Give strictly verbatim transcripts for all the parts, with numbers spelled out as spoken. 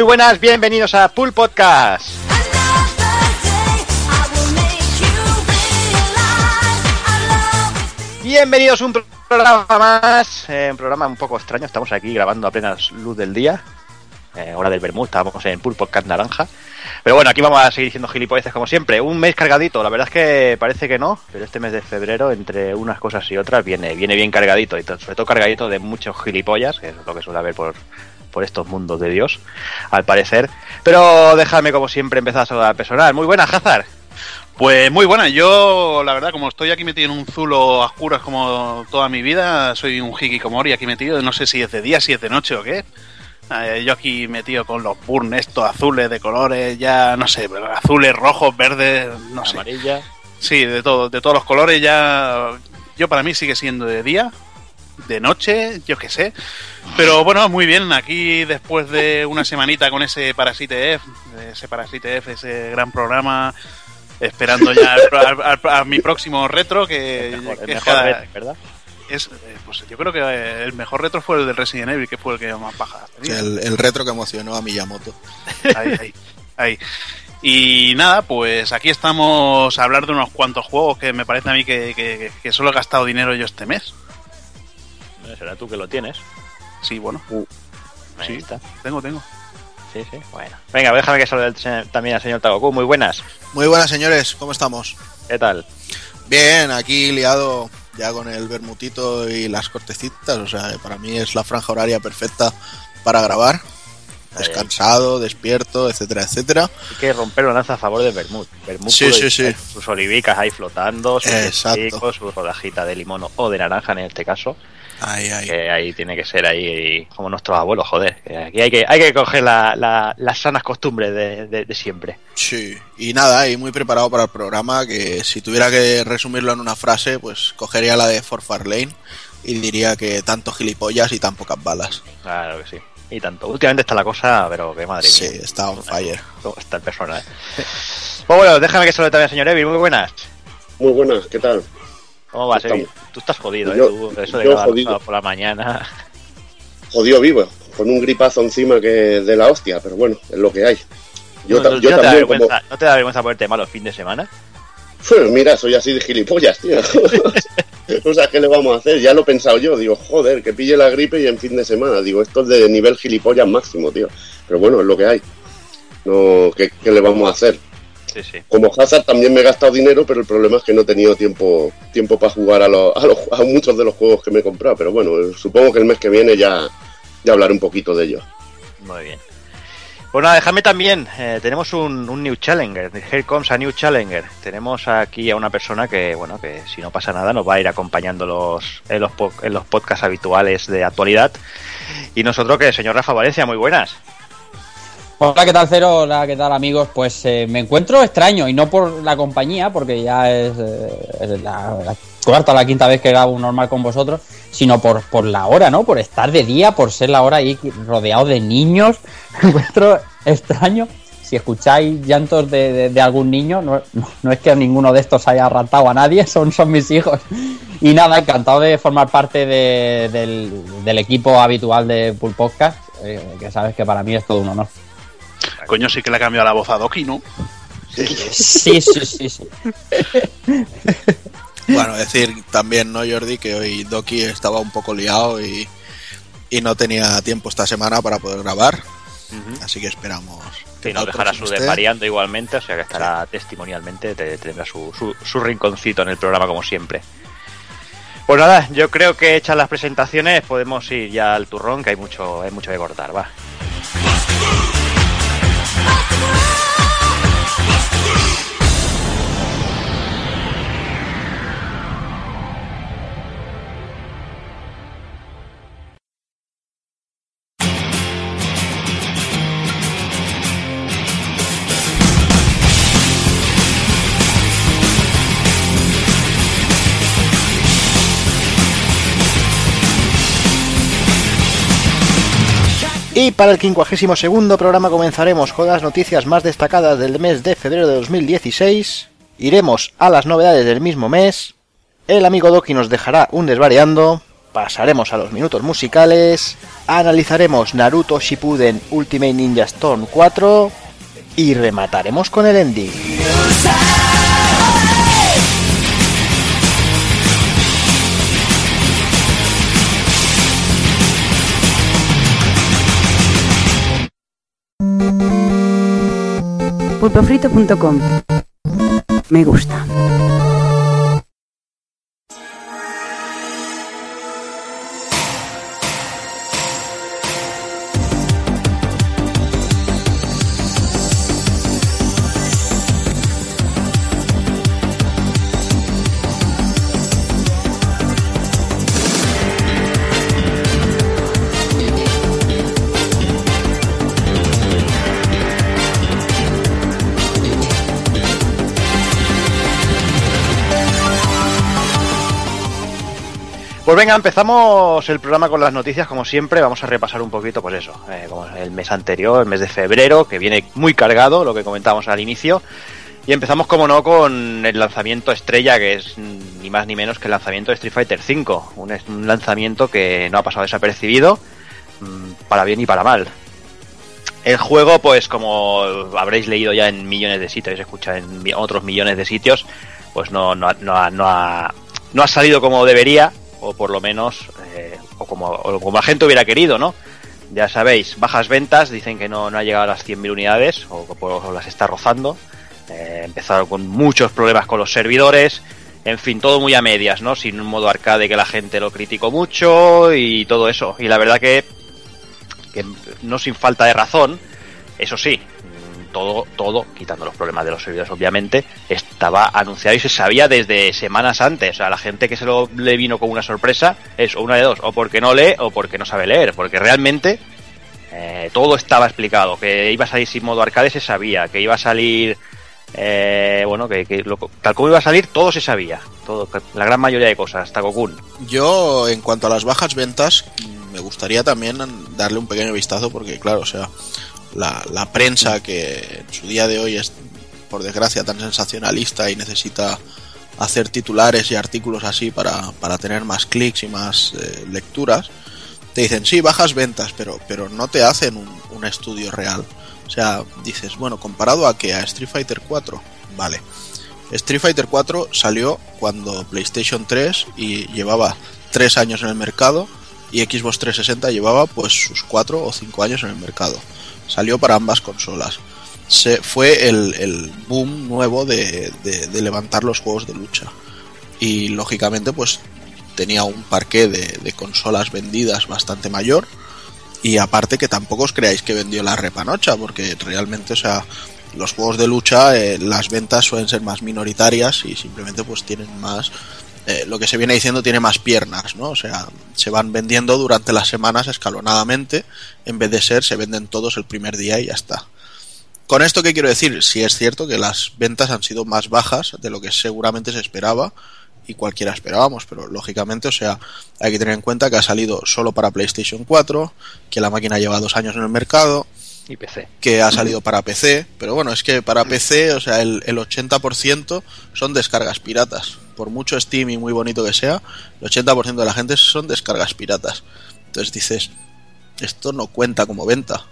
Muy buenas, bienvenidos a Pool Podcast. Bienvenidos a un programa más, eh, un programa un poco extraño. Estamos aquí grabando a plena luz del día, eh, hora del vermut, estábamos en Pool Podcast naranja. Pero bueno, aquí vamos a seguir diciendo gilipolleces como siempre. Un mes cargadito, la verdad es que parece que no, pero este mes de febrero, entre unas cosas y otras, viene viene bien cargadito, y sobre todo cargadito de muchos gilipollas, que es lo que suele haber por, por estos mundos de Dios, al parecer. Pero déjame, como siempre, empezar a saludar al personal. Muy buenas, Hazard. Pues muy buena, yo la verdad, como estoy aquí metido en un zulo a oscuras como toda mi vida, soy un hikikomori aquí metido, no sé si es de día, si es de noche o qué. Eh, yo aquí metido con los burn estos azules de colores, ya no sé, azules, rojos, verdes, no sé. Amarilla. Sí, de todo, de todos los colores ya. Yo para mí sigue siendo de día, de noche, yo qué sé. Pero bueno, muy bien, aquí después de una semanita con ese Parasite F, ese Parasite F, ese gran programa, esperando ya al, al, a mi próximo retro, que, el mejor, que el es mejor cada, retro, ¿verdad? Es, pues yo creo que el mejor retro fue el del Resident Evil, que fue el que más baja tenía. El, el retro que emocionó a Miyamoto. Ahí, ahí, ahí. Y nada, pues aquí estamos a hablar de unos cuantos juegos que me parece a mí que, que, que solo he gastado dinero yo este mes. Será tú que lo tienes. Sí, bueno. Uh, sí, está. tengo, tengo. Sí, sí, bueno. Venga, déjame que salude también al señor Tagoku. Muy buenas. Muy buenas, señores. ¿Cómo estamos? ¿Qué tal? Bien, aquí liado ya con el vermutito y las cortecitas. O sea, para mí es la franja horaria perfecta para grabar. Descansado, despierto, etcétera, etcétera. Hay que romper una lanza a favor de Vermut. Vermut sí, sí, sí. Sus olivicas ahí flotando, sus Exacto. su rodajita de limón o de naranja en este caso. Ahí, ahí. Que ahí tiene que ser ahí como nuestros abuelos, joder. Que aquí hay que hay que coger la, la, las sanas costumbres de, de, de siempre. Sí, y nada, y muy preparado para el programa, que si tuviera que resumirlo en una frase, pues cogería la de For Far Lane y diría que tanto gilipollas y tan pocas balas. Claro que sí. Y tanto. Últimamente está la cosa, pero que madre sí, mía. Sí, está on fire. ¿Cómo está el personal? Pues bueno, déjame que salude también al señor Evil. Muy buenas. Muy buenas, ¿qué tal? ¿Cómo vas, Evil? Tú estás jodido, yo, ¿eh? Tú, eso de grabar por la mañana. Jodido vivo, con un gripazo encima que de la hostia, pero bueno, es lo que hay. Yo, no, ta- no, yo no también. Te como... ¿No te da vergüenza ponerte malo el fin de semana? Pues mira, soy así de gilipollas, tío. O sea, ¿qué le vamos a hacer? Ya lo he pensado yo, digo, joder, que pille la gripe y en fin de semana. Digo, esto es de nivel gilipollas máximo, tío. Pero bueno, es lo que hay. No, ¿qué, qué le vamos a hacer? Sí, sí. Como Hazard también me he gastado dinero, pero el problema es que no he tenido tiempo tiempo para jugar a, los, a, los, a muchos de los juegos que me he comprado. Pero bueno, supongo que el mes que viene ya, ya hablaré un poquito de ellos. Muy bien. Bueno, déjame también, eh, tenemos un, un New Challenger, Here Comes a New Challenger. Tenemos aquí a una persona que, bueno, que si no pasa nada nos va a ir acompañando los, en, los po- en los podcasts habituales de actualidad. Y nosotros, que el señor Rafa Valencia, muy buenas. Hola, ¿qué tal, Cero? Hola, ¿qué tal, amigos? Pues eh, me encuentro extraño, y no por la compañía, porque ya es, eh, es la, la cuarta o la quinta vez que grabo normal con vosotros, sino por, por la hora, ¿no? Por estar de día, por ser la hora ahí rodeado de niños. Me encuentro extraño. Si escucháis llantos de, de, de algún niño, no, no, no es que ninguno de estos haya raptado a nadie, son, son mis hijos. Y nada, encantado de formar parte de, del, del equipo habitual de Pool Podcast, eh, que sabes que para mí es todo un honor. Coño, sí que le ha cambiado la voz a Doki, ¿no? Sí, sí, sí, sí, sí. Bueno, decir también, ¿no, Jordi? Que hoy Doki estaba un poco liado y, y no tenía tiempo esta semana para poder grabar. Uh-huh. Así que esperamos. Sí, nos dejará su desvariando igualmente, o sea que estará sí. testimonialmente, te, tendrá su, su, su rinconcito en el programa como siempre. Pues nada, yo creo que hechas las presentaciones podemos ir ya al turrón, que hay mucho, hay mucho que cortar, va. Y para el quincuagésimo segundo programa comenzaremos con las noticias más destacadas del mes de febrero de dos mil dieciséis. Iremos a las novedades del mismo mes. El amigo Doki nos dejará un desvariando. pasaremos a los minutos musicales, analizaremos Naruto Shippuden Ultimate Ninja Storm cuatro y remataremos con el ending. pulpofrito punto com. Me gusta. Pues venga, empezamos el programa con las noticias, como siempre. Vamos a repasar un poquito, pues eso, eh, como el mes anterior, el mes de febrero, que viene muy cargado, lo que comentábamos al inicio. Y empezamos, como no, con el lanzamiento estrella, que es ni más ni menos que el lanzamiento de Street Fighter cinco. Un, un lanzamiento que no ha pasado desapercibido, para bien y para mal. El juego, pues como habréis leído ya en millones de sitios, habéis escuchado en otros millones de sitios, pues no, no, no, ha, no, ha, no ha salido como debería, o por lo menos, eh, o, como, o como la gente hubiera querido, ¿no? Ya sabéis, bajas ventas, dicen que no, no ha llegado a las cien mil unidades, o, o las está rozando. Eh, empezaron con muchos problemas con los servidores, en fin, todo muy a medias, ¿no? Sin un modo arcade que la gente lo criticó mucho y todo eso. Y la verdad que, que no sin falta de razón, eso sí, todo, todo, quitando los problemas de los servidores obviamente, estaba anunciado y se sabía desde semanas antes. O sea, la gente que se lo le vino con una sorpresa es una de dos, o porque no lee o porque no sabe leer, porque realmente eh, todo estaba explicado, que iba a salir sin modo arcade se sabía, que iba a salir eh, bueno, que, que lo, tal como iba a salir todo se sabía, todo, la gran mayoría de cosas, hasta Gokun. Yo, en cuanto a las bajas ventas, me gustaría también darle un pequeño vistazo, porque claro, o sea, La, la prensa, que en su día de hoy es, por desgracia, tan sensacionalista y necesita hacer titulares y artículos así para, para tener más clics y más eh, lecturas, te dicen, sí, bajas ventas, pero, pero no te hacen un, un estudio real. O sea, dices, bueno, ¿comparado a qué? ¿A Street Fighter cuatro? Vale. Street Fighter cuatro salió cuando PlayStation tres y llevaba tres años en el mercado, y Xbox trescientos sesenta llevaba pues sus cuatro o cinco años en el mercado. Salió para ambas consolas. Se, fue el, el boom nuevo de, de, de levantar los juegos de lucha. Y lógicamente pues tenía un parqué de, de consolas vendidas bastante mayor. Y aparte que tampoco os creáis que vendió la repanocha, porque realmente, o sea, los juegos de lucha, eh, las ventas suelen ser más minoritarias y simplemente pues tienen más... Eh, lo que se viene diciendo, tiene más piernas, ¿no? O sea, se van vendiendo durante las semanas escalonadamente, en vez de ser, se venden todos el primer día y ya está. Con esto, ¿qué quiero decir? Sí es cierto que las ventas han sido más bajas de lo que seguramente se esperaba, y cualquiera esperábamos, pero lógicamente, o sea, hay que tener en cuenta que ha salido solo para PlayStation cuatro, que la máquina lleva dos años en el mercado, y P C, que ha salido para P C, pero bueno, es que para P C, o sea, el, el ochenta por ciento son descargas piratas. Por mucho Steam y muy bonito que sea, el ochenta por ciento de la gente son descargas piratas. Entonces dices, esto no cuenta como venta.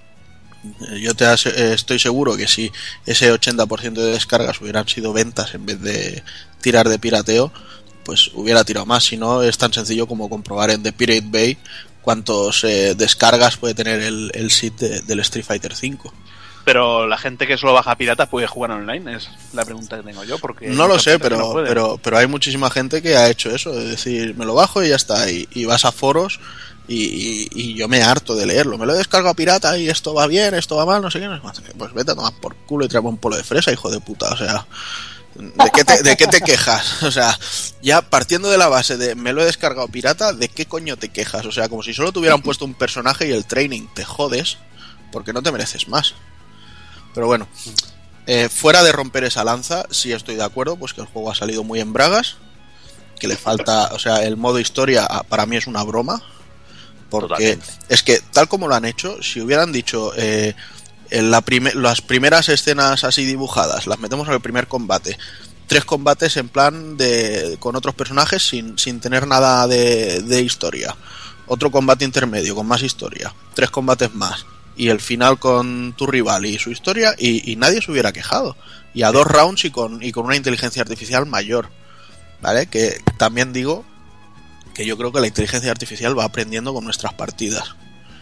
Yo te as- estoy seguro que si ese ochenta por ciento de descargas hubieran sido ventas en vez de tirar de pirateo, pues hubiera tirado más. Si no, es tan sencillo como comprobar en The Pirate Bay cuántos eh, descargas puede tener el, el sitio de, del Street Fighter cinco. Pero la gente que solo baja pirata puede jugar online, es la pregunta que tengo yo, porque no lo sé, pero, no pero pero hay muchísima gente que ha hecho eso, es decir, me lo bajo y ya está, y, y vas a foros y, y, y yo me harto de leerlo, me lo descargo a pirata y esto va bien, esto va mal, no sé qué, no sé más. Pues vete a tomar por culo y tráeme un polo de fresa, hijo de puta, o sea, ¿de qué te, de qué te quejas? O sea, ya partiendo de la base de me lo he descargado pirata, ¿de qué coño te quejas? O sea, como si solo te hubieran puesto un personaje y el training, te jodes, porque no te mereces más. Pero bueno, eh, fuera de romper esa lanza, sí estoy de acuerdo, pues que el juego ha salido muy en bragas, que le falta, o sea, el modo historia para mí es una broma, porque totalmente. Es que tal como lo han hecho, si hubieran dicho eh, en la prime- las primeras escenas así dibujadas, las metemos en el primer combate tres combates en plan de con otros personajes sin, sin tener nada de, de historia. Otro combate intermedio con más historia. Tres combates más. Y el final con tu rival y su historia, y, y nadie se hubiera quejado. Y a dos rounds y con, y con una inteligencia artificial mayor. ¿Vale? Que también digo que yo creo que la inteligencia artificial va aprendiendo con nuestras partidas.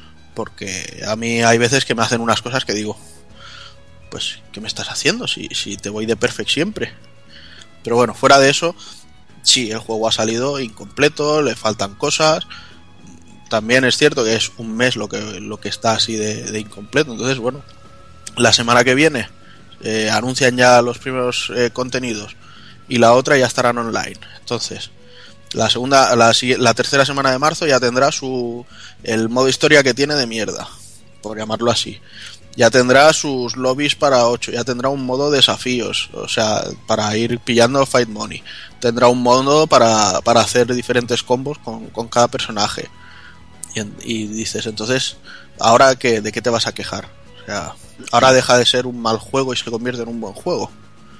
Porque a mí hay veces que me hacen unas cosas que digo, pues, ¿qué me estás haciendo? Si, si te voy de perfect siempre. Pero bueno, fuera de eso, sí, el juego ha salido incompleto, le faltan cosas. También es cierto que es un mes lo que, lo que está así de, de incompleto. Entonces, bueno, la semana que viene eh, anuncian ya los primeros eh, contenidos y la otra ya estarán online. Entonces, la segunda, la, la tercera semana de marzo ya tendrá su el modo historia que tiene de mierda, por llamarlo así. Ya tendrá sus lobbies para ocho, ya tendrá un modo desafíos, o sea, para ir pillando Fight Money. Tendrá un modo para, para hacer diferentes combos con, con cada personaje. Y, y dices, entonces, ¿ahora qué, de qué te vas a quejar? O sea, ahora deja de ser un mal juego y se convierte en un buen juego.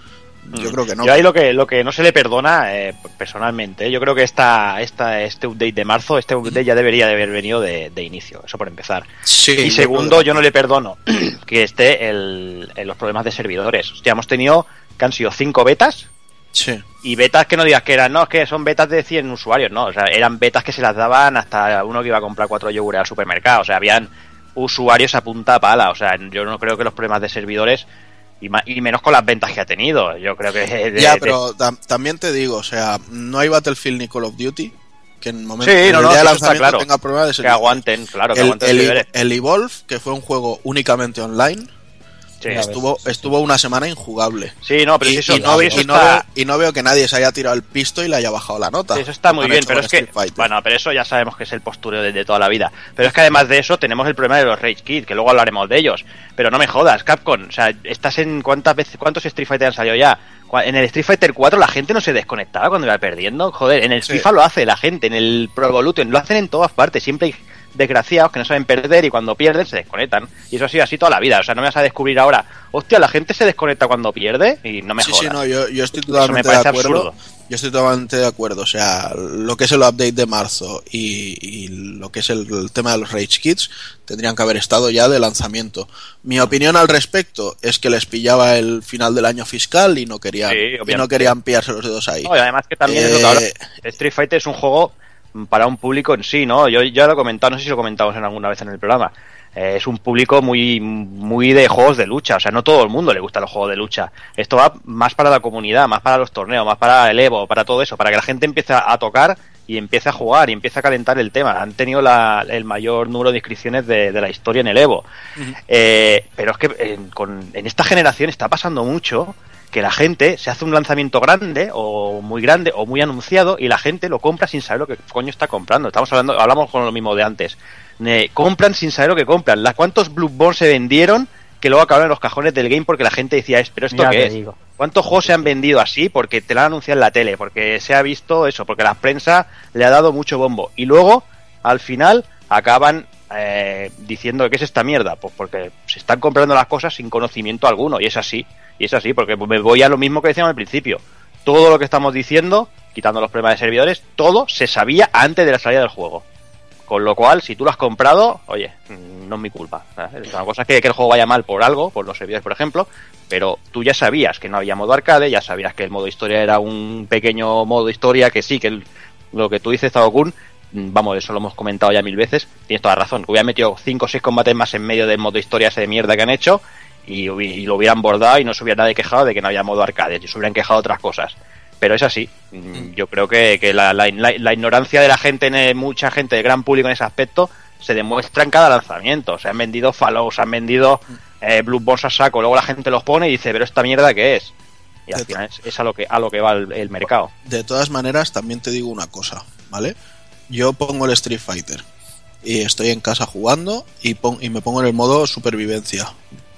Yo creo que no. Yo ahí lo que lo que no se le perdona, eh, personalmente, yo creo que esta, esta este update de marzo, este update ya debería de haber venido de, de inicio, eso por empezar. Sí, y segundo, yo no le perdono que esté el, el, los problemas de servidores. Hostia, hemos tenido que han sido cinco betas. Sí. Y betas que no digas que eran, no, es que son betas de cien usuarios, no, o sea, eran betas que se las daban hasta uno que iba a comprar cuatro yogures al supermercado, o sea, habían usuarios a punta pala, o sea, yo no creo que los problemas de servidores, y, ma- y menos con las ventas que ha tenido, yo creo que... De, ya, de, pero tam- también te digo, o sea, no hay Battlefield ni Call of Duty que en el momento sí, en no, el no, día de eso lanzamiento está claro, tenga problemas de que servidores. aguanten, claro, que el, aguanten el, servidores. el Evolve, que fue un juego únicamente online, Sí, estuvo estuvo una semana injugable. sí, no, pero y, si eso, y no, no, y eso no está... veo, y no veo que nadie se haya tirado el pisto y le haya bajado la nota. Sí, eso está muy Han bien, hecho pero con es que, Street Fighter. bueno, pero eso ya sabemos que es el postureo de, de toda la vida. Pero es que además de eso tenemos el problema de los Rage Quit, que luego hablaremos de ellos. Pero no me jodas, Capcom, o sea, estás en cuántas veces, cuántos Street Fighter han salido ya. En el Street Fighter cuatro la gente no se desconectaba cuando iba perdiendo. Joder, en el Sí. FIFA lo hace la gente, en el Pro Evolution lo hacen en todas partes. Siempre hay desgraciados que no saben perder y cuando pierden se desconectan. Y eso ha sido así toda la vida. O sea, no me vas a descubrir ahora, hostia, la gente se desconecta cuando pierde y no me sí, jodas. sí, no, yo, yo estoy Eso me totalmente de parece acuerdo. absurdo. Yo estoy totalmente de acuerdo. O sea, lo que es el update de marzo y, y lo que es el, el tema de los Rage Kits tendrían que haber estado ya de lanzamiento. Mi opinión al respecto es que les pillaba el final del año fiscal y no querían, Sí, y obviamente. no querían pillarse los dedos ahí. No, y además que también Eh, es lo que ahora Street Fighter es un juego para un público en sí, ¿no? Yo ya lo he comentado, no sé si lo comentamos en alguna vez en el programa. Eh, es un público muy muy de juegos de lucha, o sea, no todo el mundo le gustan los juegos de lucha. Esto va más para la comunidad, más para los torneos, más para el Evo, para todo eso, para que la gente empiece a tocar y empiece a jugar y empiece a calentar el tema. Han tenido la, el mayor número de inscripciones de, de la historia en el Evo. Uh-huh. Eh, pero es que en, con, en esta generación está pasando mucho que la gente se hace un lanzamiento grande o muy grande o muy anunciado y la gente lo compra sin saber lo que coño está comprando. Estamos hablando, hablamos con lo mismo de antes. Eh, compran sin saber lo que compran. ¿La cuántos Bloodborne se vendieron que luego acabaron en los cajones del game porque la gente decía, pero esto ya qué es? Digo. ¿Cuántos juegos se han vendido así porque te lo han anunciado en la tele, porque se ha visto eso, porque la prensa le ha dado mucho bombo y luego al final acaban eh, diciendo que es esta mierda? Pues porque se están comprando las cosas sin conocimiento alguno y es así. Y es así, porque me voy a lo mismo que decíamos al principio. Todo lo que estamos diciendo, quitando los problemas de servidores, todo se sabía antes de la salida del juego. Con lo cual, si tú lo has comprado, oye, no es mi culpa. ¿Sabes? Una cosa es que, que el juego vaya mal por algo, por los servidores, por ejemplo, pero tú ya sabías que no había modo arcade, ya sabías que el modo historia era un pequeño modo historia, que sí, que el, lo que tú dices, Tadokun, vamos, eso lo hemos comentado ya mil veces, tienes toda la razón, que hubieran metido cinco o seis combates más en medio del modo historia ese de mierda que han hecho, Y, y lo hubieran bordado y no se hubiera nadie quejado de que no había modo arcade, y se hubieran quejado de otras cosas. Pero es así. Yo creo que, que la, la, la ignorancia de la gente, en mucha gente, de gran público en ese aspecto, se demuestra en cada lanzamiento. Se han vendido Fallout, se han vendido eh, Bloodborne a saco, luego la gente los pone y dice, pero esta mierda ¿qué es? Y al final es, es a lo que a lo que va el, el mercado. De todas maneras, también te digo una cosa, ¿vale? Yo pongo el Street Fighter y estoy en casa jugando y, pon, y me pongo en el modo supervivencia.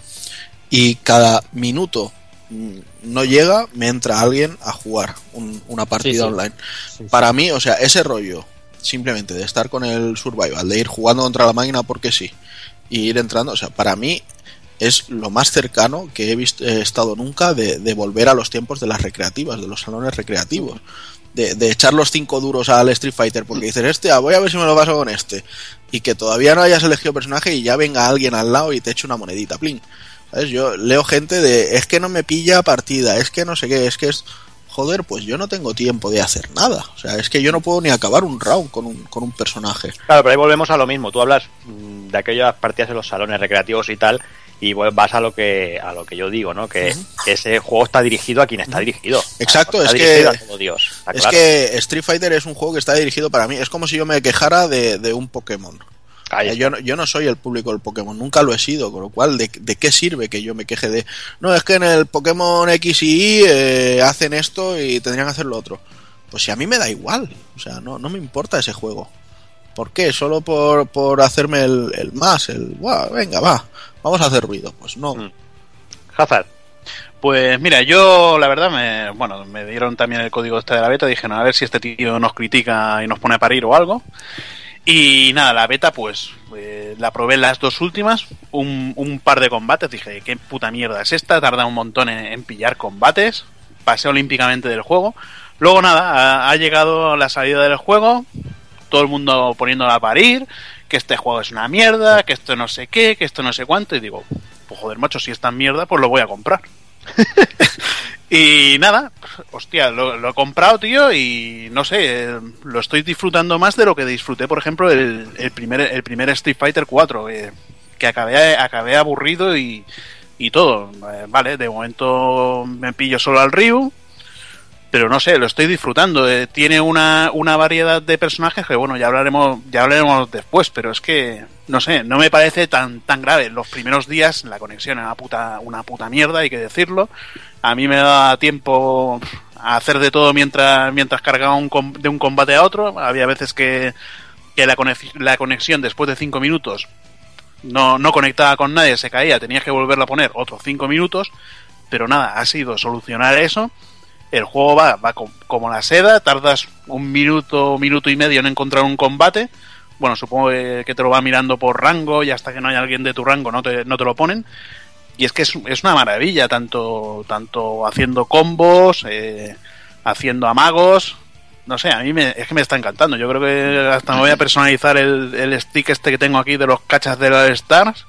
Y cada minuto no llega, me entra alguien a jugar un, una partida sí, sí. online. Sí, sí. Para mí, o sea, ese rollo simplemente de estar con el survival, de ir jugando contra la máquina porque sí, y ir entrando, o sea, para mí es lo más cercano que he visto, he estado nunca de, de volver a los tiempos de las recreativas, de los salones recreativos. De, de echar los cinco duros al Street Fighter porque dices, este, ah, voy a ver si me lo paso con este. Y que todavía no hayas elegido personaje y ya venga alguien al lado y te eche una monedita, plin. ¿Sabes? Yo leo gente de, es que no me pilla partida, es que no sé qué, es que es... Joder, pues yo no tengo tiempo de hacer nada. O sea, es que yo no puedo ni acabar un round con un, con un personaje. Claro, pero ahí volvemos a lo mismo. Tú hablas mmm, de aquellas partidas en los salones recreativos y tal, y vas a lo que a lo que yo digo, ¿no? Que, uh-huh. que ese juego está dirigido a quien está dirigido. Exacto, es que a todo Dios, es claro. que Street Fighter es un juego que está dirigido para mí. Es como si yo me quejara de, de un Pokémon. Yo, yo no soy el público del Pokémon, nunca lo he sido, con lo cual, ¿de, de qué sirve que yo me queje de... No, es que en el Pokémon X y Y eh, hacen esto y tendrían que hacer lo otro. Pues si a mí me da igual, o sea, no, no me importa ese juego. ¿Por qué? ¿Solo por, por hacerme el, el más? El, wow, venga, va, vamos a hacer ruido. Pues no. Mm. Hazard. Pues mira, yo la verdad, me bueno, me dieron también el código este de la beta, dije, no, a ver si este tío nos critica y nos pone a parir o algo. Y nada, la beta pues eh, la probé las dos últimas, un, un par de combates, dije, qué puta mierda es esta, tarda un montón en, en pillar combates, pasé olímpicamente del juego. Luego nada, ha, ha llegado la salida del juego, todo el mundo poniéndola a parir, que este juego es una mierda, que esto no sé qué, que esto no sé cuánto, y digo, pues joder macho, si es tan mierda, pues lo voy a comprar. Y nada, hostia, lo, lo he comprado, tío, y no sé, lo estoy disfrutando más de lo que disfruté, por ejemplo, el, el primer el primer Street Fighter cuatro, eh, que acabé acabé aburrido y, y todo. Eh, vale, de momento me pillo solo al Ryu, pero no sé, lo estoy disfrutando. Eh, tiene una, una variedad de personajes que, bueno, ya hablaremos ya hablaremos después, pero es que, no sé, no me parece tan tan grave. Los primeros días la conexión era una puta, una puta mierda, hay que decirlo. A mí me da tiempo a hacer de todo mientras mientras cargaba un com- de un combate a otro. Había veces que, que la, conex- la conexión después de cinco minutos no, no conectaba con nadie, se caía, tenías que volverla a poner otros cinco minutos. Pero nada, ha sido solucionar eso. El juego va, va com- como la seda, tardas un minuto, minuto y medio en encontrar un combate. Bueno, supongo que te lo va mirando por rango y hasta que no haya alguien de tu rango no te, no te lo ponen. Y es que es, es una maravilla, tanto tanto haciendo combos, eh, haciendo amagos. No sé, a mí me, es que me está encantando. Yo creo que hasta me voy a personalizar el, el stick este que tengo aquí de los cachas de los Stars,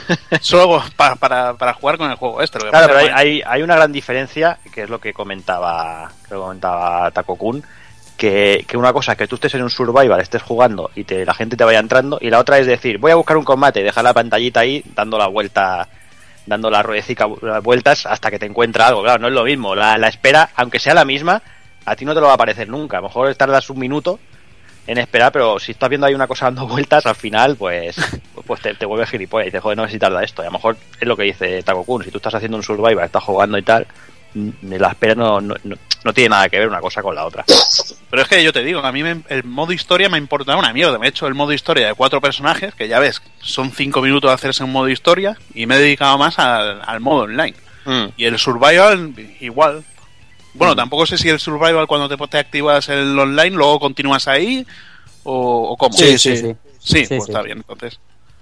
solo para, para, para jugar con el juego este. Lo que claro, pero hay, hay, hay una gran diferencia, que es lo que comentaba, que comentaba Taco-kun, que, que una cosa es que tú estés en un survival, estés jugando y te, la gente te vaya entrando, y la otra es decir, voy a buscar un combate y dejar la pantallita ahí dando la vuelta... dando la ruedecica vueltas hasta que te encuentra algo. Claro, no es lo mismo. La, la espera, aunque sea la misma, a ti no te lo va a aparecer nunca. A lo mejor tardas un minuto en esperar, pero si estás viendo ahí una cosa dando vueltas, al final, pues pues te, te vuelves gilipollas y dices, joder, no sé si tarda esto. Y a lo mejor es lo que dice Taco-kun. Si tú estás haciendo un survival, estás jugando y tal, la espera no, no, no, no tiene nada que ver una cosa con la otra. Pero es que yo te digo, a mí me, el modo historia me importa una mierda. Me he hecho el modo historia de cuatro personajes, que ya ves, son cinco minutos de hacerse un modo historia, y me he dedicado más al, al modo online. Mm. Y el survival, igual. Bueno, mm. tampoco sé si el survival, cuando te, te activas el online, luego continúas ahí, o, o cómo. Sí, sí, sí. Sí, sí, sí pues sí. está bien, entonces.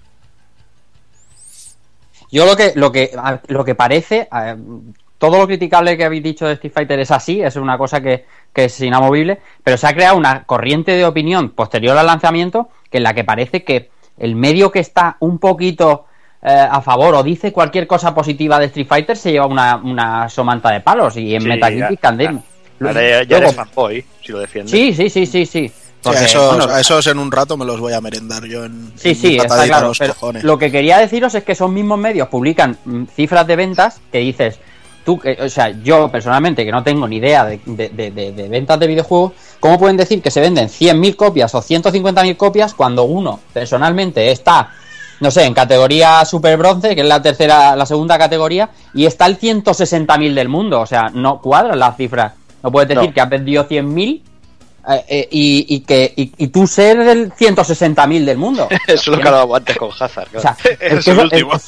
Yo lo que, lo que, lo que parece... Eh, todo lo criticable que habéis dicho de Street Fighter es así, es una cosa que, que es inamovible, pero se ha creado una corriente de opinión posterior al lanzamiento que en la que parece que el medio que está un poquito eh, a favor o dice cualquier cosa positiva de Street Fighter se lleva una, una somanta de palos, y en sí, Metacritic también. Ya, ya, ya eres fanboy, si lo defiendes. Sí, sí, sí, sí, sí. Porque, sí, a, esos, bueno, a esos en un rato me los voy a merendar yo en, sí, en sí, está claro, los pero cojones. Lo que quería deciros es que esos mismos medios publican mm, cifras de ventas que dices... Tú, o sea, yo personalmente, que no tengo ni idea de, de, de, de, de ventas de videojuegos, ¿cómo pueden decir que se venden cien mil copias o ciento cincuenta mil copias cuando uno, personalmente, está, no sé, en categoría super bronce, que es la tercera, la segunda categoría, y está el ciento sesenta mil del mundo? O sea, no cuadran las cifras. No puedes decir no. que has vendido cien mil eh, eh, y, y que y, y tú ser del ciento sesenta mil del mundo. Eso es lo que hablábamos antes con Hazard. Claro. O sea, es, es el último. Es,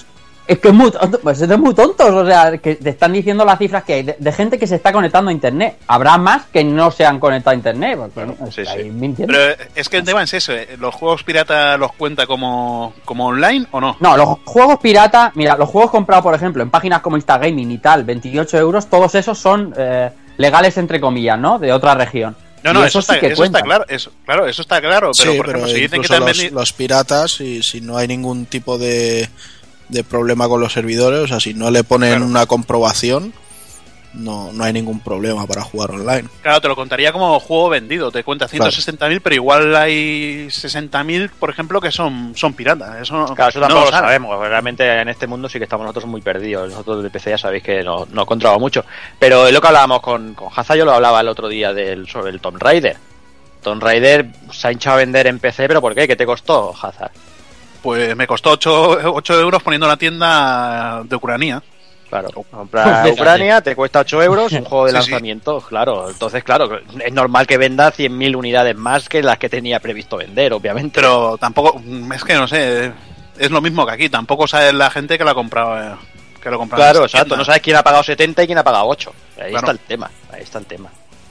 Es que es muy tonto, pues es de muy tontos, o sea, que te están diciendo las cifras que hay de, de gente que se está conectando a internet. Habrá más que no se han conectado a internet, porque Claro, no, sí, ahí sí. mintiendo. Pero es que el tema es eso, ¿eh? ¿Los juegos pirata los cuenta como, como online o no? No, los juegos pirata, mira, los juegos comprados, por ejemplo, en páginas como Instagaming y tal, veintiocho euros, todos esos son eh, legales, entre comillas, ¿no? De otra región. No, no, Y eso, está, sí que eso está cuentan. claro, eso, claro, eso está claro, pero sí, por pero ejemplo, si dicen que incluso te han los, vendido... los piratas, y si no hay ningún tipo de, de problema con los servidores, o sea, si no le ponen Claro. una comprobación, no, no hay ningún problema para jugar online. Claro, te lo contaría como juego vendido, te cuenta ciento sesenta mil, pero igual hay sesenta mil, por ejemplo, que son, son piratas. Eso, Claro, eso no tampoco lo sabes. sabemos. Realmente en este mundo sí que estamos nosotros muy perdidos. Nosotros de P C ya sabéis que no, no controlamos mucho. Pero es lo que hablábamos con, con Haza, yo lo hablaba el otro día del, sobre el Tomb Raider. Tomb Raider se ha hinchado a vender en P C, ¿pero por qué? ¿Qué te costó, Haza? Pues me costó ocho euros poniendo la tienda de Ucrania. Claro, comprar Ucrania te cuesta ocho euros, un juego de Sí, sí. lanzamiento, claro. Entonces, claro, es normal que venda cien mil unidades más que las que tenía previsto vender, obviamente. Pero tampoco, es que no sé, es lo mismo que aquí, tampoco sabe la gente que la compraba. Que lo compraba Claro, en esta exacto, tienda. no sabes quién ha pagado setenta y quién ha pagado ocho. Ahí Claro. está el tema, ahí está el tema.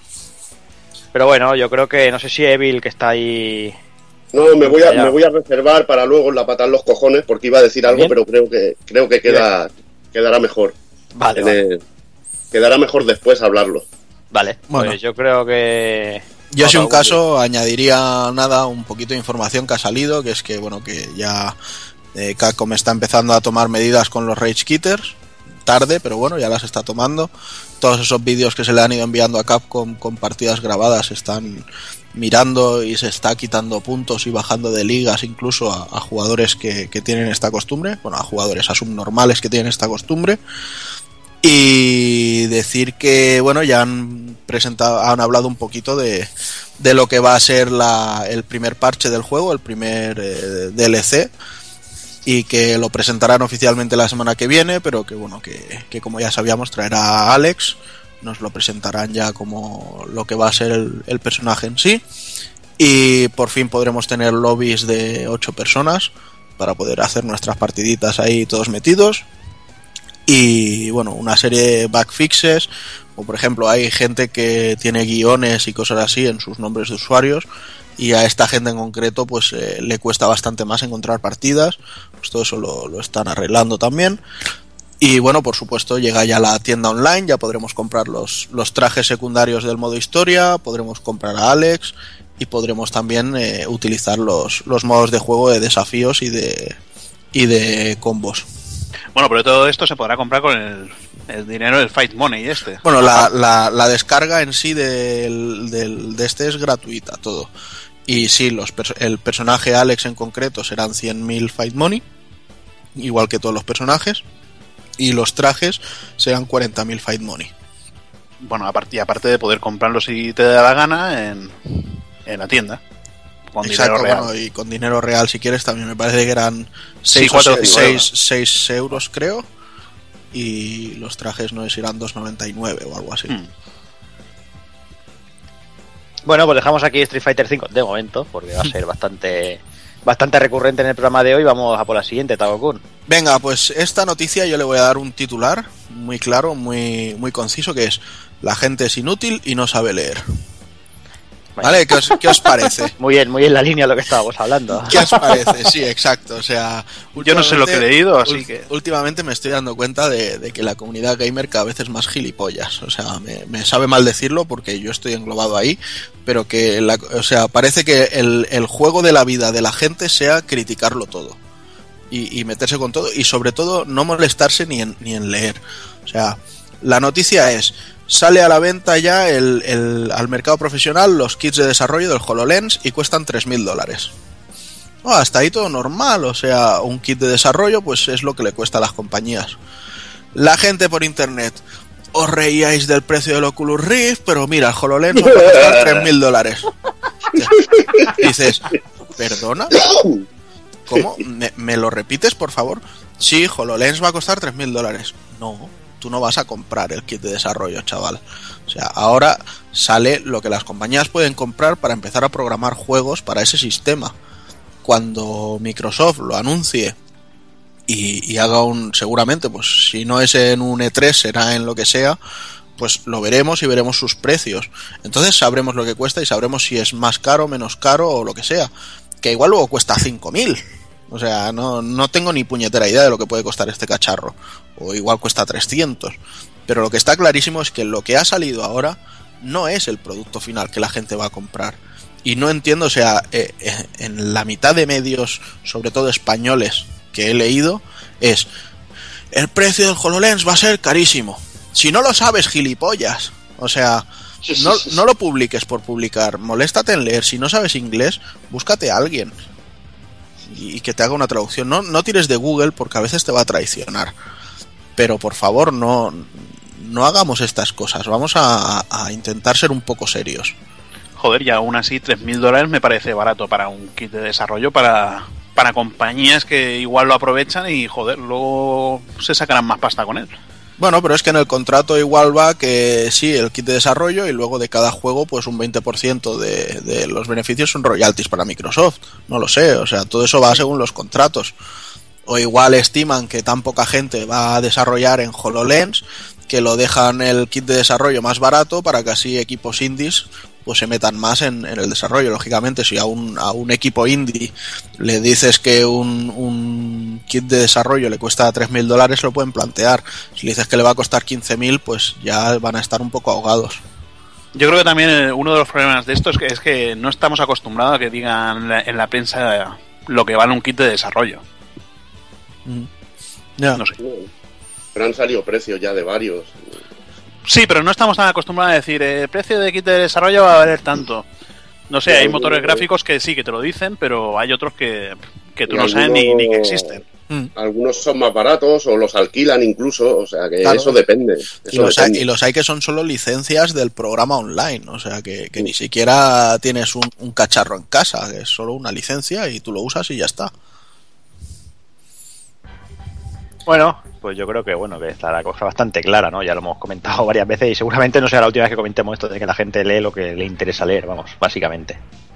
Pero bueno, yo creo que, no sé si Evil, que está ahí... No, me voy a, Ya. me voy a reservar para luego en la patada en los cojones porque iba a decir algo, Bien. pero creo que creo que queda quedará mejor. Vale, En vale, el- quedará mejor después hablarlo. vale. Bueno. Pues yo creo que... Yo, si un Vamos, caso, añadiría nada, un poquito de información que ha salido, que es que, bueno, que ya eh, Capcom está empezando a tomar medidas con los Rage Quitters, tarde, pero bueno, ya las está tomando. Todos esos vídeos que se le han ido enviando a Capcom con partidas grabadas se están mirando y se está quitando puntos y bajando de ligas incluso a, a jugadores que, que tienen esta costumbre, bueno, a jugadores, a subnormales que tienen esta costumbre. Y decir que, bueno, ya han presentado, han hablado un poquito de, de lo que va a ser la, el primer parche del juego, el primer eh, D L C, y que lo presentarán oficialmente la semana que viene, pero que, bueno, que, que como ya sabíamos, traerá a Alex, nos lo presentarán ya como lo que va a ser el, el personaje en sí, y por fin podremos tener lobbies de ocho personas para poder hacer nuestras partiditas ahí todos metidos. Y bueno, una serie de bug fixes, o por ejemplo hay gente que tiene guiones y cosas así en sus nombres de usuarios, y a esta gente en concreto pues eh, le cuesta bastante más encontrar partidas, pues todo eso lo, lo están arreglando también. Y bueno, por supuesto llega ya la tienda online, ya podremos comprar los, los trajes secundarios del modo historia, podremos comprar a Alex y podremos también eh, utilizar los, los modos de juego de desafíos y de, y de combos. Bueno, pero todo esto se podrá comprar con el, el dinero del Fight Money este. Bueno, la, la, la descarga en sí del, del, de este es gratuita, todo. Y sí, los pers- el personaje Alex en concreto serán cien mil Fight Money, igual que todos los personajes. Y los trajes serán cuarenta mil Fight Money. Bueno, aparte, y aparte de poder comprarlo si te da la gana en, en la tienda. Con Exacto, dinero real. bueno, y con dinero real si quieres también me parece que eran Sí, cuatro o cinco seis euros creo. Y los trajes no sé si eran dos noventa y nueve o algo así. Hmm. Bueno, pues dejamos aquí Street Fighter cinco de momento, porque va a ser bastante bastante recurrente en el programa de hoy. Vamos a por la siguiente, Tago-kun. Venga, pues esta noticia yo le voy a dar un titular muy claro, muy, muy conciso, que es: la gente es inútil y no sabe leer. ¿Vale? ¿Qué os, qué os parece? Muy bien, muy en la línea de lo que estábamos hablando. ¿Qué os parece? Sí, exacto. O sea, Yo no sé lo que he últimamente- leído, así ul- que... Últimamente me estoy dando cuenta de, de que la comunidad gamer cada vez es más gilipollas. O sea, me, me sabe mal decirlo porque yo estoy englobado ahí, pero que, la, o sea, parece que el, el juego de la vida de la gente sea criticarlo todo. Y, y meterse con todo, y sobre todo no molestarse ni en, ni en leer. O sea, la noticia es: sale a la venta ya el, el, al mercado profesional los kits de desarrollo del HoloLens y cuestan tres mil dólares. Oh, hasta ahí todo normal, o sea, un kit de desarrollo pues es lo que le cuesta a las compañías. La gente por internet: os reíais del precio del Oculus Rift, pero mira, el HoloLens va a costar tres mil dólares. Dices, ¿perdona? ¿Cómo? ¿Me, me lo repites, por favor? Sí, HoloLens va a costar tres mil dólares. No, tú no vas a comprar el kit de desarrollo, chaval. O sea, ahora sale lo que las compañías pueden comprar para empezar a programar juegos para ese sistema. Cuando Microsoft lo anuncie y, y haga un, seguramente, pues si no es en un E tres, será en lo que sea, pues lo veremos y veremos sus precios. Entonces sabremos lo que cuesta y sabremos si es más caro, menos caro o lo que sea. Que igual luego cuesta cinco mil. O sea, no, no tengo ni puñetera idea de lo que puede costar este cacharro. O igual cuesta trescientos. Pero lo que está clarísimo es que lo que ha salido ahora no es el producto final que la gente va a comprar. Y no entiendo, o sea, eh, eh, en la mitad de medios, sobre todo españoles, que he leído, es: el precio del HoloLens va a ser carísimo. Si no lo sabes, gilipollas. O sea, Sí, sí, no, sí, sí. no lo publiques por publicar. Moléstate en leer. Si no sabes inglés, búscate a alguien y, y que te haga una traducción. No, no tires de Google porque a veces te va a traicionar. Pero por favor, no, no hagamos estas cosas. Vamos a, a intentar ser un poco serios. Joder, y aún así tres mil dólares me parece barato para un kit de desarrollo para, para compañías que igual lo aprovechan y, joder, luego se sacarán más pasta con él. Bueno, pero es que en el contrato igual va que sí, el kit de desarrollo y luego de cada juego pues un veinte por ciento de, de los beneficios son royalties para Microsoft. No lo sé, o sea, todo eso va según los contratos. O igual estiman que tan poca gente va a desarrollar en HoloLens que lo dejan el kit de desarrollo más barato para que así equipos indies pues se metan más en, en el desarrollo. Lógicamente, si a un, a un equipo indie le dices que un, un kit de desarrollo le cuesta tres mil dólares, lo pueden plantear. Si le dices que le va a costar quince mil, pues ya van a estar un poco ahogados. Yo creo que también eh, uno de los problemas de esto es que, es que no estamos acostumbrados a que digan en la, en la prensa lo que vale un kit de desarrollo. Mm. Ya. No sé. Pero han salido precios ya de varios. Sí, pero no estamos tan acostumbrados a decir el precio de kit de desarrollo va a valer tanto. No sé, hay motores gráficos que sí, que te lo dicen, pero hay otros que, que tú Y no sabes ni, algunos- ni que existen. Mm. Algunos son más baratos o los alquilan incluso, o sea que Claro. eso depende. Eso Y los, hay, depende. y los hay que son solo licencias del programa online, o sea que, que ni siquiera tienes un, un cacharro en casa, que es solo una licencia y tú lo usas y ya está. Bueno, pues yo creo que bueno que está la cosa bastante clara, ¿no? Ya lo hemos comentado varias veces y seguramente no sea la última vez que comentemos esto de que la gente lee lo que le interesa leer, vamos, básicamente.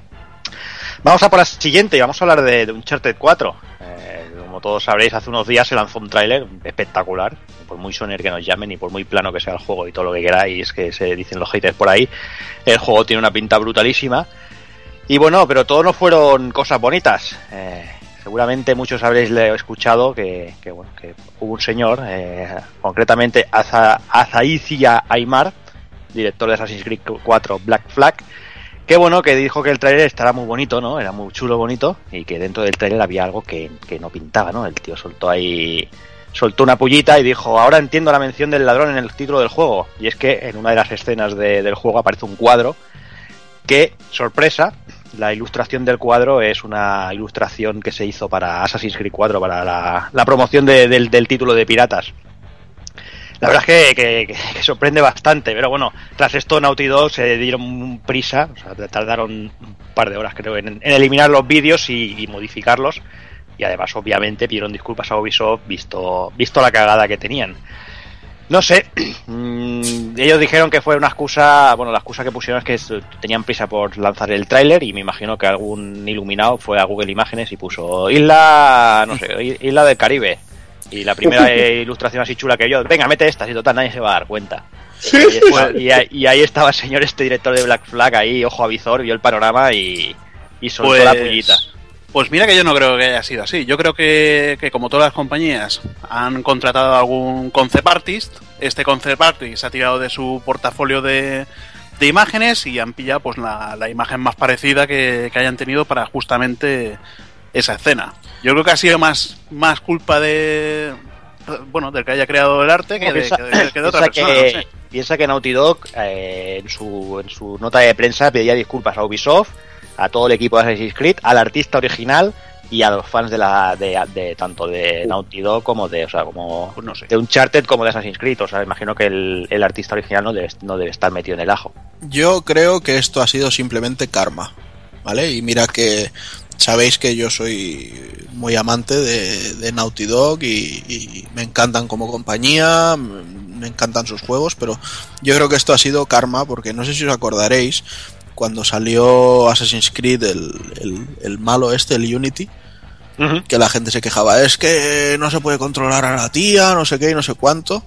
Vamos a por la siguiente y vamos a hablar de, de Uncharted cuatro. Eh, como todos sabréis, hace unos días se lanzó un tráiler espectacular, por muy soner que nos llamen y por muy plano que sea el juego y todo lo que queráis, que se dicen los haters por ahí, el juego tiene una pinta brutalísima. Y bueno, pero todo no fueron cosas bonitas. Eh, seguramente muchos habréis le- escuchado que, que, bueno, que hubo un señor, eh, concretamente Aza, Azaicia Aymar, director de Assassin's Creed cuatro Black Flag, que bueno, que dijo que el tráiler estará muy bonito, ¿no? Era muy chulo, bonito, y que dentro del tráiler había algo que, que no pintaba, ¿no? El tío soltó ahí, soltó una pullita y dijo: ahora entiendo la mención del ladrón en el título del juego. Y es que en una de las escenas de, del juego aparece un cuadro que, sorpresa, la ilustración del cuadro es una ilustración que se hizo para Assassin's Creed cuatro, para la, la promoción de, del, del título de Piratas. La verdad es que, que, que sorprende bastante, pero bueno, tras esto Naughty Dog se dieron prisa, o sea, tardaron un par de horas creo en, en eliminar los vídeos y, y modificarlos, y además obviamente pidieron disculpas a Ubisoft visto, visto la cagada que tenían. No sé, mmm, ellos dijeron que fue una excusa, bueno, la excusa que pusieron es que es- tenían prisa por lanzar el tráiler y me imagino que algún iluminado fue a Google Imágenes y puso Isla, no sé, Isla del Caribe. Y la primera ilustración así chula que yo, venga, mete esta, si total nadie se va a dar cuenta. Y, ahí estaba, y, ahí, y ahí estaba el señor este director de Black Flag ahí, ojo a visor, vio el panorama y, y soltó Pues, la pullita. pues mira que yo no creo que haya sido así. Yo creo que, que como todas las compañías han contratado a algún concept artist, este concept artist se ha tirado de su portafolio de, de imágenes y han pillado pues la, la imagen más parecida que, que hayan tenido para justamente esa escena. Yo creo que ha sido más, más culpa de bueno del que haya creado el arte que de, Piensa- que de- que de otra piensa persona. que, No sé. piensa que Naughty Dog eh, en, su, en su nota de prensa pedía disculpas a Ubisoft, a todo el equipo de Assassin's Creed, al artista original y a los fans de la de, de tanto de Naughty Dog como de, o sea, como Pues no sé. de Uncharted como de Assassin's Creed. O sea, imagino que el, el artista original no debe, no debe estar metido en el ajo. Yo creo que esto ha sido simplemente karma, ¿vale? Y mira que sabéis que yo soy muy amante de, de Naughty Dog y, y me encantan como compañía, me encantan sus juegos, pero yo creo que esto ha sido karma porque no sé si os acordaréis cuando salió Assassin's Creed el, el, el malo este, el Unity, Uh-huh. Que la gente se quejaba, es que no se puede controlar a la tía, no sé qué y no sé cuánto.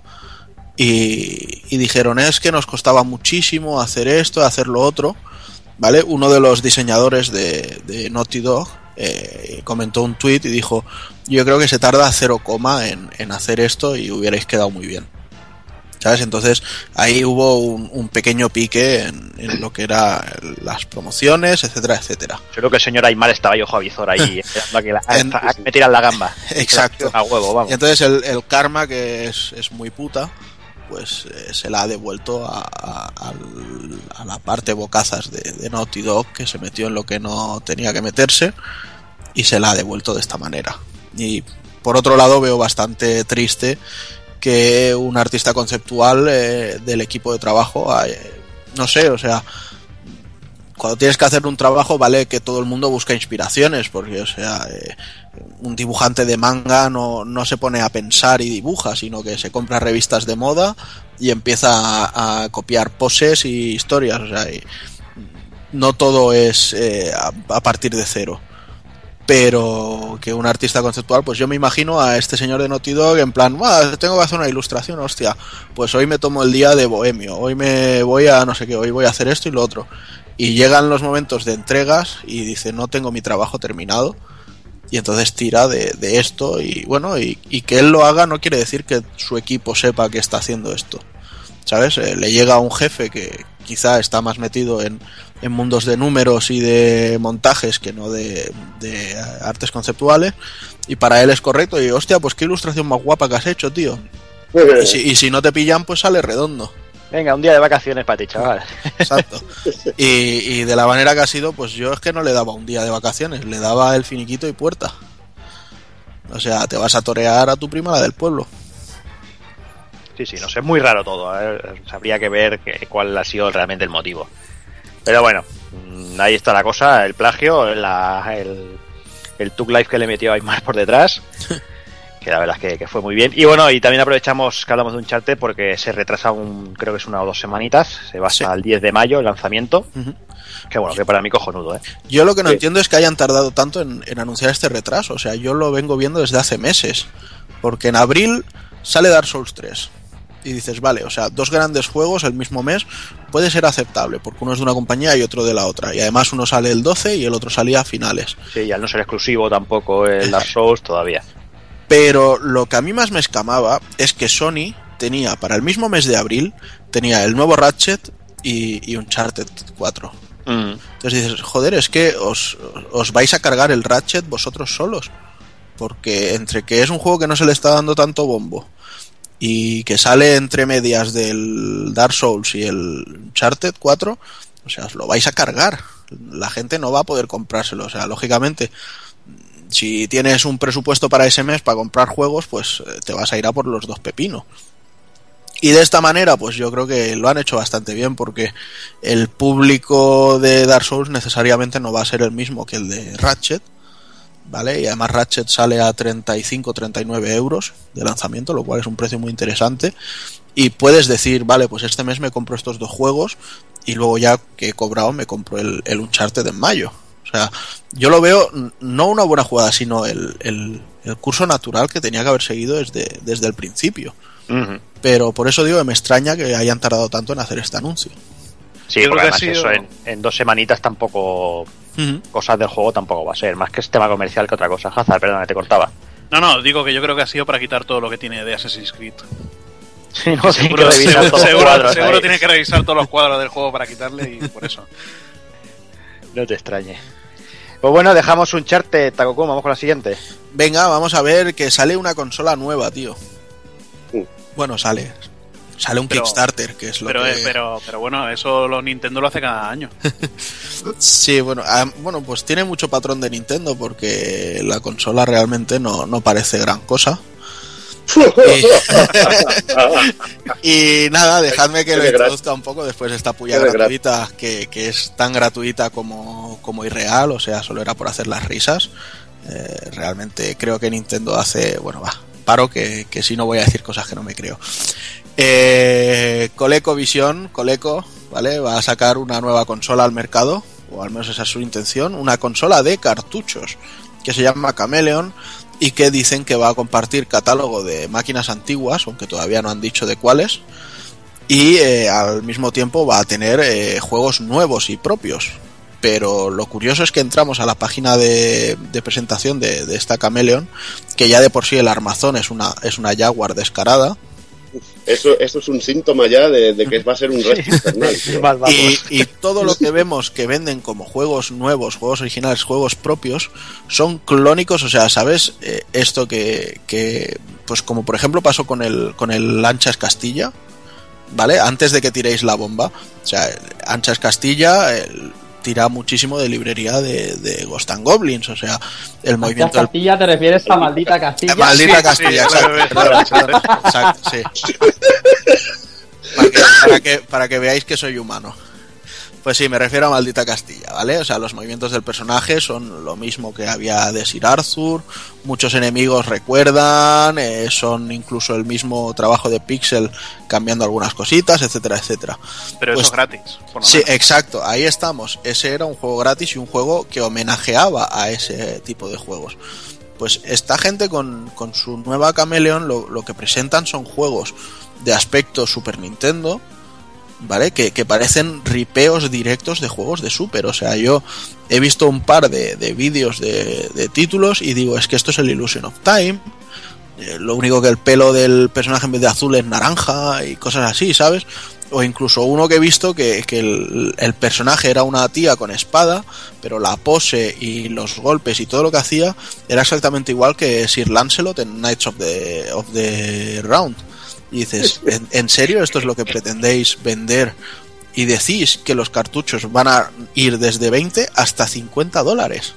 Y, y dijeron, es que nos costaba muchísimo hacer esto, hacer lo otro, ¿vale? Uno de los diseñadores de, de Naughty Dog eh, comentó un tweet y dijo, yo creo que se tarda cero coma en, en hacer esto y hubierais quedado muy bien, ¿sabes? Entonces ahí hubo un, un pequeño pique en, en lo que era las promociones, etcétera, etcétera. Yo creo que el señor Aymar estaba ahí ojo a visor ahí esperando a que, la, En- a, a que me tiran la gamba. Exacto. A huevo, vamos. Y entonces el, el karma, que es, es muy puta, pues eh, se la ha devuelto a, a, al- a la parte bocazas de, de Naughty Dog, que se metió en lo que no tenía que meterse, y se la ha devuelto de esta manera. Y por otro lado veo bastante triste que un artista conceptual eh, del equipo de trabajo, eh, no sé, o sea, cuando tienes que hacer un trabajo, vale que todo el mundo busca inspiraciones, porque, o sea, eh, un dibujante de manga no, no se pone a pensar y dibuja, sino que se compra revistas de moda y empieza a, a copiar poses y historias, o sea, y no todo es eh, a, a partir de cero. Pero que un artista conceptual, pues yo me imagino a este señor de Naughty Dog en plan, "Buah, tengo que hacer una ilustración, hostia, pues hoy me tomo el día de bohemio, hoy me voy a no sé qué, hoy voy a hacer esto y lo otro". Y llegan los momentos de entregas y dice, no tengo mi trabajo terminado, y entonces tira de, de esto, y bueno, y, y que él lo haga no quiere decir que su equipo sepa que está haciendo esto, ¿sabes? Eh, le llega a un jefe que quizá está más metido en, en mundos de números y de montajes que no de, de artes conceptuales, y para él es correcto, y hostia, pues qué ilustración más guapa que has hecho, tío. Y si, y si no te pillan, pues sale redondo. Venga, un día de vacaciones para ti, chaval. Exacto. Y, y de la manera que ha sido, pues yo es que no le daba un día de vacaciones, le daba el finiquito y puerta. O sea, te vas a torear a tu prima, la del pueblo. Sí, sí, no sé, es muy raro todo. ¿eh? Habría que ver que, cuál ha sido realmente el motivo. Pero bueno, mmm, ahí está la cosa, el plagio, la, el, el Tug Life que le metió a Aymar por detrás. Que la verdad es que, que fue muy bien. Y bueno, y también aprovechamos que hablamos de Uncharted porque se retrasa un, creo que es una o dos semanitas. Se va hasta Sí. el diez de mayo el lanzamiento. Uh-huh. Que bueno, que para mí cojonudo, ¿eh? Yo lo que no Sí. entiendo es que hayan tardado tanto en, en anunciar este retraso. O sea, yo lo vengo viendo desde hace meses. Porque en abril sale Dark Souls tres. Y dices, vale, o sea, dos grandes juegos el mismo mes puede ser aceptable, porque uno es de una compañía y otro de la otra. Y además uno sale el doce y el otro salía a finales. Sí, y al no ser exclusivo tampoco el Dark Souls todavía. Pero lo que a mí más me escamaba es que Sony tenía para el mismo mes de abril, tenía el nuevo Ratchet y, y Uncharted cuatro. Mm. Entonces dices, joder, es que os, os vais a cargar el Ratchet vosotros solos. Porque entre que es un juego que no se le está dando tanto bombo y que sale entre medias del Dark Souls y el Uncharted cuatro, o sea, os lo vais a cargar. La gente no va a poder comprárselo. O sea, lógicamente, si tienes un presupuesto para ese mes para comprar juegos, pues te vas a ir a por los dos pepinos. Y de esta manera, pues yo creo que lo han hecho bastante bien, porque el público de Dark Souls necesariamente no va a ser el mismo que el de Ratchet, ¿vale? Y además Ratchet sale a treinta y cinco, treinta y nueve euros de lanzamiento, lo cual es un precio muy interesante. Y puedes decir, vale, pues este mes me compro estos dos juegos y luego ya que he cobrado me compro el, el Uncharted en mayo. O sea, yo lo veo no una buena jugada, sino el, el, el curso natural que tenía que haber seguido desde, desde el principio. Uh-huh. Pero por eso digo que me extraña que hayan tardado tanto en hacer este anuncio. Sí, Yo porque creo que además ha sido- eso en, en dos semanitas tampoco... Uh-huh. Cosas del juego tampoco va a ser. Más que es tema comercial que otra cosa. Hazard, perdona, te cortaba. No, no, digo que yo creo que ha sido para quitar todo lo que tiene de Assassin's Creed. Sí, no, tiene Seguro, que revisar seguro, todos los seguro- cuadros seguro ahí. tiene que revisar todos los cuadros del juego para quitarle y por eso. No te extrañe. Pues bueno, dejamos un charte, Takokuma, vamos con la siguiente. Venga, vamos a ver que sale una consola nueva, tío. Uh. Bueno, sale. Sale un Pero- Kickstarter, que es lo Pero, que... eh, pero, pero bueno, eso lo Nintendo lo hace cada año. Sí, bueno, ah, bueno, pues tiene mucho patrón de Nintendo, porque la consola realmente no, no parece gran cosa. Y, y nada, dejadme que Qué lo desgracia. introduzca un poco después de esta puya Qué desgracia. gratuita, que, que es tan gratuita como, como irreal, o sea, solo era por hacer las risas. Eh, realmente creo que Nintendo hace, bueno, va, paro que, que si no voy a decir cosas que no me creo. Eh, ColecoVision, Coleco, ¿vale? Va a sacar una nueva consola al mercado, o al menos esa es su intención, una consola de cartuchos, que se llama Chameleon y que dicen que va a compartir catálogo de máquinas antiguas, aunque todavía no han dicho de cuáles, y eh, al mismo tiempo va a tener eh, juegos nuevos y propios. Pero lo curioso es que entramos a la página de, de presentación de, de esta Chameleon, que ya de por sí el armazón es una, es una Jaguar descarada. Eso, eso es un síntoma ya de, de que va a ser un resto infernal. Y, y todo lo que vemos que venden como juegos nuevos, juegos originales, juegos propios, son clónicos. O sea, ¿sabes? Eh, esto que, que, pues como por ejemplo pasó con el, con el Anchas Castilla, ¿vale? Antes de que tiréis la bomba. O sea, Anchas Castilla... El, tira muchísimo de librería de, de Ghost and Goblins, o sea, el movimiento del... Castilla te refieres a Maldita Castilla. Maldita Sí, Castilla, sí, exacto, claro, perdón, perdón, exacto, sí. Para que, para, que, para que veáis que soy humano. Pues sí, me refiero a Maldita Castilla, ¿vale? O sea, los movimientos del personaje son lo mismo que había de Sir Arthur, muchos enemigos recuerdan, eh, son incluso el mismo trabajo de Pixel cambiando algunas cositas, etcétera, etcétera. Pero Pues, eso es gratis. Por lo sí, menos. exacto, ahí estamos. Ese era un juego gratis y un juego que homenajeaba a ese tipo de juegos. Pues esta gente con, con su nueva Chameleon lo, lo que presentan son juegos de aspecto Super Nintendo, ¿vale? Que, que parecen ripeos directos de juegos de Super. O sea, yo he visto un par de, de vídeos de, de títulos y digo, es que esto es el Illusion of Time. Eh, lo único que el pelo del personaje en vez de azul es naranja y cosas así, ¿sabes? O incluso uno que he visto que, que el, el personaje era una tía con espada, pero la pose y los golpes y todo lo que hacía era exactamente igual que Sir Lancelot en Knights of the, of the Round. Y dices, ¿en, ¿en serio esto es lo que pretendéis vender? Y decís que los cartuchos van a ir desde veinte hasta cincuenta dólares.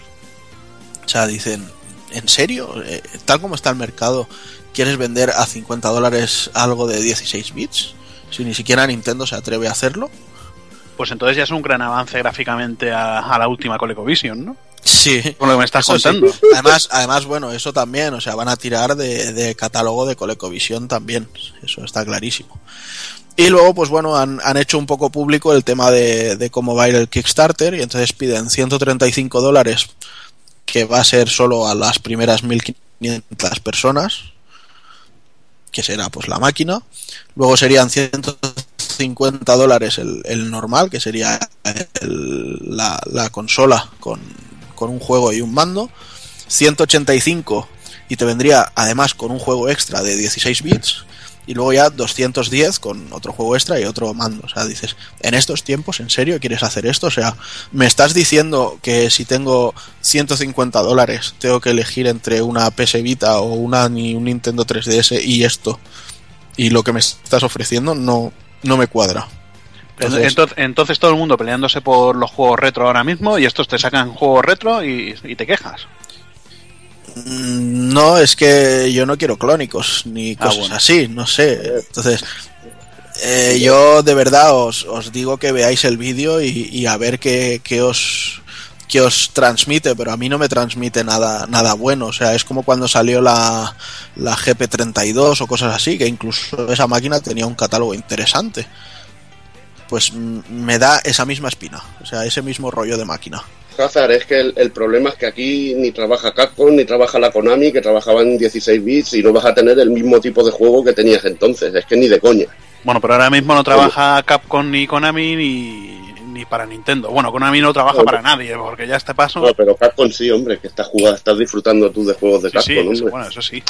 O sea, dicen, ¿en serio? Eh, tal como está el mercado, ¿quieres vender a cincuenta dólares algo de dieciséis bits? Si ni siquiera Nintendo se atreve a hacerlo. Pues entonces ya es un gran avance gráficamente a, a la última ColecoVision, ¿no? Sí. Con lo que me estás Eso contando. sí. Además, además, bueno, eso también, o sea, van a tirar de, de catálogo de ColecoVision también. Eso está clarísimo. Y luego, pues bueno, han, han hecho un poco público el tema de, de cómo va a ir el Kickstarter y entonces piden ciento treinta y cinco dólares, que va a ser solo a las primeras mil quinientas personas, que será pues la máquina. Luego serían ciento cincuenta dólares el, el normal, que sería el, la, la consola con, con un juego y un mando. ciento ochenta y cinco y te vendría además con un juego extra de dieciséis bits. Y luego ya doscientos diez con otro juego extra y otro mando. O sea, dices, en estos tiempos, ¿en serio quieres hacer esto? O sea, me estás diciendo que si tengo ciento cincuenta dólares tengo que elegir entre una P S Vita o una ni un Nintendo tres D S y esto. Y lo que me estás ofreciendo no, no me cuadra. Entonces, entonces, entonces todo el mundo peleándose por los juegos retro ahora mismo y estos te sacan juegos retro y, y te quejas. No, es que yo no quiero clónicos ni cosas ah, bueno. así, no sé. Entonces, eh, yo de verdad os, os digo que veáis el vídeo y, y a ver qué, qué os qué os transmite, pero a mí no me transmite nada nada bueno. O sea, es como cuando salió la, la G P treinta y dos o cosas así, que incluso esa máquina tenía un catálogo interesante. Pues me da esa misma espina, o sea, ese mismo rollo de máquina. Hazard, es que el, el problema es que aquí ni trabaja Capcom ni trabaja la Konami, que trabajaba en dieciséis bits, y no vas a tener el mismo tipo de juego que tenías entonces, es que ni de coña. Bueno, pero ahora mismo no trabaja Capcom ni Konami ni, ni para Nintendo. Bueno, Konami no trabaja no, para nadie, porque ya este paso... No, pero Capcom sí, hombre, que estás jugando, estás disfrutando tú de juegos de sí, Capcom, sí, hombre. Eso, bueno, eso sí.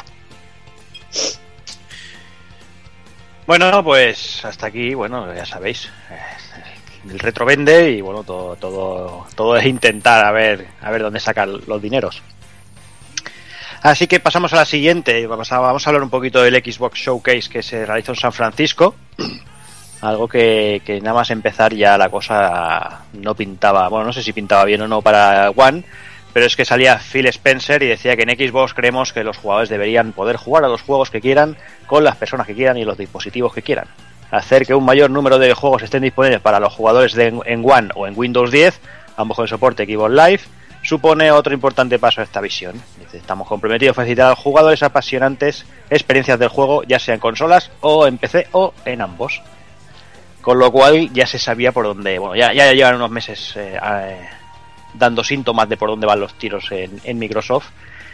Bueno, pues hasta aquí, bueno, ya sabéis... el retro vende y bueno, todo todo todo es intentar a ver a ver dónde sacan los dineros. Así que pasamos a la siguiente. Vamos a, vamos a hablar un poquito del Xbox Showcase que se realizó en San Francisco. Algo que, que nada más empezar ya la cosa no pintaba, bueno, no sé si pintaba bien o no para One, pero es que salía Phil Spencer y decía que en Xbox creemos que los jugadores deberían poder jugar a los juegos que quieran, con las personas que quieran y los dispositivos que quieran. Hacer que un mayor número de juegos estén disponibles para los jugadores de, en One o en Windows diez, ambos con soporte Xbox Live, supone otro importante paso a esta visión. Estamos comprometidos a facilitar a los jugadores apasionantes experiencias del juego, ya sea en consolas o en P C o en ambos. Con lo cual ya se sabía por dónde, bueno, ya, ya llevan unos meses eh, dando síntomas de por dónde van los tiros en, en Microsoft.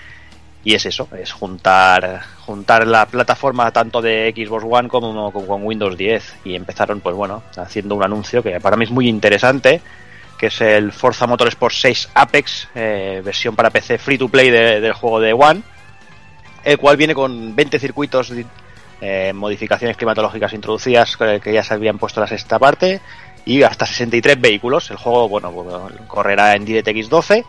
Y es eso, es juntar juntar la plataforma tanto de Xbox One como con, con Windows diez. Y empezaron, pues bueno, haciendo un anuncio que para mí es muy interesante, que es el Forza Motorsport seis Apex, eh, versión para P C free to play de, del juego de One, el cual viene con veinte circuitos, eh, modificaciones climatológicas introducidas que, que ya se habían puesto en la sexta parte, y hasta sesenta y tres vehículos. El juego, bueno, bueno correrá en DirectX doce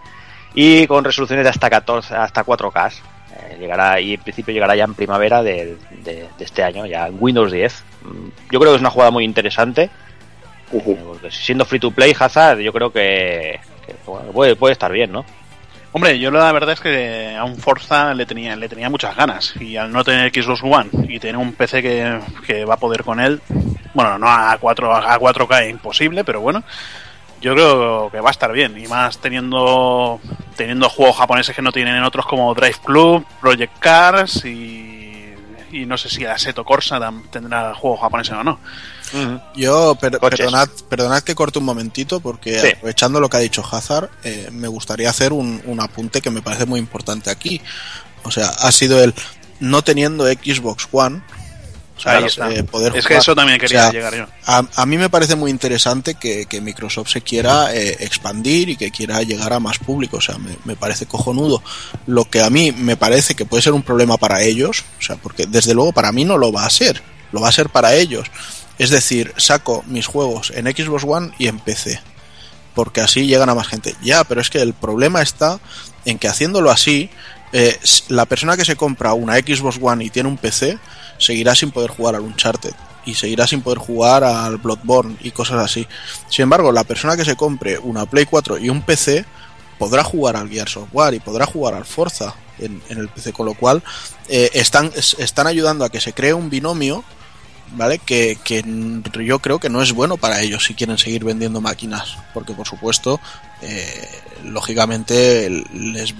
y con resoluciones de hasta catorce, hasta cuatro K. Eh, llegará, y en principio llegará ya en primavera de, de, de este año, ya en Windows diez. Yo creo que es una jugada muy interesante. Uh-huh. Eh, porque siendo free to play, Hazard, yo creo que, que bueno, puede, puede estar bien, ¿no? Hombre, yo la verdad es que a un Forza le tenía le tenía muchas ganas, y al no tener Xbox One y tener un P C que, que va a poder con él, bueno, no a cuatro a cuatro K imposible, pero bueno, yo creo que va a estar bien, y más teniendo teniendo juegos japoneses que no tienen otros como Drive Club, Project Cars y, y no sé si Assetto Corsa tendrá juegos japoneses o no. Uh-huh. Yo, per, perdonad, perdonad que corte un momentito, porque sí, aprovechando lo que ha dicho Hazard, eh, me gustaría hacer un, un apunte que me parece muy importante aquí. O sea, ha sido el no teniendo Xbox One, o sea, es, eh, poder es jugar. Que eso también quería o sea, llegar yo. A, a mí me parece muy interesante que, que Microsoft se quiera eh, expandir y que quiera llegar a más público. O sea, me, me parece cojonudo. Lo que a mí me parece que puede ser un problema para ellos, o sea, porque desde luego para mí no lo va a ser, lo va a ser para ellos. Es decir, saco mis juegos en Xbox One y en P C, porque así llegan a más gente. Ya, pero es que el problema está en que haciéndolo así, eh, la persona que se compra una Xbox One y tiene un P C seguirá sin poder jugar al Uncharted y seguirá sin poder jugar al Bloodborne y cosas así. Sin embargo, la persona que se compre una Play cuatro y un P C podrá jugar al Gears of War y podrá jugar al Forza en, en el P C, con lo cual eh, están, están ayudando a que se cree un binomio, ¿vale? Que, que yo creo que no es bueno para ellos si quieren seguir vendiendo máquinas, porque por supuesto eh, lógicamente les,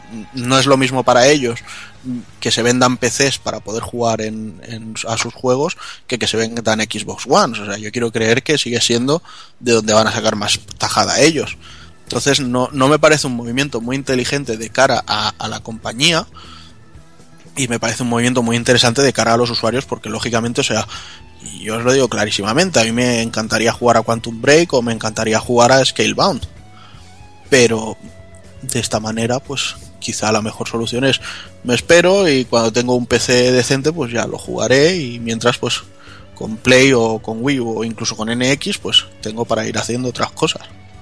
no es lo mismo para ellos que se vendan P Cs para poder jugar en, en, a sus juegos que que se vendan Xbox One. O sea, yo quiero creer que sigue siendo de donde van a sacar más tajada ellos. Entonces no, no me parece un movimiento muy inteligente de cara a, a la compañía, y me parece un movimiento muy interesante de cara a los usuarios, porque lógicamente, o sea, yo os lo digo clarísimamente, a mí me encantaría jugar a Quantum Break o me encantaría jugar a Scalebound, pero de esta manera pues quizá la mejor solución es me espero y cuando tengo un P C decente pues ya lo jugaré, y mientras pues con Play o con Wii o incluso con N X pues tengo para ir haciendo otras cosas.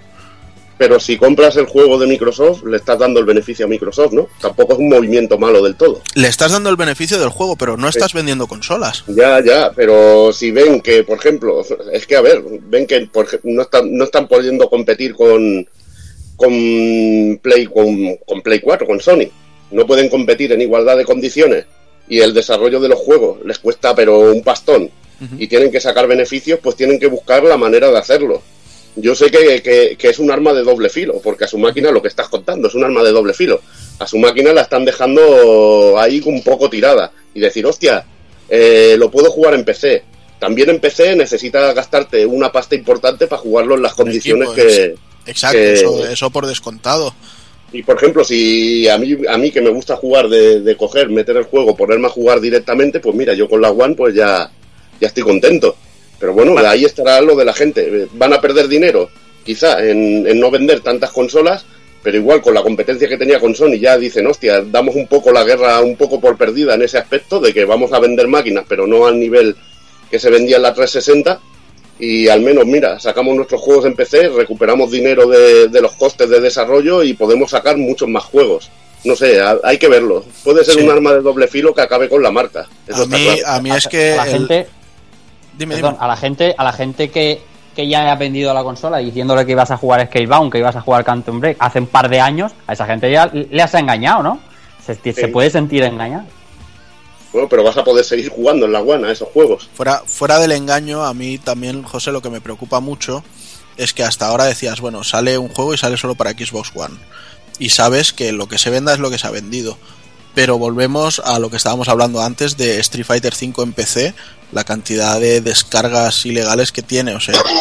Pero si compras el juego de Microsoft, le estás dando el beneficio a Microsoft, ¿no? Tampoco es un movimiento malo del todo. Le estás dando el beneficio del juego, pero no estás sí. vendiendo consolas. Ya, ya, pero si ven que, por ejemplo, es que, a ver, ven que por, no, están, no están pudiendo competir con, con, Play, con, con Play cuatro, con Sony. No pueden competir en igualdad de condiciones y el desarrollo de los juegos les cuesta pero un pastón, uh-huh, y tienen que sacar beneficios, pues tienen que buscar la manera de hacerlo. Yo sé que, que, que es un arma de doble filo, porque a su máquina, lo que estás contando, es un arma de doble filo. A su máquina la están dejando ahí un poco tirada. Y decir, hostia, eh, lo puedo jugar en P C. También en P C necesitas gastarte una pasta importante para jugarlo en las condiciones equipo, que... Exacto, que, eso, eso por descontado. Y por ejemplo, si a mí, a mí que me gusta jugar de, de coger, meter el juego, ponerme a jugar directamente, pues mira, yo con la One pues ya, ya estoy contento. Pero bueno, vale, ahí estará lo de la gente. Van a perder dinero, quizá, en, en no vender tantas consolas, pero igual con la competencia que tenía con Sony ya dicen, hostia, damos un poco la guerra un poco por perdida en ese aspecto de que vamos a vender máquinas, pero no al nivel que se vendía en la trescientos sesenta, y al menos, mira, sacamos nuestros juegos en P C, recuperamos dinero de, de los costes de desarrollo y podemos sacar muchos más juegos. No sé, hay que verlo. Puede ser sí. un arma de doble filo que acabe con la marca. Eso a, mí, claro. a mí es que... A la el... gente... Dime, Perdón, dime. a la gente, a la gente que, que ya ha vendido la consola diciéndole que ibas a jugar Scalebound, que ibas a jugar Quantum Break hace un par de años, a esa gente ya le has engañado, ¿no? Se, sí. se puede sentir engañado. Bueno, pero vas a poder seguir jugando en la One a esos juegos. Fuera, fuera del engaño, a mí también, José, lo que me preocupa mucho es que hasta ahora decías, bueno, sale un juego y sale solo para Xbox One. Y sabes que lo que se venda es lo que se ha vendido. Pero volvemos a lo que estábamos hablando antes de Street Fighter cinco en P C, la cantidad de descargas ilegales que tiene, o sea,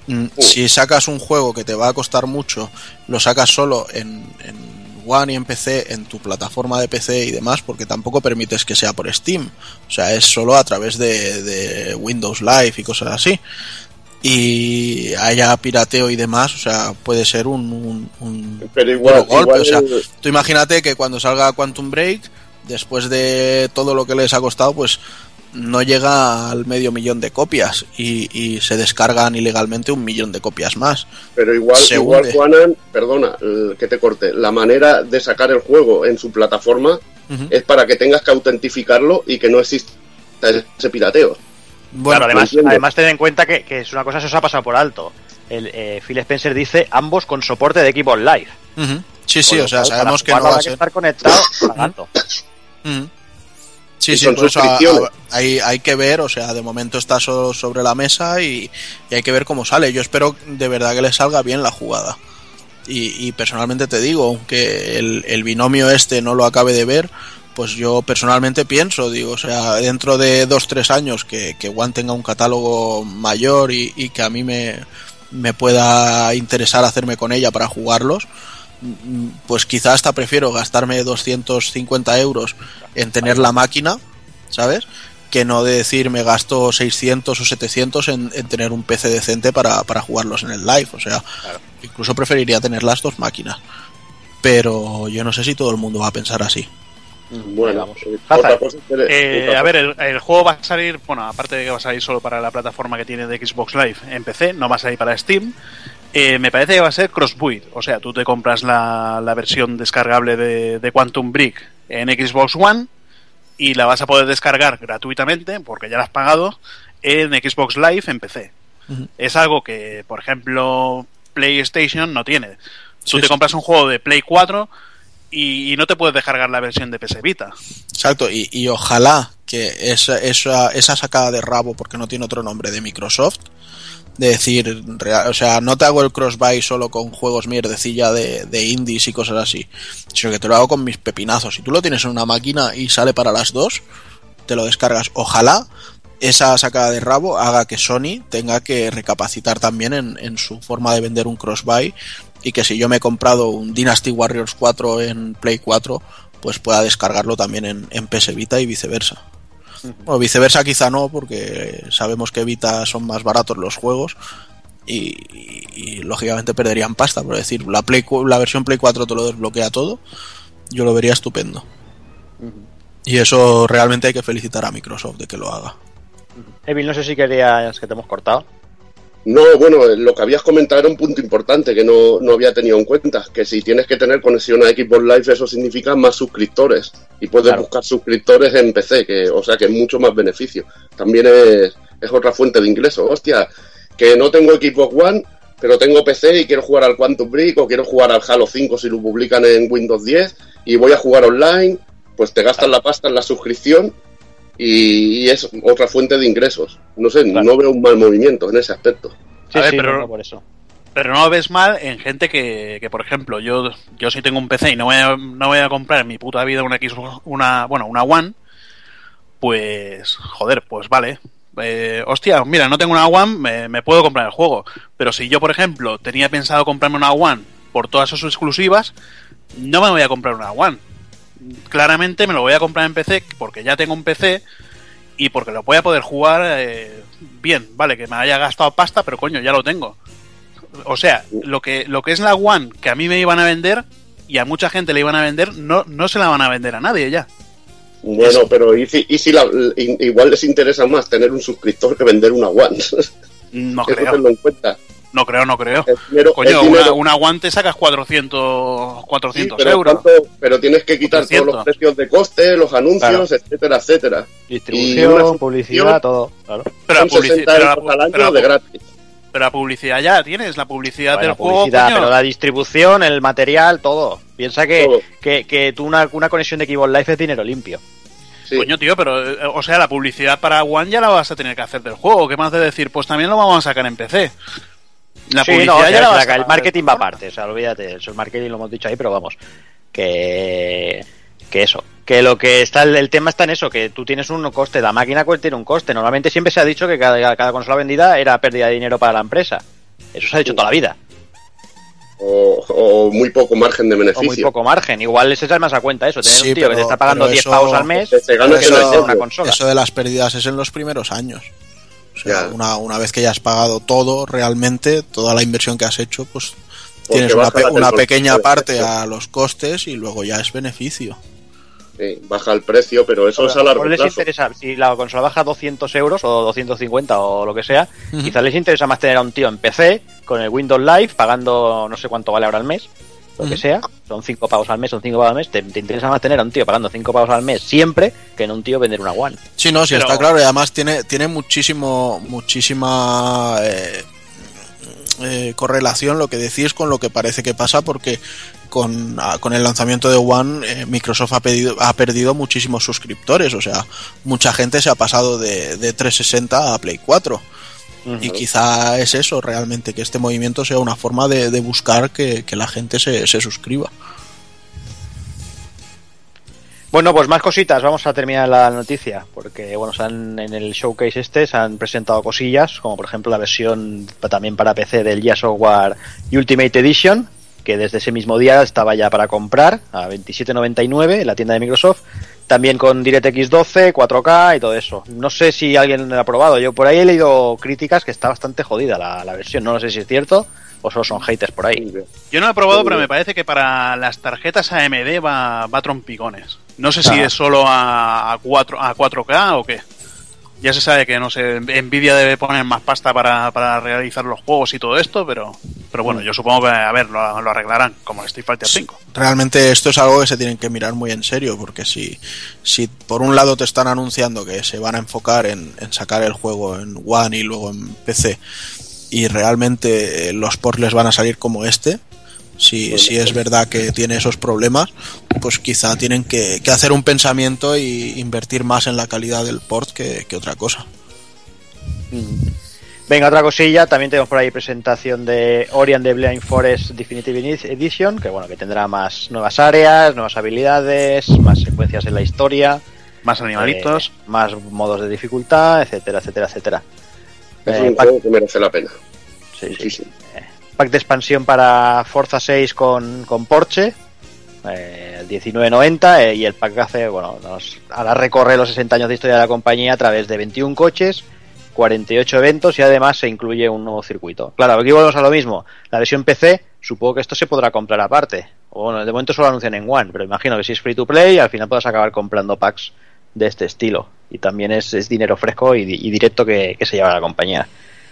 mm, si sacas un juego que te va a costar mucho, lo sacas solo en, en One y en P C, en tu plataforma de P C y demás, porque tampoco permites que sea por Steam, o sea, es solo a través de, de Windows Live y cosas así, y haya pirateo y demás, o sea, puede ser un, un, un pero igual, golpe, igual o sea, el... tú imagínate que cuando salga Quantum Break, después de todo lo que les ha costado, pues no llega al medio millón de copias y, y se descargan ilegalmente un millón de copias más. Pero igual, Se igual hunde. Juanan, perdona el que te corte, la manera de sacar el juego en su plataforma Uh-huh. es para que tengas que autentificarlo y que no exista ese pirateo. Bueno, claro, además, entiendo. además ten en cuenta que, que es una cosa que se os ha pasado por alto. El, eh, Phil Spencer dice ambos con soporte de Xbox Live. uh-huh. sí, sí, Con lo o sea, cual, sabemos para que no jugarlo va a habrá que ser. estar conectado pagando. Uh-huh. Sí, Y sí, son por eso a- suscripciones. a- hay, hay que ver, o sea, de momento está so- sobre la mesa y, y hay que ver cómo sale. Yo espero de verdad que le salga bien la jugada. Y, y personalmente te digo, aunque el, el binomio este no lo acabe de ver, pues yo personalmente pienso, digo, o sea, dentro de dos, tres años que, que One tenga un catálogo mayor y, y que a mí me, me pueda interesar hacerme con ella para jugarlos, pues quizá hasta prefiero gastarme doscientos cincuenta euros en tener la máquina, ¿sabes? Que no de decir me gasto seiscientos o setecientos en, en tener un P C decente para, para jugarlos en el live. O sea, Claro. incluso preferiría tener las dos máquinas. Pero yo no sé si todo el mundo va a pensar así. Bueno, vamos. eh, Hazard. otra cosa es que- Eh, otra a cosa- ver, el, el juego va a salir, bueno, aparte de que va a salir solo para la plataforma que tiene de Xbox Live en P C, no va a salir para Steam. Eh, me parece que va a ser cross-build, o sea, tú te compras la, la versión descargable de, de Quantum Break en Xbox One y la vas a poder descargar gratuitamente, porque ya la has pagado, en Xbox Live en P C. Ujú. Es algo que, por ejemplo, PlayStation no tiene. Tú Sí, te sí. compras un juego de Play cuatro y, y no te puedes descargar la versión de P S Vita. Exacto, y, y ojalá que esa, esa, esa sacada de rabo, porque no tiene otro nombre, de Microsoft, de decir, rea- o sea, no te hago el cross-buy solo con juegos mierdecilla de, de indies y cosas así, sino que te lo hago con mis pepinazos. Si tú lo tienes en una máquina y sale para las dos, te lo descargas. Ojalá esa sacada de rabo haga que Sony tenga que recapacitar también en, en su forma de vender un cross-buy, y que si yo me he comprado un Dynasty Warriors cuatro en Play cuatro, pues pueda descargarlo también en, en P S Vita y viceversa. O viceversa quizá no, porque sabemos que Vita son más baratos los juegos y, y- y, lógicamente perderían pasta. Por decir, la, Play, cu- la versión Play cuatro te lo desbloquea todo, yo lo vería estupendo. Y eso realmente hay que felicitar a Microsoft de que lo haga. Evil, no sé si querías que te hemos cortado. No, bueno, lo que habías comentado era un punto importante que no, no había tenido en cuenta, que si tienes que tener conexión a Xbox Live, eso significa más suscriptores, y puedes Claro. buscar suscriptores en P C, que, o sea que es mucho más beneficio. También es, es otra fuente de ingresos. Hostia, que no tengo Xbox One, pero tengo P C y quiero jugar al Quantum Break o quiero jugar al Halo cinco si lo publican en Windows diez y voy a jugar online, pues te gastas la pasta en la suscripción y, y es otra fuente de ingresos. No sé, Claro. no veo un mal movimiento en ese aspecto. Sí, A ver, sí, pero- no, no, por eso. Pero no lo ves mal en gente que, que por ejemplo, yo yo sí tengo un P C y no voy a, no voy a comprar en mi puta vida una Xbox, una, bueno, una One, pues, joder, pues vale. Eh, hostia, mira, no tengo una One, me, me puedo comprar el juego. Pero si yo, por ejemplo, tenía pensado comprarme una One por todas sus exclusivas, no me voy a comprar una One. Claramente me lo voy a comprar en P C porque ya tengo un P C y porque lo voy a poder jugar eh, bien. Vale, que me haya gastado pasta, pero coño, ya lo tengo. O sea, lo que, lo que es la One que a mí me iban a vender y a mucha gente le iban a vender, no, no se la van a vender a nadie ya. Bueno, pero ¿y si, y si la- i- igual les interesa más tener un suscriptor que vender una One? No Eso creo, tenlo en cuenta. no creo, no creo. El dinero- Coño, el una, dinero- una One te sacas cuatrocientos, sí, cuatrocientos pero, euros. ¿cuánto? Pero tienes que quitar todos trescientos. los precios de coste, los anuncios, Claro. etcétera, etcétera. Y Distribución, una publicidad, todo. Claro. Pero la, Son publici- sesenta pero la euros al pu- año pero la de pu- gratis. pero la publicidad ya la tienes, la publicidad Bueno, del juego, publicidad, coño. pero la distribución, el material, todo. Piensa que, Todo. que, que tú una, una conexión de Xbox Live es dinero limpio. Sí. Coño, tío, pero, eh, o sea, la publicidad para One ya la vas a tener que hacer del juego. ¿Qué más de decir? Pues también lo vamos a sacar en P C. La Sí, publicidad no, o sea, ya la es vas la- a el hacer. marketing va aparte, o sea, olvídate, eso el marketing lo hemos dicho ahí, pero vamos, que, que eso, que lo que está, el, el tema está en eso, que tú tienes un coste, la máquina tiene un coste, normalmente siempre se ha dicho que cada, cada consola vendida era pérdida de dinero para la empresa, Eso se ha hecho toda la vida. O, o muy poco margen de beneficio. O muy poco margen. Igual es echar más a cuenta eso. Tener Sí, un tío pero- que te está pagando pero diez eso- pavos al mes te gana que eso- no vender una consola. Eso de las pérdidas es en los primeros años. O sea, Ya. una, una vez que ya has pagado todo, realmente, toda la inversión que has hecho, pues Porque tienes una, baja pe- la una tecnología pequeña de parte precio. a los costes y luego ya es beneficio. Sí, baja el precio, pero eso Pero es a largo mejor les plazo. interesa, si la consola baja doscientos euros o doscientos cincuenta o lo que sea, Ujú. quizás les interesa más tener a un tío en P C con el Windows Live pagando no sé cuánto vale ahora al mes, lo que Ujú. sea, son cinco pavos al mes, son cinco pavos al mes, te, te interesa más tener a un tío pagando cinco pavos al mes siempre que en un tío vender una One. Sí, no, sí, Pero- está claro. Y además tiene, tiene muchísimo, muchísima eh, eh, correlación lo que decís con lo que parece que pasa, porque con, ah, con el lanzamiento de One, eh, Microsoft ha, pedido, ha perdido muchísimos suscriptores. O sea, mucha gente se ha pasado de, de trescientos sesenta a Play cuatro. Y quizá es eso realmente, que este movimiento sea una forma de, de buscar que, que la gente se, se suscriba. Bueno, pues más cositas, vamos a terminar la noticia, porque bueno, se han, en el showcase este se han presentado cosillas, como por ejemplo la versión pa- también para P C del Gears of War Ultimate Edition, que desde ese mismo día estaba ya para comprar a veintisiete noventa y nueve en la tienda de Microsoft, también con DirectX doce, cuatro K y todo eso. No sé si alguien lo ha probado, yo por ahí he leído críticas que está bastante jodida la, la versión, no sé si es cierto o solo son haters por ahí. Yo no lo he probado, pero me parece que para las tarjetas A M D va, va a trompicones. No sé si Ah. es solo a, a, cuatro, a cuatro K o qué. Ya se sabe que, no sé, Nvidia debe poner más pasta para, para realizar los juegos y todo esto, pero pero bueno, yo supongo que, a ver, lo, lo arreglarán, como el Street Fighter cinco. Realmente esto es algo que se tienen que mirar muy en serio, porque si, si por un lado te están anunciando que se van a enfocar en, en sacar el juego en One y luego en P C, y realmente eh, los ports les van a salir como este, si, si es verdad que tiene esos problemas, pues quizá tienen que, que hacer un pensamiento y invertir más en la calidad del port que, que otra cosa. Venga, otra cosilla, también tenemos por ahí presentación de Ori and the Blind Forest Definitive Edition, que bueno, que tendrá más nuevas áreas, nuevas habilidades, más secuencias en la historia, Más animalitos. eh, más modos de dificultad, etcétera, etcétera, etcétera. Es Eh, un pack, juego que merece la pena. sí, sí. Muchísimo. Pack de expansión para Forza seis con, con Porsche, eh, el diecinueve noventa, eh, y el pack que hace, bueno, nos hará recorrer los sesenta años de historia de la compañía a través de veintiún coches, cuarenta y ocho eventos y además se incluye un nuevo circuito. Claro, aquí volvemos a lo mismo. La versión P C, supongo que esto se podrá comprar aparte. O bueno, de momento solo lo anuncian en One, pero imagino que si es free to play, al final puedas acabar comprando packs de este estilo. Y también es, es dinero fresco y, y directo que, que se lleva a la compañía.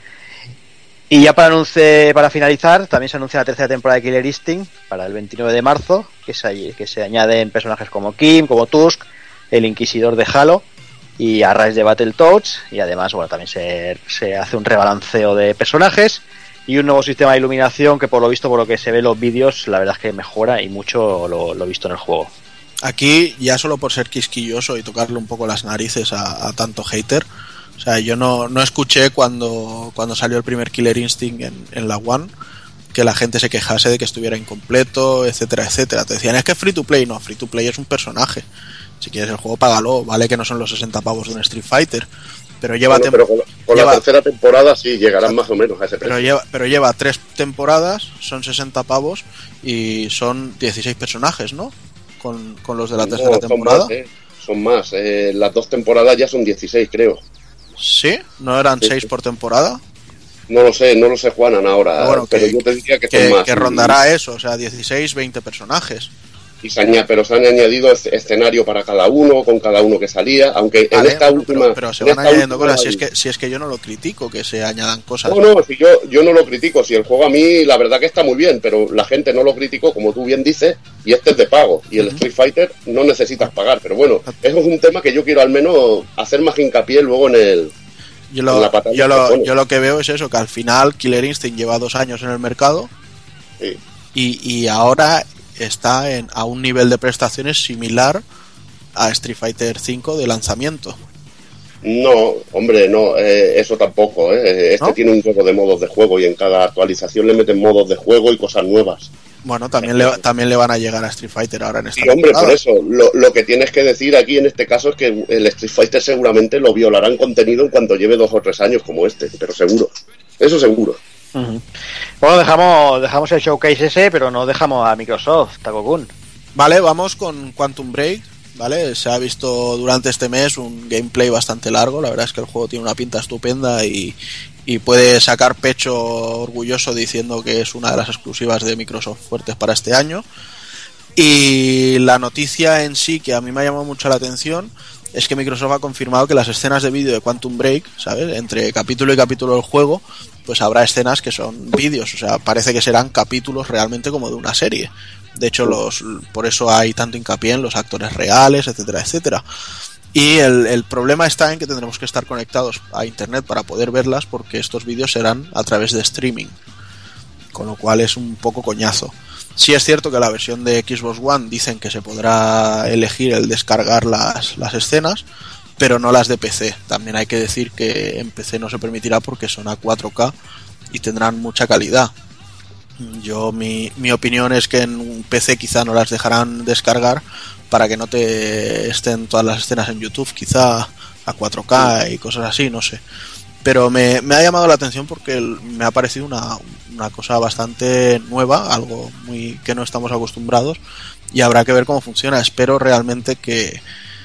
Y ya para anuncie, para finalizar, también se anuncia la tercera temporada de Killer Instinct para el veintinueve de marzo, que se, que se añaden personajes como Kim, como Tusk, el Inquisidor de Halo y a Rise de Battletoads, y además bueno, también se, se hace un rebalanceo de personajes y un nuevo sistema de iluminación que por lo visto, por lo que se ve en los vídeos, la verdad es que mejora y mucho lo, lo visto en el juego. Aquí, ya solo por ser quisquilloso y tocarle un poco las narices a, a tanto hater, o sea, yo no, no escuché cuando, cuando salió el primer Killer Instinct en, en la One que la gente se quejase de que estuviera incompleto, etcétera, etcétera. Te decían, es que es free to play. No, free to play es un personaje. Si quieres el juego, págalo. Vale que no son los sesenta pavos de un Street Fighter, pero lleva, Bueno, tem- pero con, con lleva- la tercera temporada sí llegarán más o menos a ese precio. pero lleva, pero lleva tres temporadas, son sesenta pavos y son dieciséis personajes, ¿no? Con, con los de la No, tercera son temporada. más, eh, son más. Eh, las dos temporadas ya son dieciséis, creo. ¿Sí? ¿No eran Sí, seis sí. por temporada? No lo sé, no lo sé, Juanan, ahora. Pero bueno, pero que- yo te diría que, Que, son más. que rondará eso, o sea, dieciséis, veinte personajes. Y se aña- pero se han añadido es- escenario para cada uno, con cada uno que salía, aunque en Vale, esta pero, última... pero se en van esta añadiendo última- cosas. Si es, que, si es que yo no lo critico, que se añadan cosas. No, no, si yo, yo no lo critico. Si el juego a mí, la verdad que está muy bien, pero la gente no lo criticó, como tú bien dices, y este es de pago. Y el Ujú. Street Fighter no necesitas pagar. Pero bueno, eso es un tema que yo quiero al menos hacer más hincapié luego en el... Yo en lo, la pantalla yo, que lo, pone. yo lo que veo es eso, que al final Killer Instinct lleva dos años en el mercado Sí. y, y ahora está en, a un nivel de prestaciones similar a Street Fighter cinco de lanzamiento. No, hombre, no, eh, eso tampoco. Eh. Este ¿No? tiene un juego de modos de juego y en cada actualización le meten modos de juego y cosas nuevas. Bueno, también le, también le van a llegar a Street Fighter ahora en esta Sí, hombre, temporada. por eso, lo, lo que tienes que decir aquí en este caso es que el Street Fighter seguramente lo violarán contenido en cuanto lleve dos o tres años como este, pero seguro, eso seguro. Uh-huh. Bueno, dejamos, dejamos el showcase ese, pero no dejamos a Microsoft, Taco-kun. Vale, vamos con Quantum Break, ¿vale? Se ha visto durante este mes un gameplay bastante largo, la verdad es que el juego tiene una pinta estupenda y, y puede sacar pecho orgulloso diciendo que es una de las exclusivas de Microsoft fuertes para este año. Y la noticia en sí que a mí me ha llamado mucho la atención es que Microsoft ha confirmado que las escenas de vídeo de Quantum Break, ¿sabes? Entre capítulo y capítulo del juego, pues habrá escenas que son vídeos, o sea, parece que serán capítulos realmente como de una serie. De hecho, los por eso hay tanto hincapié en los actores reales, etcétera, etcétera. Y el, el problema está en que tendremos que estar conectados a internet para poder verlas, porque estos vídeos serán a través de streaming, con lo cual es un poco coñazo. Sí es cierto que la versión de Xbox One dicen que se podrá elegir el descargar las, las escenas, pero no las de P C. También hay que decir que en P C no se permitirá porque son a cuatro K y tendrán mucha calidad. Yo mi, mi opinión es que en un P C quizá no las dejarán descargar para que no te estén todas las escenas en YouTube, quizá a cuatro K y cosas así, no sé. Pero me, me ha llamado la atención porque el, me ha parecido una, una cosa bastante nueva, algo muy que no estamos acostumbrados, y habrá que ver cómo funciona. Espero realmente que,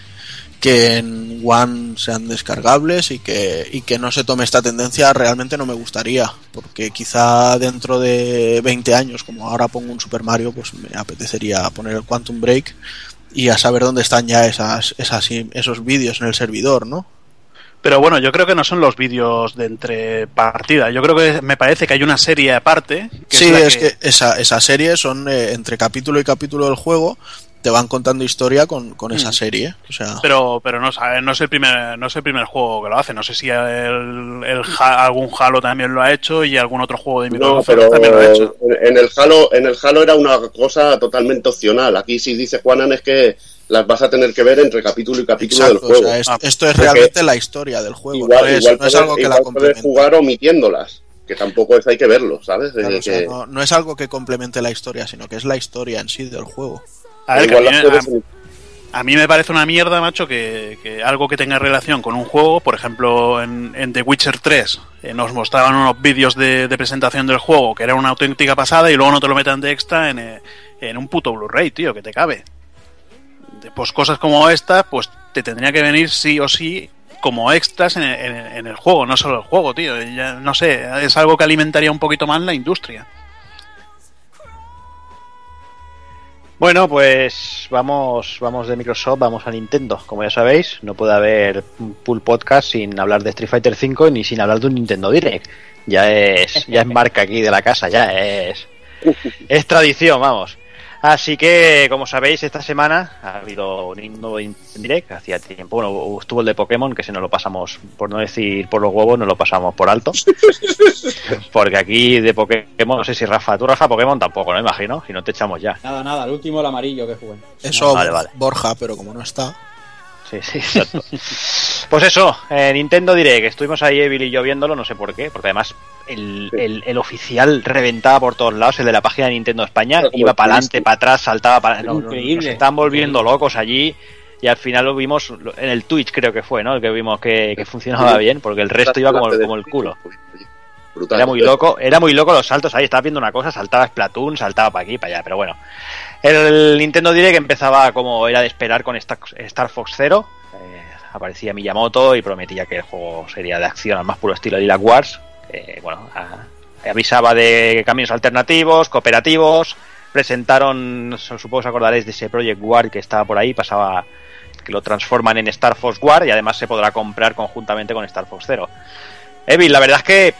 que en One sean descargables y que, y que no se tome esta tendencia. Realmente no me gustaría, porque quizá dentro de veinte años, como ahora pongo un Super Mario, pues me apetecería poner el Quantum Break y a saber dónde están ya esas, esas esos vídeos en el servidor, ¿no? Pero bueno, yo creo que no son los vídeos de entre partida. Yo creo que me parece que hay una serie aparte. Que sí, es, la es que... que esa, esa serie son eh, entre capítulo y capítulo del juego. Te van contando historia con, con esa serie. O sea... Pero pero no, no es el primer no es el primer juego que lo hace. No sé si el, el algún Halo también lo ha hecho y algún otro juego de Microsoft no, pero también lo ha hecho. En el Halo en el Halo era una cosa totalmente opcional. Aquí sí dice Juanan es que las vas a tener que ver entre capítulo y capítulo. Exacto, del juego. O sea, es, ah, esto es realmente la historia del juego. Igual, no es, igual no es puedes, algo que igual la complemente. Puedes jugar omitiéndolas, que tampoco es hay que verlo, ¿sabes? Claro, eh, o sea, que... no, no es algo que complemente la historia, sino que es la historia en sí del juego. A ver, que a, mí, a, a mí me parece una mierda, macho, que, que algo que tenga relación con un juego, por ejemplo, en, en The Witcher tres, eh, nos mostraban unos vídeos de, de presentación del juego que era una auténtica pasada y luego no te lo metan de extra en, eh, en un puto Blu-ray, tío, que te cabe. Pues cosas como esta, pues te tendría que venir sí o sí como extras en, en, en el juego, no solo el juego, tío. Ya, no sé, es algo que alimentaría un poquito más la industria. Bueno, pues vamos vamos de Microsoft, vamos a Nintendo. Como ya sabéis, no puede haber un Pool Podcast sin hablar de Street Fighter cinco ni sin hablar de un Nintendo Direct. Ya es ya es marca aquí de la casa, ya es es tradición, vamos. Así que, como sabéis, esta semana ha habido un nuevo Direct, hacía tiempo, bueno, estuvo el de Pokémon, que si no lo pasamos, por no decir por los huevos, no lo pasamos por alto. Porque aquí de Pokémon, no sé si Rafa, tú Rafa Pokémon tampoco, ¿no? Imagino, si no te echamos ya. Nada, nada, el último el amarillo que jugué. Eso, no, vale, vale. Borja, pero como no está... Sí, sí, exacto. Pues eso, eh, Nintendo Direct, estuvimos ahí Evil y yo viéndolo, no sé por qué, porque además el, el, el oficial reventaba por todos lados, el de la página de Nintendo España, claro, iba para adelante, para atrás, saltaba para... No, increíble. Nos estaban volviendo increíble. Locos allí y al final lo vimos en el Twitch, creo que fue, ¿no? El que vimos que, que funcionaba bien, porque el resto iba como, como el culo. Brutal. Era muy loco, era muy loco los saltos ahí, estaba viendo una cosa, saltaba Splatoon, saltaba para aquí, para allá, pero bueno. El Nintendo Direct empezaba como era de esperar con Star, Star Fox Zero, eh, aparecía Miyamoto y prometía que el juego sería de acción al más puro estilo de Lilac Wars, eh, bueno, a, avisaba de caminos alternativos, cooperativos, presentaron, supongo que os acordaréis de ese Project War que estaba por ahí, pasaba que lo transforman en Star Fox War y además se podrá comprar conjuntamente con Star Fox Zero. Evil, la verdad es que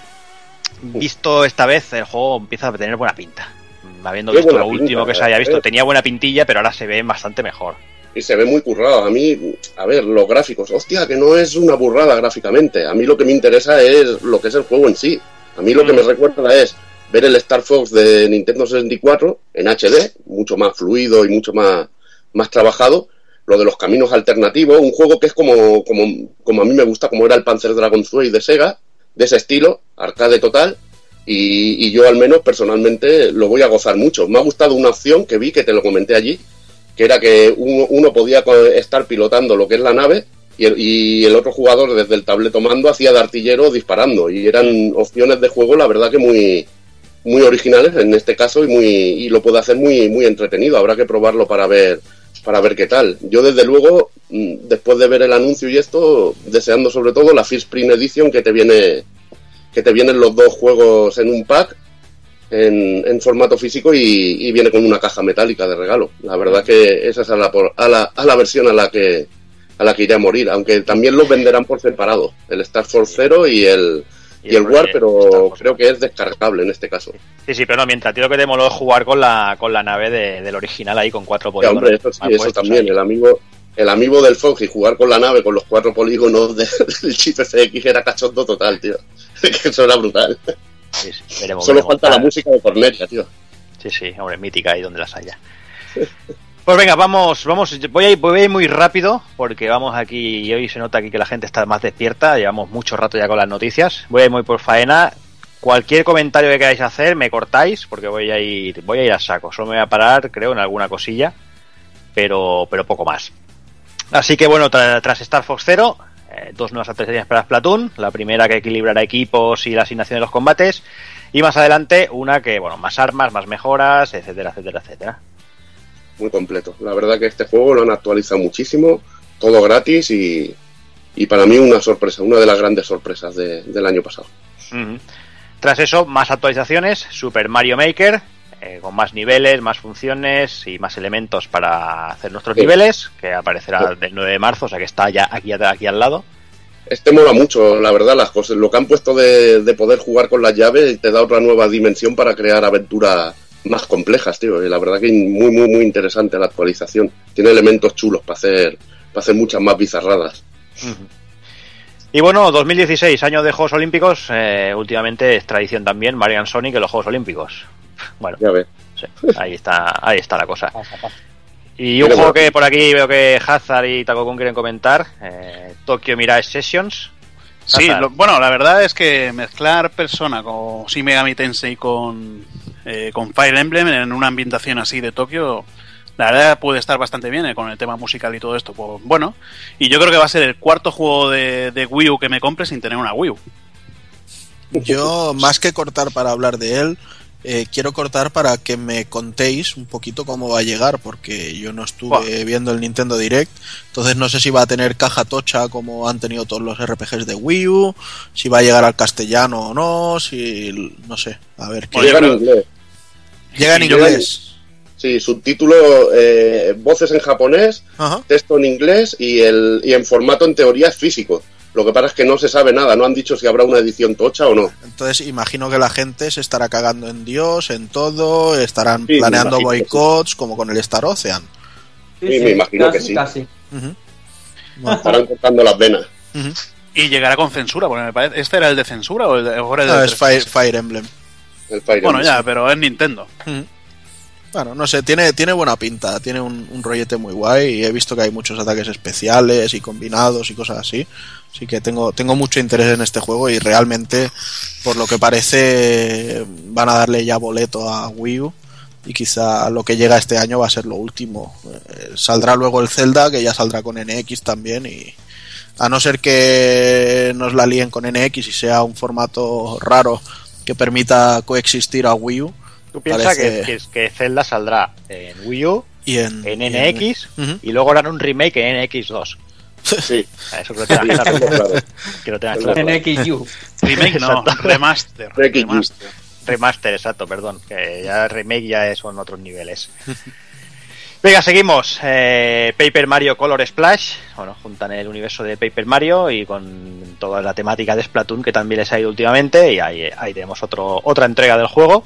visto esta vez el juego empieza a tener buena pinta. Habiendo visto lo pinta, último que se haya visto, tenía buena pintilla, pero ahora se ve bastante mejor. Y se ve muy currado. A mí, a ver, los gráficos, hostia, que no es una burrada gráficamente. A mí lo que me interesa es lo que es el juego en sí. A mí lo mm. que me recuerda es ver el Star Fox de Nintendo sesenta y cuatro en H D, mucho más fluido y mucho más, más trabajado. Lo de los caminos alternativos, un juego que es como, como, como a mí me gusta, como era el Panzer Dragoon Sway de Sega, de ese estilo, arcade total. Y, y yo al menos personalmente lo voy a gozar mucho. Me ha gustado una opción que vi, que te lo comenté allí, que era que uno, uno podía estar pilotando lo que es la nave y el, y el otro jugador desde el tabletomando hacía de artillero disparando, y eran opciones de juego la verdad que muy muy originales en este caso, y muy y lo puede hacer muy muy entretenido. Habrá que probarlo para ver para ver qué tal. Yo desde luego, después de ver el anuncio y esto, deseando sobre todo la First Print Edition, que te viene que te vienen los dos juegos en un pack en, en formato físico, y, y viene con una caja metálica de regalo. La verdad que esa es a la, a la, a la versión a la que a la que iré a morir, aunque también los venderán por separado, el Star Force Zero y el y el War, pero creo que es descargable en este caso. Sí, sí, pero no, mientras tío, lo que te moló es jugar con la con la nave de, del original ahí con cuatro polígonos. Sí, hombre, eso sí, eso también, ahí. el amigo el amigo del Fox, y jugar con la nave con los cuatro polígonos de, del chip F X era cachondo total, tío. Que eso era brutal. Sí, sí, veremos, Solo veremos. falta la música de Cornelia, tío. Sí, sí, hombre, mítica ahí donde las haya. Pues venga, vamos, vamos, voy a, ir, voy a ir muy rápido porque vamos aquí, y hoy se nota aquí que la gente está más despierta, llevamos mucho rato ya con las noticias. Voy a ir muy por faena. Cualquier comentario que queráis hacer, me cortáis, porque voy a ir, voy a ir a saco. Solo me voy a parar, creo, en alguna cosilla, pero, pero poco más. Así que bueno, tra- tras Star Fox Zero, eh, dos nuevas actualizaciones para Splatoon. La primera que equilibrará equipos y la asignación de los combates, y más adelante una que, bueno, más armas, más mejoras, etcétera, etcétera, etcétera. Muy completo. La verdad que este juego lo han actualizado muchísimo, todo gratis, y, y para mí una sorpresa, una de las grandes sorpresas de, del año pasado. Uh-huh. Tras eso, más actualizaciones, Super Mario Maker, eh, con más niveles, más funciones y más elementos para hacer nuestros sí. niveles, que aparecerá sí. del nueve de marzo, o sea que está ya aquí, aquí al lado. Este mola mucho, la verdad, las cosas, lo que han puesto de, de poder jugar con las llaves te da otra nueva dimensión para crear aventuras más complejas, tío, y la verdad que muy, muy, muy interesante la actualización. Tiene elementos chulos para hacer para hacer muchas más bizarradas. Uh-huh. Y bueno, dos mil dieciséis, año de Juegos Olímpicos, eh, últimamente es tradición también Mario and Sonic en los Juegos Olímpicos. Bueno, ya ves. Sí, ahí está, ahí está la cosa. Y un Pero juego bueno. que por aquí veo que Hazard y Takokun quieren comentar, eh, Tokyo Mirage Sessions. Sí, lo, bueno, la verdad es que mezclar Persona con Shin Megami Tensei con, eh, con Fire Emblem en una ambientación así de Tokio, la verdad puede estar bastante bien, eh, con el tema musical y todo esto. Pues bueno, y yo creo que va a ser el cuarto juego de, de Wii U que me compre sin tener una Wii U. Yo, más que cortar para hablar de él, eh, quiero cortar para que me contéis un poquito cómo va a llegar, porque yo no estuve wow. viendo el Nintendo Direct, entonces no sé si va a tener caja tocha como han tenido todos los R P Gs de Wii U, si va a llegar al castellano o no, si no sé, a ver qué. Llega en inglés. Llega en inglés. Sí, subtítulo, eh, voces en japonés, Ajá. texto en inglés, y el y en formato en teoría es físico. Lo que pasa es que no se sabe nada, no han dicho si habrá una edición tocha o no. Entonces imagino que la gente se estará cagando en Dios, en todo, estarán sí, planeando boicots sí. como con el Star Ocean. Sí, sí, sí me imagino casi, que sí. Casi. Uh-huh. Bueno. Estarán cortando las venas. Uh-huh. Y llegará con censura, porque me parece. ¿Este era el de censura o el de, o el no, de es Fire, Fire Emblem. El Fire bueno, Emblem. ya, pero es Nintendo. Uh-huh. Bueno, no sé, tiene, tiene buena pinta, tiene un, un rollete muy guay, y he visto que hay muchos ataques especiales y combinados y cosas así, así que tengo, tengo mucho interés en este juego, y realmente, por lo que parece, van a darle ya boleto a Wii U, y quizá lo que llega este año va a ser lo último. Eh, saldrá luego el Zelda, que ya saldrá con N X también, y a no ser que nos la líen con N X y sea un formato raro que permita coexistir a Wii U. Tú piensas parece... que, que, que Zelda saldrá en Wii U, y en, en N X, y, en... Uh-huh. y luego harán un remake en N X dos. Sí. Eso que lo tengas claro. claro. Que lo tengas claro. N X U. Remake no, remaster. Remaster. Remaster, exacto, perdón. Que ya remake ya son otros niveles. Venga, seguimos. Eh, Paper Mario Color Splash. Bueno, juntan el universo de Paper Mario y con toda la temática de Splatoon, que también les ha ido últimamente. Y ahí, ahí tenemos otro, otra entrega del juego.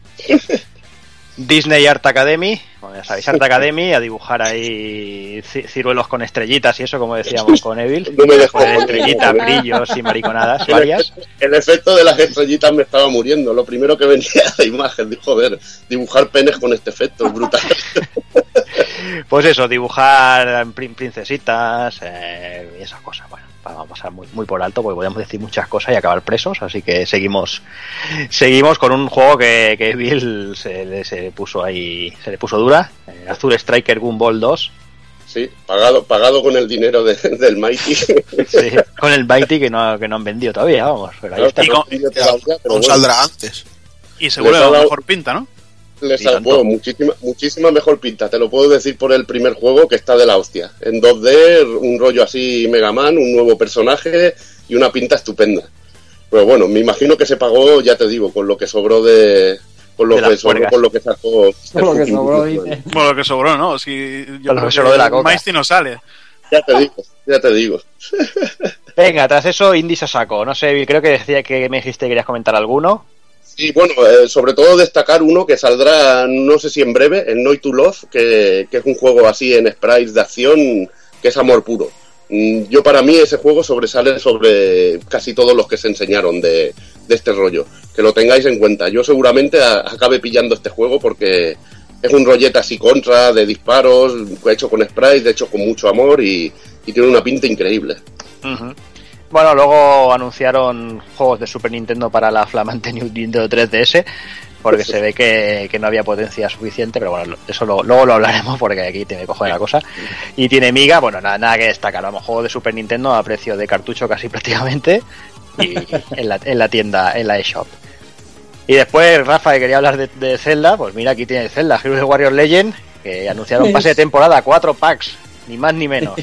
Disney Art Academy, bueno, ya sabéis, Art Academy, a dibujar ahí ciruelos con estrellitas y eso, como decíamos con Evil, no me dejó con estrellitas, brillos y mariconadas varias. El, el efecto de las estrellitas me estaba muriendo, lo primero que venía a la imagen, dijo, joder, dibujar penes con este efecto es brutal. Pues eso, dibujar princesitas eh, y esas cosas, bueno. Vamos a pasar muy, muy por alto porque podemos decir muchas cosas y acabar presos, así que seguimos seguimos con un juego que, que Bill se, se puso ahí se le puso dura, eh, Azul Striker Gumball dos, Sí, pagado, pagado con el dinero de, del Mighty. Sí, con el Mighty que no, que no han vendido todavía, vamos. Pero ahí Claro, está. Y con- no todavía, pero Aún bueno, saldrá antes. Y seguro Les que ha a lo dado- mejor pinta, ¿no? les Y ha- tanto. bueno, muchísima, muchísima mejor pinta, te lo puedo decir por el primer juego que está de la hostia. En dos D, un rollo así Mega Man, un nuevo personaje y una pinta estupenda. Pero bueno, me imagino que se pagó, ya te digo, con lo que sobró de... Con lo De que las sobró, puercas. con lo que sacó... el Con lo que fucking sobró, Bushman. dice. Bueno, lo que sobró, ¿no? Si yo Con lo creo que sobró de la coca. Mighty no sale. Ya te digo, ya te digo. Venga, tras eso, Indies a saco. No sé, creo que decía que me dijiste que querías comentar alguno. Sí, bueno, eh, sobre todo destacar uno que saldrá, no sé si en breve, el Noy to Love, que, que es un juego así en sprites de acción, que es amor puro. Mm, Yo para mí ese juego sobresale sobre casi todos los que se enseñaron de, de este rollo. Que lo tengáis en cuenta. Yo seguramente a- acabe pillando este juego porque es un rollete así contra, de disparos, hecho con sprites, hecho con mucho amor y, y tiene una pinta increíble. Ujú. Bueno, luego anunciaron juegos de Super Nintendo para la flamante Nintendo tres D S, porque se ve que, que no había potencia suficiente, pero bueno, eso lo- luego lo hablaremos porque aquí te me coge la cosa. Y tiene miga, bueno, nada, nada que destacar, vamos, juegos de Super Nintendo a precio de cartucho casi prácticamente, y en la, en la tienda, en la eShop. Y después, Rafa, que quería hablar de, de Zelda, pues mira, aquí tiene Zelda, Heroes Warrior Legend, que anunciaron pase de temporada, cuatro packs, ni más ni menos.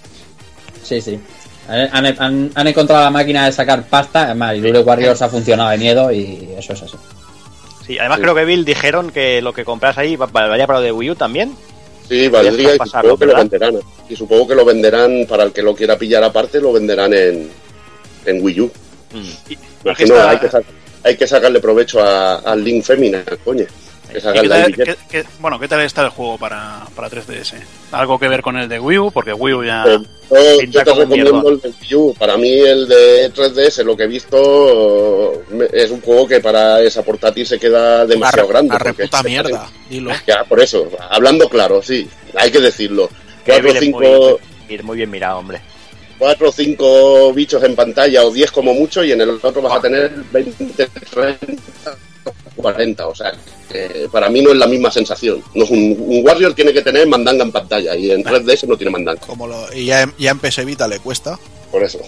Sí, sí. Han, han- han encontrado la máquina de sacar pasta. Además, el Hyrule Warriors ha funcionado de miedo y eso es así. Sí, además Sí. creo que Bill dijeron que lo que compras ahí va- valdría para lo de Wii U también. Sí, valdría y pasarlo, supongo que lo ¿verdad? venderán. Y supongo que lo venderán, para el que lo quiera pillar aparte, lo venderán en, en Wii U. Mm. Y, y Imagino, que está- hay, que sa- hay que sacarle provecho a- al Link Femina, coño. Que ¿y sacarle qué el tal, billete. qué- qué- bueno, ¿qué tal está el juego para, para tres D S? ¿Algo que ver con el de Wii U? Porque Wii U ya... Eh, yo, pinta yo te como un recomiendo mierdón. el de Wii U. Para mí el de tres D S, lo que he visto, me- es un juego que para esa portátil se queda demasiado Una, grande. una porque reputa es- mierda, dilo. Ya, por eso, hablando claro, sí, hay que decirlo. Que Cuatro o Bill es cinco... muy, muy- muy bien mirado, hombre. cuatro o cinco bichos en pantalla o diez como mucho y en el otro vas a tener veinte, treinta, cuarenta, o sea, que para mí no es la misma sensación. No es un, un Warrior tiene que tener mandanga en pantalla y en tres D S no tiene mandanga, Como lo, y ya, en- ya en P S Vita le cuesta. por eso.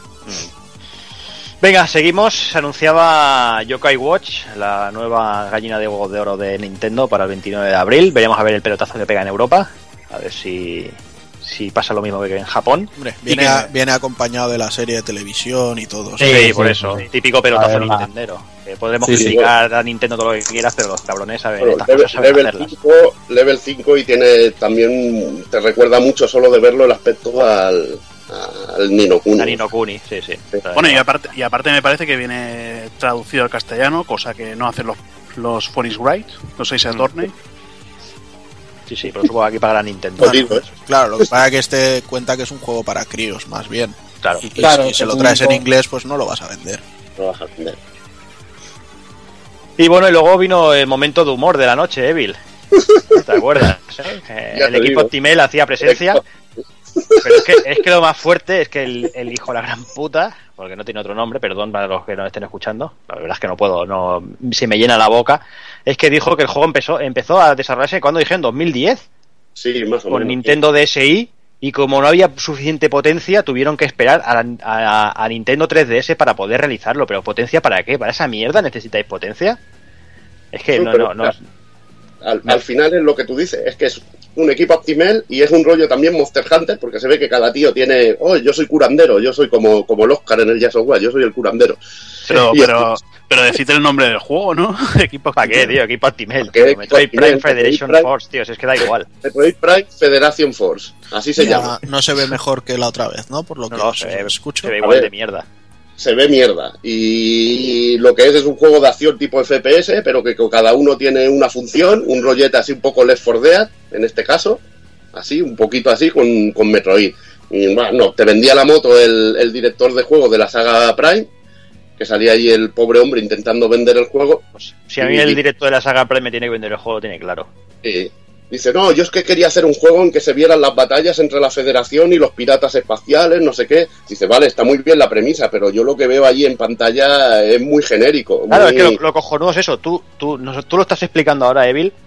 Venga, seguimos. Se anunciaba Yokai Watch, la nueva gallina de huevos de oro de Nintendo para el veintinueve de abril. Veremos a ver el pelotazo que pega en Europa. A ver si, si pasa lo mismo que en Japón. Hombre, Y viene, que- a- viene acompañado de la serie de televisión y todo. Sí, ¿sabes? por sí, eso. sí. Típico pelotazo A ver, va. nintendero. Que podremos Sí, sí. criticar a Nintendo todo lo que quieras, pero los cabrones saben Bueno, estas level, cosas, saben level hacerlas. cinco, level cinco y tiene también, te recuerda mucho solo de verlo el aspecto al, al Nino Kuni. A Ni no Kuni, sí, sí. Bueno, y aparte, y aparte me parece que viene traducido al castellano, cosa que no hacen los, los Phoenix Wright, los Ace Attorney. Sí, sí, pero supongo que aquí para la Nintendo. Jodido, ¿eh? Claro, lo que pasa es que este cuenta que es un juego para críos, más bien. Claro. Y, y Claro, si se lo es traes un en juego- inglés, pues no lo vas a vender. No vas a entender. Y bueno, y luego vino el momento de humor de la noche, Evil. ¿Te acuerdas? Eh, Ya el te equipo digo. Optimel hacía presencia. Pero es que, es que lo más fuerte es que el, el hijo de la gran puta, porque no tiene otro nombre, perdón para los que no estén escuchando, la verdad es que no puedo, no se me llena la boca, es que dijo que el juego empezó empezó a desarrollarse cuando dije en dos mil diez Sí, más o con menos. Nintendo D S i y como no había suficiente potencia tuvieron que esperar a, la- a- a Nintendo tres D S para poder realizarlo, pero potencia ¿para qué? ¿Para esa mierda necesitáis potencia? Es que Sí, no, pero no, no, Al, al final es lo que tú dices, es que es un equipo Optimel y es un rollo también Monster Hunter, porque se ve que cada tío tiene, oh, yo soy curandero, yo soy como, como el Oscar en el Jazz of War, yo soy el curandero. Pero, Y pero, pero decid el nombre del juego, ¿no? Equipo ¿para qué, tío? Equipo Optimel, ¿Para qué? tío. Metroid Optimel, Prime Metroid Federation Prime. Force, tío, si es que da igual. Metroid Prime Federation Force, así se Ya llama. no se ve mejor que la otra vez, ¿no? Por lo No, que no, os- se ve, escucho. se ve A igual ver. de mierda. Se ve mierda. Y lo que es es un juego de acción tipo F P S, pero que cada uno tiene una función, un rollete así un poco Left four Dead, en este caso, así, un poquito así con, con Metroid. Y bueno, no, te vendía la moto el, el director de juego de la saga Prime, que salía ahí el pobre hombre intentando vender el juego. Pues, si a mí el directo de la saga Prime me tiene que vender el juego, lo tiene claro. Y dice, no, yo es que quería hacer un juego en que se vieran las batallas entre la Federación y los piratas espaciales, no sé qué. Dice, vale, está muy bien la premisa, pero yo lo que veo allí en pantalla es muy genérico. Claro, muy- es que lo, lo cojonudo es eso. Tú, tú, nos- tú lo estás explicando ahora, Evil,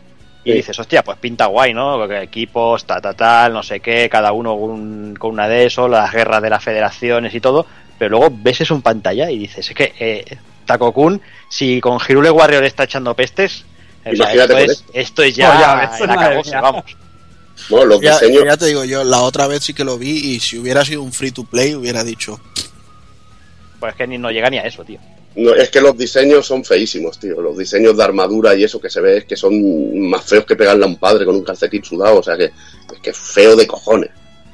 Y Sí. dices, hostia, pues pinta guay, ¿no? Porque equipos, ta, ta, tal, no sé qué, cada uno un- con una de esos, las guerras de las federaciones y todo, pero luego ves eso en pantalla y dices, es que eh, Tako-kun, si con Hirule Warrior está echando pestes, o sea, Imagínate esto, con es, esto. esto es ya Oh, ya ves, el madre acabose, mía. vamos. Bueno, los Ya, diseños. ya te digo yo, la otra vez sí que lo vi y si hubiera sido un free to play hubiera dicho, Pues es que ni no llega ni a eso, tío. No, es que los diseños son feísimos, tío. Los diseños de armadura y eso que se ve es que son más feos que pegarle a un padre con un calcetín sudado. O sea que es que es feo de cojones.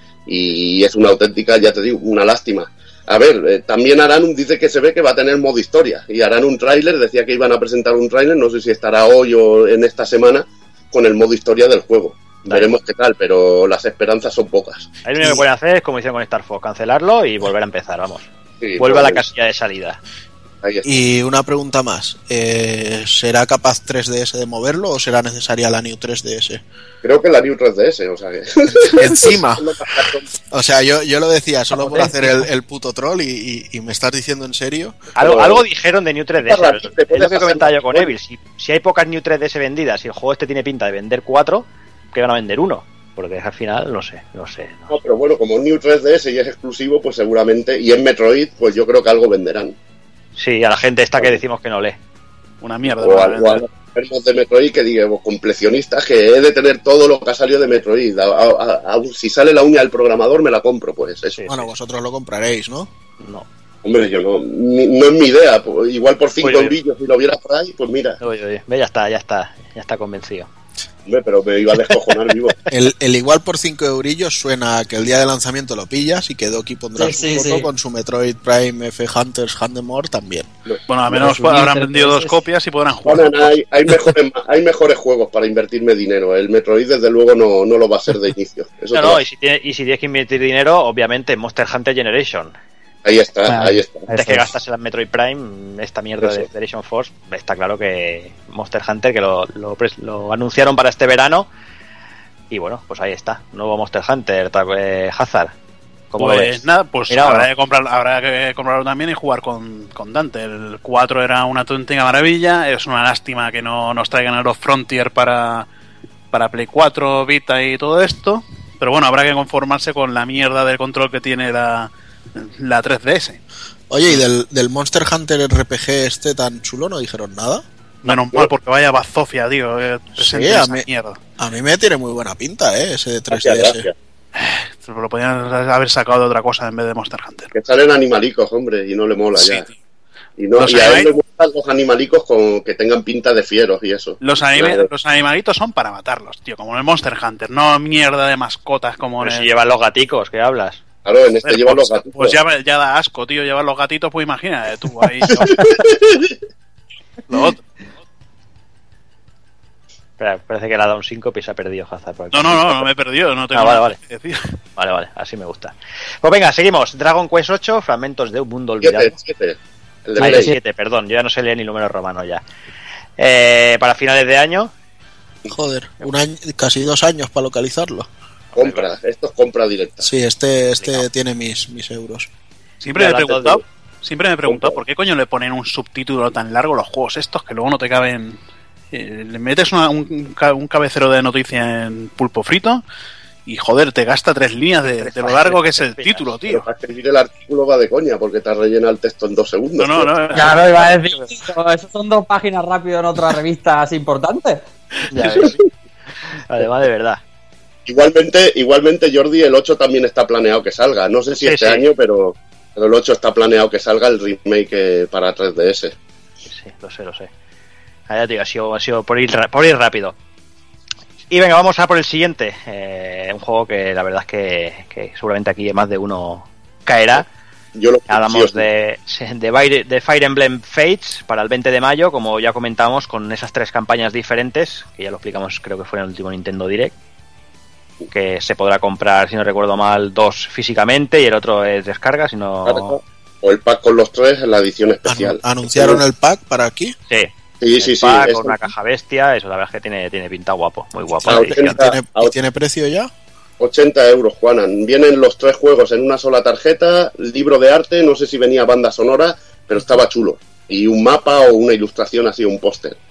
Y es una auténtica, ya te digo, una lástima. A ver, eh, también harán un, dice que se ve que va a tener modo historia. Y harán un tráiler, decía que iban a presentar un tráiler, no sé si estará hoy o en esta semana, con el modo historia del juego. Dale. Veremos qué tal, pero las esperanzas son pocas. Ahí lo único que pueden hacer es como hicieron con Star Fox, cancelarlo y volver a empezar, vamos. Sí, Vuelve a la pues, casilla de salida. ahí está. y una pregunta más, eh, ¿será capaz tres D S de moverlo o será necesaria la New tres D S? Creo que la New tres D S, o sea que... Encima. O sea, yo, yo lo decía solo por hacer el, el puto troll y, y- y me estás diciendo en serio. Algo, Pero- algo dijeron de New tres D S, Claro, te es lo puedes que hacer comentaba yo con más Evil. Si, si hay pocas New tres D S vendidas y el juego este tiene pinta de vender cuatro, que van a vender uno. Porque al final, no sé, no sé. no. No, pero bueno, como New tres D S y es exclusivo, pues seguramente, y en Metroid, pues yo creo que algo venderán. Sí, a la gente esta que decimos que no lee. Una mierda. O a, ¿no? o a los enfermos de Metroid que digamos, completionistas, que he de tener todo lo que ha salido de Metroid. A- a- a- si sale la uña del programador, me la compro, pues eso. Sí. Bueno, vosotros lo compraréis, ¿no? No. Hombre, yo no, ni- no es mi idea. pues, igual por cinco Oye, oye. eurillos, si lo viera por ahí, pues mira. Oye, oye, ve, ya está, ya está, ya está convencido. Hombre, pero me iba a descojonar vivo. El, el igual por cinco eurillos suena a que el día de lanzamiento lo pillas y que Doki pondrá Sí, su sí, foto sí. con su Metroid Prime F Hunters Handemore también. Bueno, al menos Los habrán New vendido tres D S. dos copias y podrán jugar. Bueno, hay, hay, mejores, hay mejores juegos para invertirme dinero. El Metroid, desde luego, no, no lo va a ser de inicio. Eso No, te no, lo- y si, tiene- y si tienes que invertir dinero, obviamente Monster Hunter Generation. Ahí está, Claro. ahí está. Antes que gastas en la Metroid Prime, esta mierda Eso. de Federation Force, está claro que Monster Hunter, que lo, lo, pres- lo anunciaron para este verano, y bueno, pues ahí está, nuevo Monster Hunter, ta- eh, Hazard. ¿Cómo lo Pues ves? nada, pues Mira, habrá, bueno. que comprar, habrá que comprarlo también y jugar con, con Dante. El cuatro era una auténtica maravilla. Es una lástima que no nos traigan el Off Frontier para, para Play cuatro, Vita y todo esto. Pero bueno, habrá que conformarse con la mierda del control que tiene la, la tres D S. Oye, ¿y del, del Monster Hunter R P G este tan chulo no dijeron nada? Menos mal, porque vaya bazofia, tío. Eh, presenten a esa mí- mierda. A mí me tiene muy buena pinta, ¿eh? Ese de tres D Gracias, S. gracias. Lo podían haber sacado de otra cosa en vez de Monster Hunter. Que salen animalicos, hombre, y no le mola Sí, ya. tío. Y, no, Los y a él anima- le gustan los animalicos con que tengan pinta de fieros y eso. Los, anime- Claro. los animalitos son para matarlos, tío, como en el Monster Hunter, no mierda de mascotas como en Pero si el... llevan los gaticos, ¿qué hablas? Claro, en este Joder, llevan pues, los gatitos. pues ya, ya da asco, tío, llevar los gatitos, pues imagínate tú ahí. Lo otro. Espera, parece que le ha dado un cinco y se ha perdido Hazard. por aquí. No, no, no, no me he perdido, no tengo Ah, vale, nada vale. que decir. Vale, vale, así me gusta. Pues venga, seguimos. Dragon Quest ocho, Fragmentos de un mundo olvidado. Siete, siete. El de Ah, el Play. siete, perdón, yo ya no sé leer ni números romanos ya. Eh, para finales de año, Joder, un año, casi dos años para localizarlo. Compra, esto es compra directa. Sí, este, este Complicado. tiene mis, mis euros. Siempre me he hablando preguntado, de- siempre me he preguntado por qué coño le ponen un subtítulo tan largo a los juegos estos que luego no te caben. Eh, le metes una- un, ca- un cabecero de noticia en pulpo frito y joder, te gasta tres líneas de, de lo largo que es el título, Pero tío. para escribir el artículo va de coña, porque te rellena el texto en dos segundos. No, no, tío. no. Ya lo iba a decir. Eso son dos páginas rápido en otras revistas importantes. ya ves. Además, de verdad. Igualmente, igualmente, Jordi, el ocho también está planeado que salga. No sé si Sí, este sí. año, pero, pero el ocho está planeado que salga el remake eh, para tres D S. Sí, lo sé, lo sé. Ah, ya te digo, ha sido, ha sido por, ir, ra- por ir rápido. Y venga, vamos a por el siguiente. Eh, un juego que la verdad es que, que seguramente aquí más de uno caerá. Yo lo Hablamos sí, sí. de, de, Fire- de Fire Emblem Fates para el veinte de mayo, como ya comentamos, con esas tres campañas diferentes, que ya lo explicamos, creo que fue en el último Nintendo Direct, que se podrá comprar, si no recuerdo mal, dos físicamente y el otro es descarga, si no... O el pack con los tres en la edición especial. Anu- ¿Anunciaron el pack para aquí? Sí, Sí, el sí, sí. pack es- con una caja bestia, eso la verdad es que tiene, tiene pinta guapo, muy guapo. Ah, la edición. ochenta. ¿Tiene, a- ¿Y tiene precio ya? ochenta euros, Juanan. Vienen los tres juegos en una sola tarjeta, libro de arte, no sé si venía banda sonora, pero estaba chulo. Y un mapa o una ilustración así, un póster.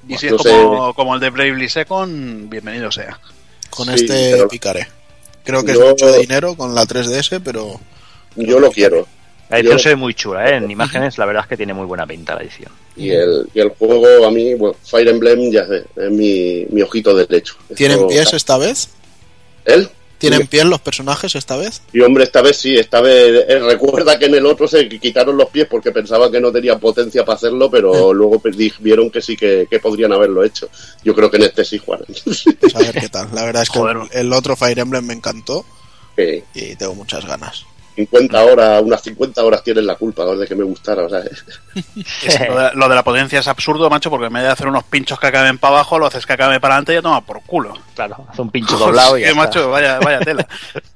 Y si no es sé. como, como el de Bravely Second, bienvenido sea. Con Sí, este pero- picaré. Creo que Yo- es mucho dinero con la tres D S, pero Yo lo quiero. La edición Yo- se ve muy chula, ¿eh? En imágenes la verdad es que tiene muy buena pinta la edición. Y el, y el juego, a mí, bueno, Fire Emblem ya sé, es mi, mi ojito derecho. ¿tienen Esto- pies esta vez? ¿Él? ¿Tienen pies los personajes esta vez? Y hombre, esta vez sí, esta vez eh, recuerda que en el otro se quitaron los pies porque pensaban que no tenían potencia para hacerlo, pero luego pe- di- vieron que sí que, que podrían haberlo hecho. Yo creo que en este sí, Juan. Pues a ver qué tal. La verdad es que Joder. el, el otro Fire Emblem me encantó Que y tengo muchas ganas. cincuenta horas, unas cincuenta horas tienen la culpa de que me gustara, o sea, Es- lo, de, lo de la potencia es absurdo, macho, porque en vez de hacer unos pinchos que acaben para abajo, lo haces que acabe para adelante y ya toma por culo. Claro, hace un pincho doblado y ya Qué está. macho, vaya, vaya tela.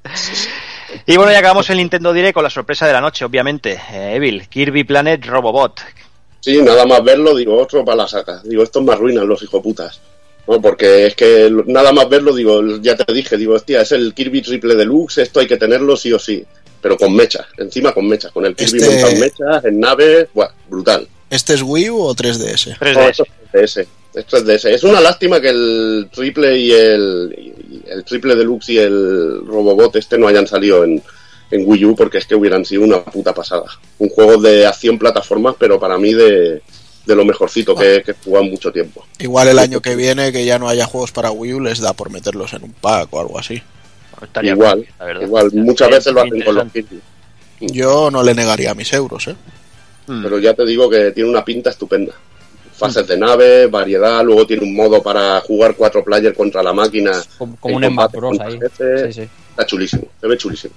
Y bueno, ya acabamos el Nintendo Direct con la sorpresa de la noche, obviamente. Eh, Evil, Kirby Planet Robobot. sí, nada más verlo, digo, otro para la saca. Digo, estos me arruinan los hijoputas. No, porque es que lo- nada más verlo, digo, ya te dije, digo, hostia, es el Kirby Triple Deluxe, esto hay que tenerlo sí o sí. Pero con mechas, encima con mechas, con el Kirby Este- montado en mechas, en nave, buah, brutal. ¿Este es Wii U o tres D S? tres No, D S. esto es D S. Esto es D S. Es una lástima que el triple y el, y el triple deluxe y el Robobot este no hayan salido en, en Wii U, porque es que hubieran sido una puta pasada. Un juego de acción plataformas, pero para mí de, de lo mejorcito que, que he jugado en mucho tiempo. Igual el año que viene, que ya no haya juegos para Wii U, les da por meterlos en un pack o algo así. Estaría Igual, bien, la verdad. igual. Muchas Sería veces lo muy hacen con los interesante. Kirby. Yo no le negaría mis euros, ¿eh? Mm. Pero ya te digo que tiene una pinta estupenda. Fases de nave, variedad, luego tiene un modo para jugar cuatro players contra la máquina. Como, como en un Smash combate Bros contra ahí. jefes. Sí, sí. Está chulísimo, se ve chulísimo.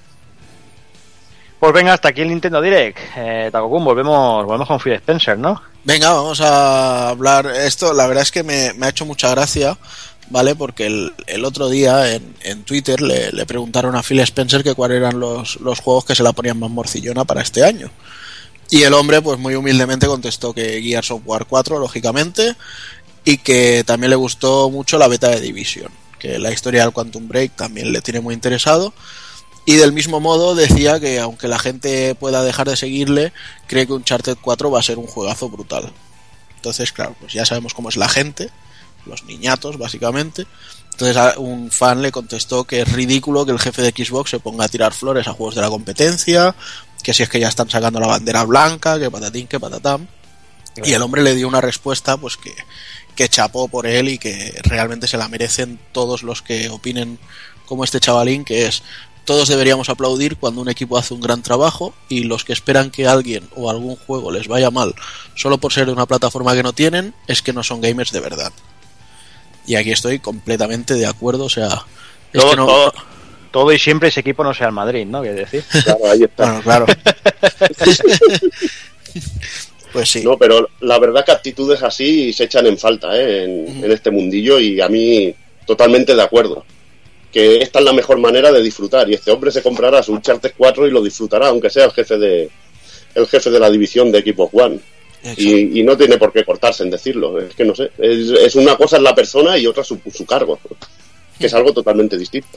Pues venga, hasta aquí el Nintendo Direct. Eh, Takokun, volvemos, volvemos con Phil Spencer, ¿no? Venga, vamos a hablar. Esto, la verdad es que me, me ha hecho mucha gracia, ¿vale? Porque el, el otro día en, en Twitter le, le preguntaron a Phil Spencer que cuáles eran los, los juegos que se la ponían más morcillona para este año. Y el hombre, pues muy humildemente contestó que Gears of War cuatro, lógicamente, y que también le gustó mucho la beta de Division, que la historia del Quantum Break también le tiene muy interesado. Y del mismo modo decía que aunque la gente pueda dejar de seguirle, cree que Uncharted cuatro va a ser un juegazo brutal. Entonces, claro, pues ya sabemos cómo es la gente, los niñatos, básicamente. Entonces a un fan le contestó que es ridículo que el jefe de Xbox se ponga a tirar flores a juegos de la competencia, que si es que ya están sacando la bandera blanca, que patatín, que patatán. Y el hombre le dio una respuesta pues que, que chapó por él y que realmente se la merecen todos los que opinen como este chavalín, que es: todos deberíamos aplaudir cuando un equipo hace un gran trabajo, y los que esperan que alguien o algún juego les vaya mal solo por ser de una plataforma que no tienen, es que no son gamers de verdad. Y aquí estoy completamente de acuerdo, o sea, es Todo, que no... todo, todo y siempre ese equipo no sea el Madrid, ¿no? Quiero decir. Claro, ahí está. Bueno, claro. Pues sí. No, pero la verdad que actitudes así se echan en falta, ¿eh? en, en este mundillo, y a mí totalmente de acuerdo. Que esta es la mejor manera de disfrutar, y este hombre se comprará su Uncharted cuatro y lo disfrutará, aunque sea el jefe de el jefe de la división de Xbox One. Y, y no tiene por qué cortarse en decirlo, es que no sé, es, es una cosa es la persona y otra su, su cargo, que es algo totalmente distinto.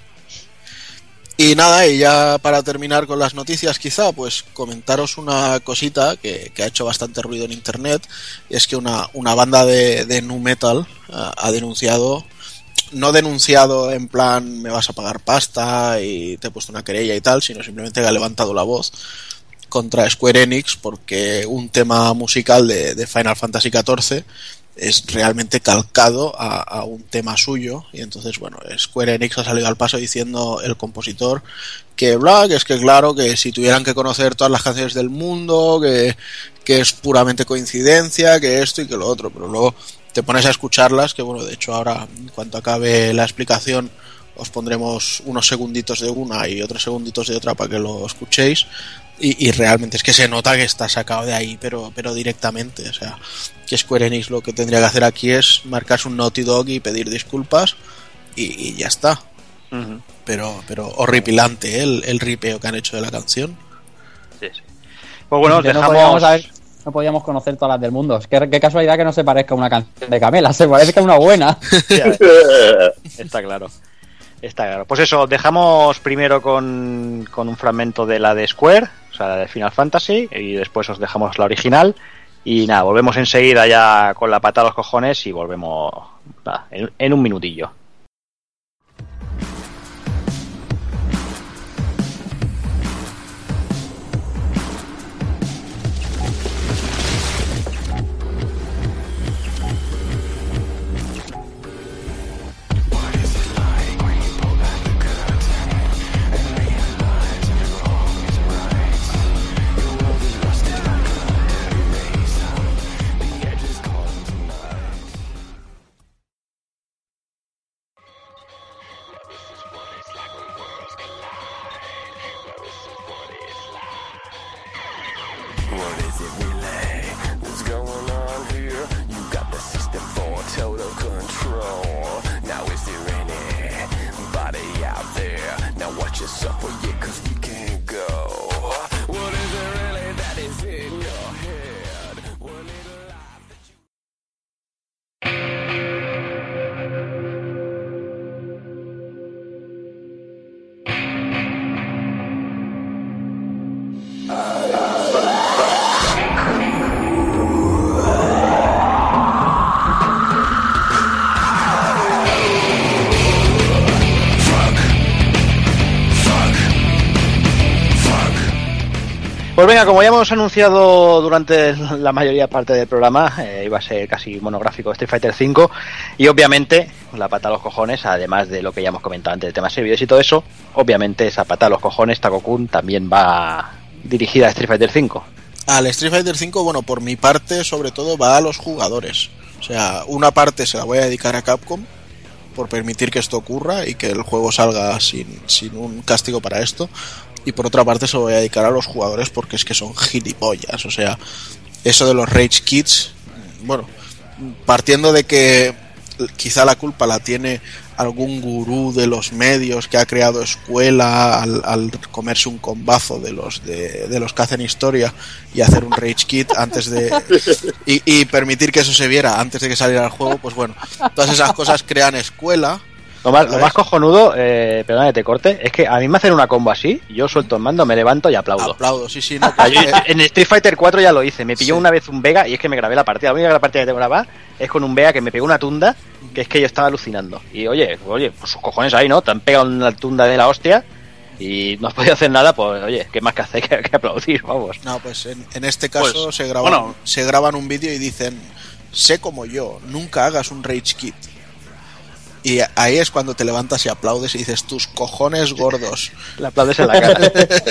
Y nada, y ya para terminar con las noticias, quizá, pues comentaros una cosita que, que ha hecho bastante ruido en internet. Y es que una, una banda de, de nu metal uh, ha denunciado, no denunciado en plan me vas a pagar pasta y te he puesto una querella y tal, sino simplemente que ha levantado la voz contra Square Enix porque un tema musical de, de Final Fantasy catorce es realmente calcado a, a un tema suyo, y entonces bueno, Square Enix ha salido al paso diciendo el compositor que bla, que es que claro, que si tuvieran que conocer todas las canciones del mundo, que, que es puramente coincidencia, que esto y que lo otro, pero luego te pones a escucharlas, que bueno, de hecho ahora en cuanto acabe la explicación os pondremos unos segunditos de una y otros segunditos de otra para que lo escuchéis. Y, y realmente es que se nota que está sacado de ahí, pero, pero directamente. O sea, que Square Enix lo que tendría que hacer aquí es marcarse un Naughty Dog y pedir disculpas y, y ya está. Uh-huh. Pero, pero horripilante, ¿eh? el, el ripeo que han hecho de la canción. Sí, sí. Pues bueno, Que no dejamos... podíamos saber- no podíamos conocer todas las del mundo. Es que qué casualidad que no se parezca a una canción de Camela, se parezca a una buena. Ya, está claro. Está claro. Pues eso, dejamos primero con, con un fragmento de la de Square, o sea, la de Final Fantasy, y después os dejamos la original. Y nada, volvemos enseguida ya con la pata a los cojones y volvemos nada, en, en un minutillo. Pues venga, como ya hemos anunciado durante la mayoría parte del programa, eh, iba a ser casi monográfico Street Fighter cinco y obviamente la pata a los cojones, además de lo que ya hemos comentado antes del tema servidores y todo eso, obviamente esa pata a los cojones, Tako-kun, también va dirigida a Street Fighter cinco. Al Street Fighter cinco, bueno, por mi parte sobre todo va a los jugadores. O sea, una parte se la voy a dedicar a Capcom por permitir que esto ocurra y que el juego salga sin, sin un castigo para esto. Y por otra parte se lo voy a dedicar a los jugadores porque es que son gilipollas. O sea, eso de los Rage Kits, bueno, partiendo de que quizá la culpa la tiene algún gurú de los medios que ha creado escuela al, al comerse un combazo de los de, de los que hacen historia y hacer un Rage Kit antes de y, y permitir que eso se viera antes de que saliera el juego, pues bueno, todas esas cosas crean escuela. Lo más, lo más cojonudo, eh, perdona que te corte, es que a mí me hacen una combo así, yo suelto el mando, me levanto y aplaudo. Aplaudo, sí, sí. No, pues, yo, en Street Fighter cuatro ya lo hice, me pilló sí. una vez un Vega y es que me grabé la partida. La única partida que tengo grabada es con un Vega que me pegó una tunda, que es que yo estaba alucinando. Y oye, oye, pues sus cojones ahí, ¿no? Te han pegado una tunda de la hostia y no has podido hacer nada, pues oye, ¿qué más que hacer que, que aplaudir? Vamos. No, pues en, en este caso pues, se, graban, bueno. se graban un vídeo y dicen, sé como yo, nunca hagas un Rage Kit. Y ahí es cuando te levantas y aplaudes y dices, tus cojones gordos. Le aplaudes en la cara.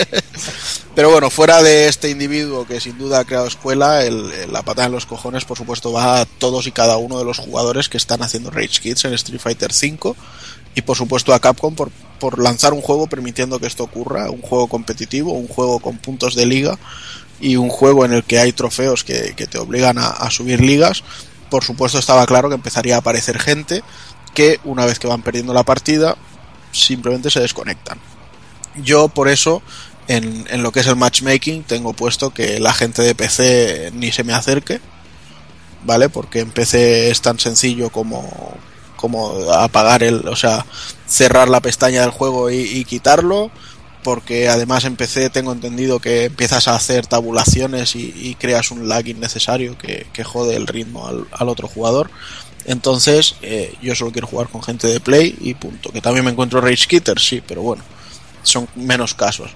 Pero bueno, fuera de este individuo que sin duda ha creado escuela, el, el, la patada en los cojones, por supuesto, va a todos y cada uno de los jugadores que están haciendo Rage Kits en Street Fighter cinco. Y por supuesto a Capcom por, por lanzar un juego permitiendo que esto ocurra. Un juego competitivo, un juego con puntos de liga y un juego en el que hay trofeos que, que te obligan a, a subir ligas. Por supuesto estaba claro que empezaría a aparecer gente que una vez que van perdiendo la partida simplemente se desconectan. Yo por eso en, en lo que es el matchmaking tengo puesto que la gente de P C ni se me acerque, ¿vale? Porque en P C es tan sencillo como, como apagar el, o sea, cerrar la pestaña del juego y, y quitarlo, porque además en P C tengo entendido que empiezas a hacer tabulaciones y, y creas un lag innecesario que, que jode el ritmo al, al otro jugador. Entonces eh, yo solo quiero jugar con gente de Play y punto. Que también me encuentro Rage Kitters, sí, pero bueno, son menos casos.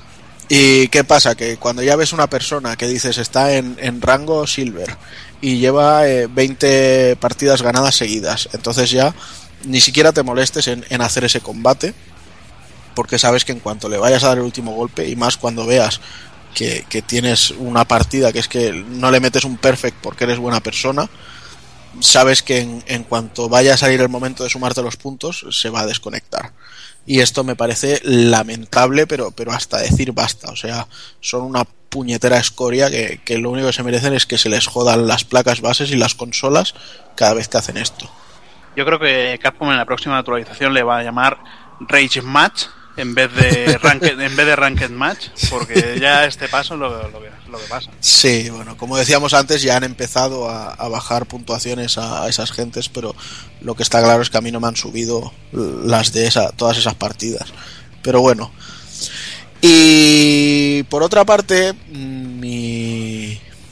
¿Y qué pasa? Que cuando ya ves una persona que dices está en, en rango Silver y lleva eh, veinte partidas ganadas seguidas, entonces ya ni siquiera te molestes en, en hacer ese combate, porque sabes que en cuanto le vayas a dar el último golpe, y más cuando veas que, que tienes una partida que es que no le metes un perfect porque eres buena persona, sabes que en, en cuanto vaya a salir el momento de sumarte los puntos se va a desconectar. Y esto me parece lamentable, pero, pero hasta decir basta. O sea, son una puñetera escoria que, que lo único que se merecen es que se les jodan las placas bases y las consolas cada vez que hacen esto. Yo creo que Capcom en la próxima actualización le va a llamar Rage Match en vez de Ranked, en vez de Ranked Match, porque ya este paso es lo, lo, que, lo que pasa. Sí, bueno, como decíamos antes, ya han empezado a, a bajar puntuaciones a, a esas gentes, pero lo que está claro es que a mí no me han subido las de esa, todas esas partidas. Pero bueno. Y por otra parte, mi, mi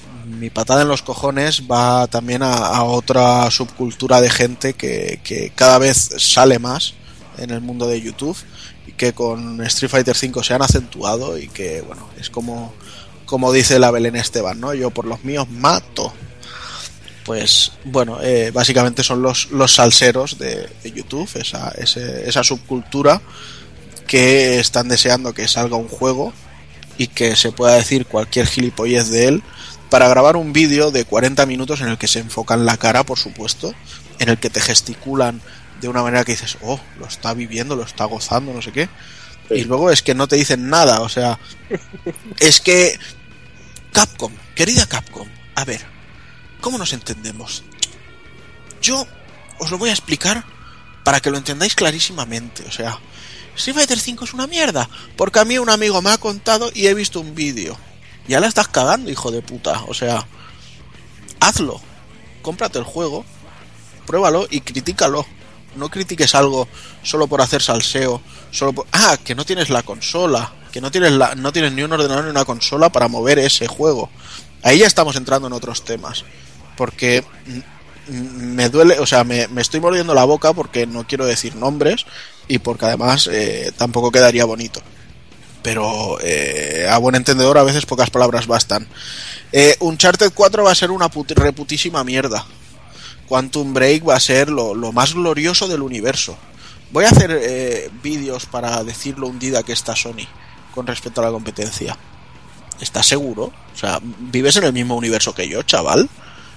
mi patada en los cojones va también a, a otra subcultura de gente que, que cada vez sale más en el mundo de YouTube y que con Street Fighter cinco se han acentuado y que, bueno, es como, como dice la Belén Esteban, ¿no? Yo por los míos mato. Pues, bueno, eh, básicamente son los, los salseros de, de YouTube, esa, ese, esa subcultura que están deseando que salga un juego y que se pueda decir cualquier gilipollez de él para grabar un vídeo de cuarenta minutos en el que se enfocan la cara, por supuesto, en el que te gesticulan de una manera que dices, oh, lo está viviendo, lo está gozando, no sé qué, sí. Y luego es que no te dicen nada, o sea, es que Capcom, querida Capcom, a ver, ¿cómo nos entendemos? Yo os lo voy a explicar para que lo entendáis clarísimamente, o sea, Street Fighter cinco es una mierda, porque a mí un amigo me ha contado y he visto un vídeo. Ya la estás cagando, hijo de puta, o sea, hazlo, cómprate el juego, pruébalo y critícalo. No critiques algo solo por hacer salseo, solo por... Ah, que no tienes la consola, que no tienes la... no tienes ni un ordenador ni una consola para mover ese juego. Ahí ya estamos entrando en otros temas, porque me duele, o sea, me, me estoy mordiendo la boca porque no quiero decir nombres y porque además eh, tampoco quedaría bonito. Pero eh, a buen entendedor a veces pocas palabras bastan. Eh, Uncharted cuatro va a ser una put- reputísima mierda. Quantum Break va a ser lo, lo más glorioso del universo. Voy a hacer eh, vídeos para decir lo hundida que está Sony con respecto a la competencia. ¿Estás seguro? O sea, ¿vives en el mismo universo que yo, chaval?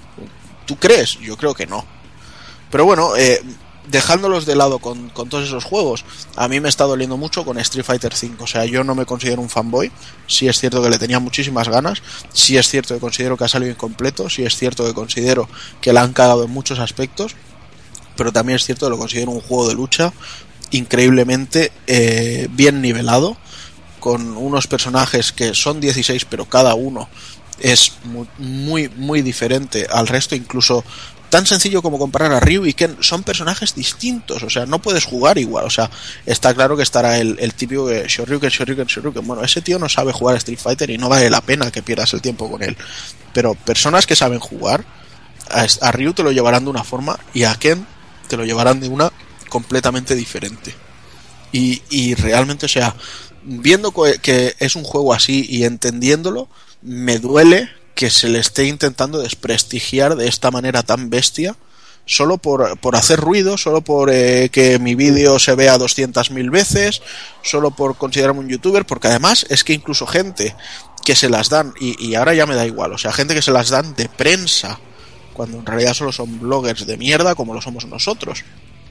¿Tú crees? Yo creo que no. Pero bueno, eh, dejándolos de lado con, con todos esos juegos, a mí me está doliendo mucho con Street Fighter cinco. O sea, yo no me considero un fanboy. Sí es cierto que le tenía muchísimas ganas. Sí es cierto que considero que ha salido incompleto. Sí es cierto que considero que la han cagado en muchos aspectos. Pero también es cierto que lo considero un juego de lucha increíblemente eh, bien nivelado, con unos personajes que son dieciséis, pero cada uno es muy, muy, muy diferente al resto, incluso tan sencillo como comparar a Ryu y Ken, son personajes distintos, o sea, no puedes jugar igual, o sea, está claro que estará el, el típico de Shoryuken, Shoryuken, Shoryuken, bueno, ese tío no sabe jugar a Street Fighter y no vale la pena que pierdas el tiempo con él, pero personas que saben jugar, a, a Ryu te lo llevarán de una forma y a Ken te lo llevarán de una completamente diferente, y, y realmente, o sea, viendo que es un juego así y entendiéndolo, me duele que se le esté intentando desprestigiar de esta manera tan bestia, solo por, por hacer ruido, solo por eh, que mi vídeo se vea doscientas mil veces, solo por considerarme un youtuber, porque además es que incluso gente que se las dan, y, y ahora ya me da igual, o sea, gente que se las dan de prensa, cuando en realidad solo son bloggers de mierda como lo somos nosotros.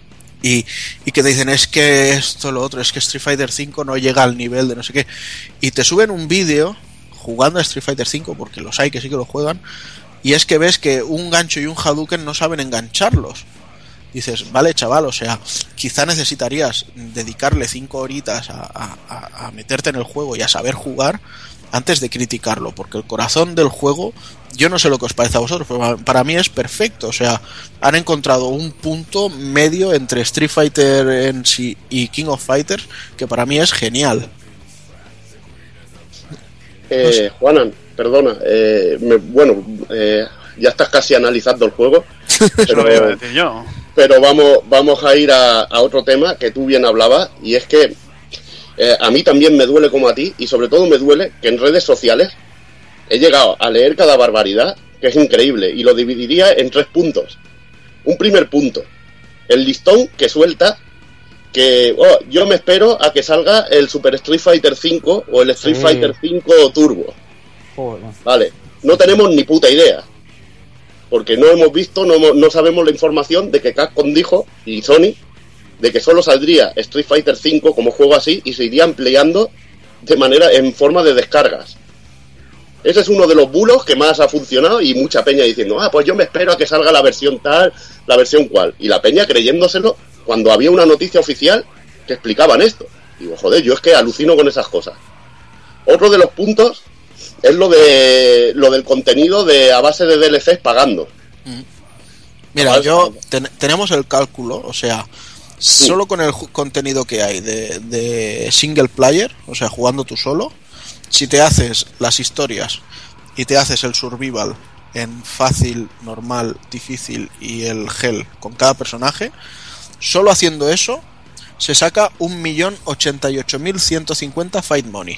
Y, y que te dicen, es que esto, lo otro, es que Street Fighter cinco no llega al nivel de no sé qué, y te suben un vídeo jugando a Street Fighter cinco, porque los hay que sí que lo juegan, y es que ves que un gancho y un Hadouken no saben engancharlos. Dices, vale, chaval, o sea, quizá necesitarías dedicarle cinco horitas a, a, a meterte en el juego y a saber jugar antes de criticarlo, porque el corazón del juego, yo no sé lo que os parece a vosotros, pero para mí es perfecto. O sea, han encontrado un punto medio entre Street Fighter en sí y King of Fighters que para mí es genial. Eh, no sé. Juanan, perdona, eh, me, bueno, eh, ya estás casi analizando el juego, pero, Eso iba a decir yo. pero vamos, vamos a ir a, a otro tema que tú bien hablabas, y es que eh, a mí también me duele como a ti, y sobre todo me duele que en redes sociales he llegado a leer cada barbaridad, que es increíble, y lo dividiría en tres puntos. Un primer punto, el listón que suelta, que oh, yo me espero a que salga el Super Street Fighter cinco o el Street Sí. Fighter cinco Turbo. Joder. Vale, no tenemos ni puta idea, porque no hemos visto, no, hemos- no sabemos la información de que Capcom dijo, y Sony, de que solo saldría Street Fighter cinco como juego así y se iría ampliando de manera, en forma de descargas. Ese es uno de los bulos que más ha funcionado, y mucha peña diciendo, ah, pues yo me espero a que salga la versión tal, la versión cual, y la peña creyéndoselo cuando había una noticia oficial que explicaban esto. Digo, joder, yo es que alucino con esas cosas. Otro de los puntos es lo de lo del contenido de a base de D L Cs pagando. Mira, Vale. yo ten- tenemos el cálculo, o sea, solo con el ju- contenido que hay de, de single player, o sea, jugando tú solo, si te haces las historias y te haces el survival en fácil, normal, difícil y el gel con cada personaje, solo haciendo eso se saca un millón ochenta y ocho mil ciento cincuenta Fight Money.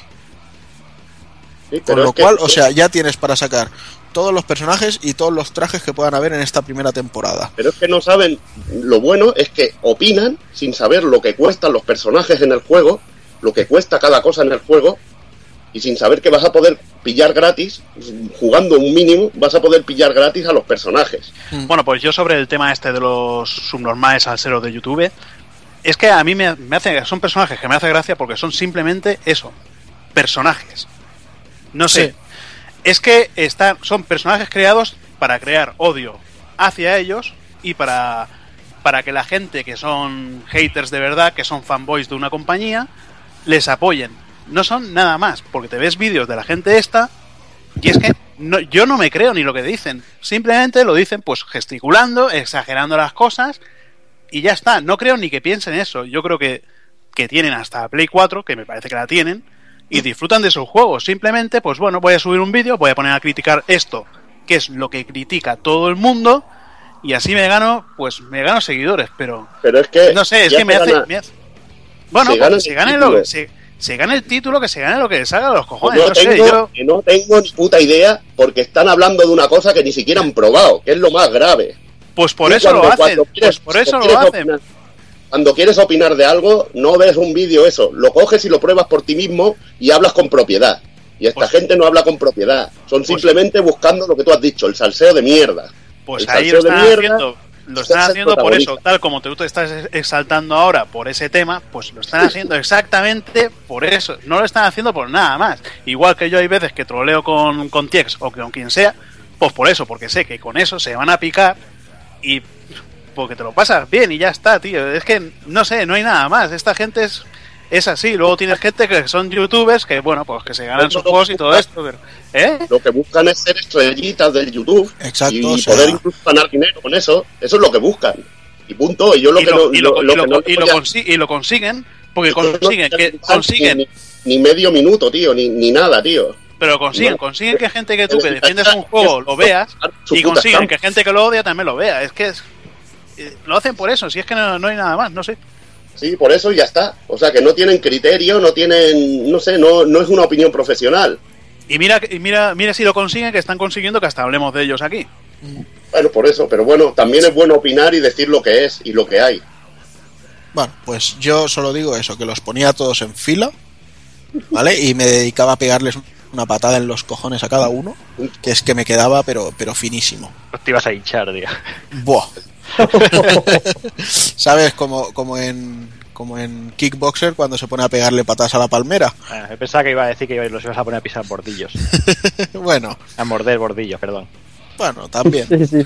Sí, Con pero lo es que- cual, o sea, ya tienes para sacar todos los personajes y todos los trajes que puedan haber en esta primera temporada. Pero es que no saben, lo bueno es que opinan sin saber lo que cuestan los personajes en el juego, lo que cuesta cada cosa en el juego, y sin saber que vas a poder pillar gratis, jugando un mínimo, vas a poder pillar gratis a los personajes. Bueno, pues yo sobre el tema este de los subnormales salseros de YouTube, es que a mí me, me hace, son personajes que me hace gracia porque son simplemente eso, personajes. No sé, Sí. es que están, son personajes creados para crear odio hacia ellos y para, para que la gente que son haters de verdad, que son fanboys de una compañía, les apoyen. No son nada más, porque te ves vídeos de la gente esta y es que no, yo no me creo ni lo que dicen. Simplemente lo dicen pues gesticulando, exagerando las cosas y ya está. No creo ni que piensen eso. Yo creo que, que tienen hasta Play cuatro, que me parece que la tienen, y disfrutan de sus juegos. Simplemente, pues bueno, voy a subir un vídeo, voy a poner a criticar esto, que es lo que critica todo el mundo, y así me gano, pues me gano seguidores, pero Pero es que... no sé, es ya que me se hace, gana- me hace- bueno, se pues gana que se el gane título. lo que se, se gane el título, que se gane lo que le salga a los Pues cojones, yo no sé, tengo, yo que no tengo ni puta idea porque están hablando de una cosa que ni siquiera han probado, que es lo más grave. pues por Tú eso lo cuando- hacen, cuando pues quieres- por eso cuando lo quieres hacen. opinar- Cuando quieres opinar de algo, no ves un vídeo eso, lo coges y lo pruebas por ti mismo y hablas con propiedad. Y esta Pues- gente no habla con propiedad, son simplemente buscando lo que tú has dicho, el salseo de mierda. Pues El ahí salseo lo de están mierda, haciendo, lo es están el haciendo por protagonista. eso, tal como tú te estás exaltando ahora por ese tema, pues lo están haciendo exactamente por eso, no lo están haciendo por nada más. Igual que yo hay veces que troleo con, con Tiex o con quien sea, pues por eso, porque sé que con eso se van a picar y porque te lo pasas bien y ya está, tío. Es que, no sé, no hay nada más. Esta gente es, es así. Luego tienes gente que son youtubers que, bueno, pues que se ganan sus juegos y todo esto. Pero, ¿eh? Lo que buscan es ser estrellitas del YouTube. Exacto, y o sea- poder incluso ganar dinero con eso. Eso es lo que buscan. Y punto. Y yo lo Y que lo, no, y lo- lo- lo y lo- que no y le lo voy a- consi- y lo consiguen, porque yo no consiguen voy a que quitar consiguen Ni, ni medio minuto, tío, ni, ni nada, tío. Pero consiguen, Bueno, consiguen que gente que tú que el- defiendes un juego lo veas su y puta consiguen estampa. que gente que lo odia también lo vea. Es que es, eh, lo hacen por eso, si es que no, no hay nada más, no sé. Sí, por eso ya está. O sea, que no tienen criterio, no tienen, no sé, no, no es una opinión profesional. Y mira, y mira, mira si lo consiguen, que están consiguiendo que hasta hablemos de ellos aquí. Bueno, por eso, pero bueno, también es bueno opinar y decir lo que es y lo que hay. Bueno, pues yo solo digo eso, que los ponía todos en fila, ¿vale? Y me dedicaba a pegarles una patada en los cojones a cada uno, que es que me quedaba pero pero finísimo. Te ibas a hinchar, tío. Buah. ¿Sabes? Como, como en como en Kickboxer cuando se pone a pegarle patadas a la palmera. Ah, yo pensaba que iba a decir que los ibas a poner a pisar bordillos. Bueno, A morder bordillos, perdón. bueno, también. Sí, sí.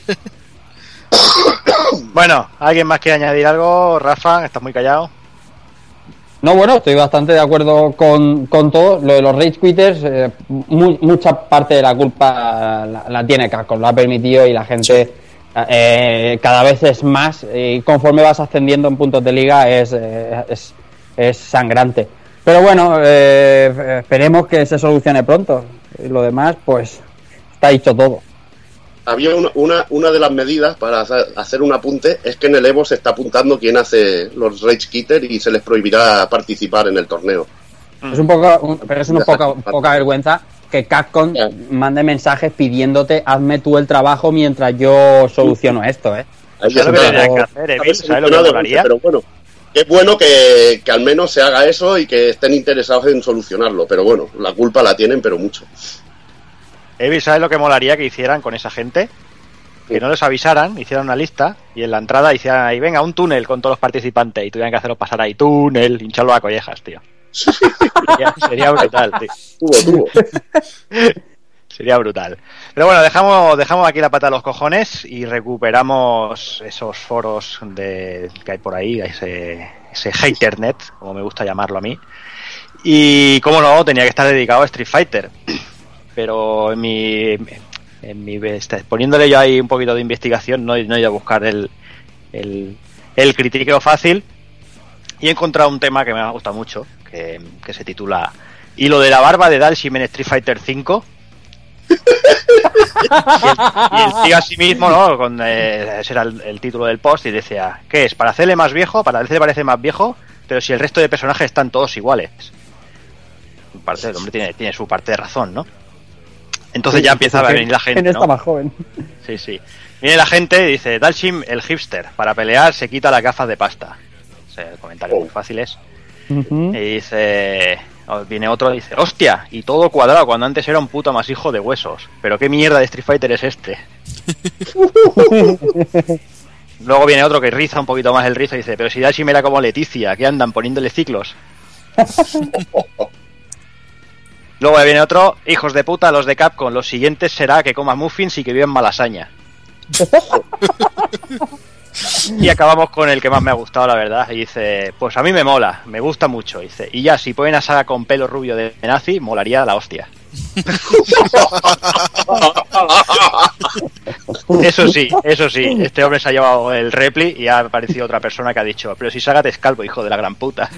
Bueno, ¿alguien más quiere añadir algo? Rafa, estás muy callado. No, bueno, estoy bastante de acuerdo con, con todo. Lo de los rage quitters, eh, mu- mucha parte de la culpa la, la tiene Capcom, lo ha permitido y la gente eh, cada vez es más. Y conforme vas ascendiendo en puntos de liga es, eh, es, es sangrante. Pero bueno, eh, esperemos que se solucione pronto. Y lo demás, pues, está dicho todo. Había una, una, una de las medidas para hacer- hacer un apunte es que en el Evo se está apuntando quién hace los Rage Quitter y se les prohibirá participar en el torneo. Es un poco, un- pero es una poca, poca vergüenza que Capcom Ya. mande mensajes pidiéndote hazme tú el trabajo mientras yo soluciono esto, ¿eh? Ahí ¿Sabes lo que está. tendrías que hacer, Evil? ¿Sabes lo que me molaría? Pero bueno, que es bueno que, que al menos se haga eso y que estén interesados en solucionarlo. Pero bueno, la culpa la tienen, pero mucho. Evil, ¿sabes lo que molaría que hicieran con esa gente? Que no les avisaran, hicieran una lista y en la entrada hicieran ahí, venga, un túnel con todos los participantes y tuvieran que hacerlos pasar ahí, túnel, hincharlo a collejas, tío. Sería, sería brutal, tío. Tuvo, tuvo. Sería brutal. Pero bueno, dejamos, dejamos aquí la pata a los cojones y recuperamos esos foros de, que hay por ahí, ese, ese haternet, como me gusta llamarlo a mí. Y cómo no, tenía que estar dedicado a Street Fighter. Pero en mi, en mi este, poniéndole yo ahí un poquito de investigación, no, no he ido a buscar el, el, el critiqueo fácil y he encontrado un tema que me ha gustado mucho, que, que se titula "Y lo de la barba de Dalsim en Street Fighter cinco", Y el tío a sí mismo, ¿no? Con, eh, ese era el, el título del post y decía, ¿qué es? ¿Para hacerle más viejo? Para hacerle parece más viejo, pero si el resto de personajes están todos iguales. En parte, el hombre tiene, tiene su parte de razón, ¿no? Entonces ya empieza a venir la gente, ¿Quién está ¿no? más joven? Sí, sí. Viene la gente y dice, Dalsim, el hipster, para pelear se quita las gafas de pasta. O sea, comentarios muy fáciles. Ujú. Y dice... Viene otro y dice, hostia, y todo cuadrado cuando antes era un puto amasijo de huesos. Pero qué mierda de Street Fighter es este. Luego viene otro que riza un poquito más el rizo y dice, pero si Dalsim era como Leticia, que andan poniéndole ciclos. Luego viene otro, hijos de puta, los de Capcom, los siguientes será que comas muffins y que viven malasaña. Y acabamos con el que más me ha gustado, la verdad. Y dice, pues a mí me mola, me gusta mucho. Dice, y ya, si ponen a Saga con pelo rubio de nazi, molaría la hostia. Eso sí, eso sí, este hombre se ha llevado el repli y ha aparecido otra persona que ha dicho, pero si Saga te es calvo, hijo de la gran puta.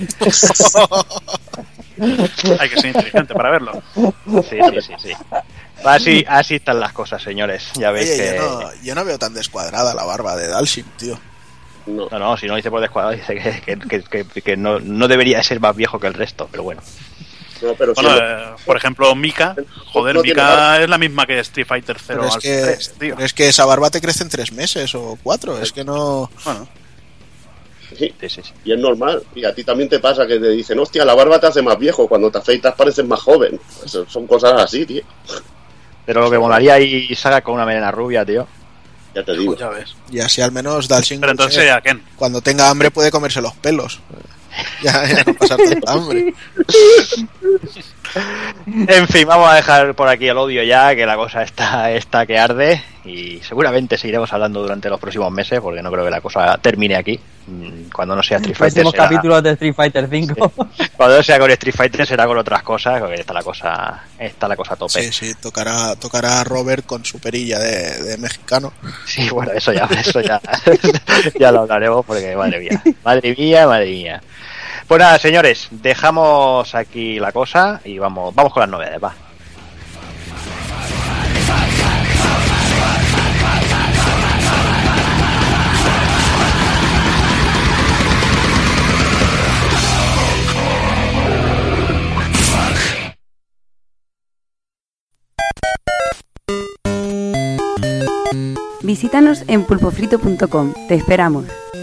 Hay que ser inteligente para verlo. Sí, sí, sí, sí. Así, así están las cosas, señores. Ya veis Oye, que... yo, no, yo no veo tan descuadrada la barba de Dalsim, tío. No. No, no, si no dice por descuadrado, dice que, que, que, que, que no, no debería ser más viejo que el resto, pero bueno. No, pero Bueno, si eh, por ejemplo, Mika, joder, no tiene Mika barba. es la misma que Street Fighter cero Pero es, al que, tres, tío. pero es que esa barba te crece en tres meses o cuatro. Es que no. Bueno, Sí, Sí, sí, sí. y es normal. Y a ti también te pasa que te dicen, hostia, la barba te hace más viejo. Cuando te afeitas pareces más joven. Pues son cosas así, tío. Pero lo que molaría ahí Saga con una melena rubia, tío. Ya te digo. pues ya ves. Y así al menos Dalsim, Pero entonces eh, sería Ken. cuando tenga hambre puede comerse los pelos. Ya, ya no pasar tanta hambre. En fin, vamos a dejar por aquí el odio ya, que la cosa está, está que arde. Y seguramente seguiremos hablando durante los próximos meses, porque no creo que la cosa termine aquí. Cuando no sea Street Fighter Próximos será... capítulos de Street Fighter cinco. Cuando no sea con Street Fighter será con otras cosas, porque está la cosa, está la cosa a tope. Sí, sí, tocará, tocará a Robert con su perilla de, de mexicano. Sí, bueno, eso ya, eso ya, ya lo hablaremos porque madre mía, madre mía, madre mía. Pues nada, señores, dejamos aquí la cosa y vamos, vamos con las novedades, va. Visítanos en pulpofrito punto com. Te esperamos.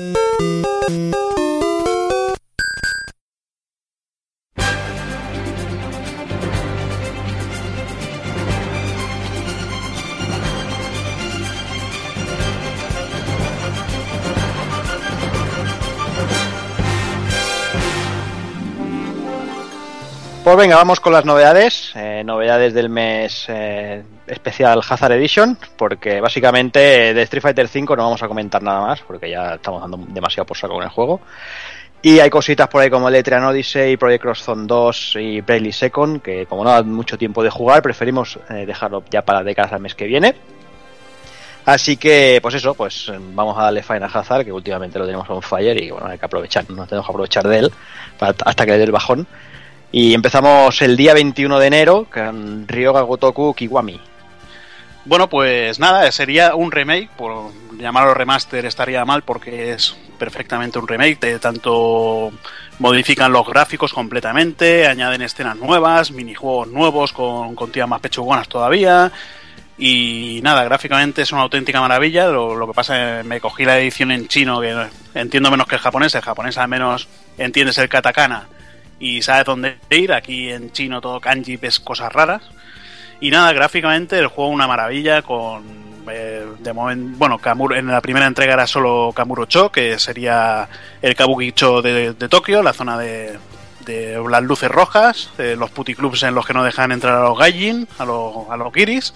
Pues venga, vamos con las novedades, eh, novedades del mes eh, especial Hazard Edition, porque básicamente de Street Fighter cinco no vamos a comentar nada más, porque ya estamos dando demasiado por saco con el juego. Y hay cositas por ahí como Electrian Odyssey, Project Cross Zone dos y Bravely Second, que como no da mucho tiempo de jugar, preferimos eh, dejarlo ya para de cara al mes que viene. Así que, pues eso, pues vamos a darle Final Hazard, que últimamente lo tenemos on fire y bueno, hay que aprovechar, nos tenemos que aprovechar de él para, hasta que le dé el bajón. Y empezamos el día veintiuno de enero con Ryoga Gotoku Kiwami. Bueno, pues nada, sería un remake, por llamarlo remaster estaría mal porque es perfectamente un remake, de tanto modifican los gráficos completamente, añaden escenas nuevas, minijuegos nuevos con, con tías más pechugonas todavía. Y nada, gráficamente es una auténtica maravilla. Lo, lo que pasa es que me cogí la edición en chino, que entiendo menos que el japonés. El japonés al menos entiendes el katakana y sabes dónde ir. Aquí en chino todo kanji, ves cosas raras. Y nada, gráficamente el juego una maravilla con... Eh, de momento, bueno, Kamuro, en la primera entrega era solo Kamurocho, que sería el Kabukicho de, de Tokio, la zona de, de las luces rojas, eh, los puticlubs en los que no dejan entrar a los gaijin, a los, a los kiris.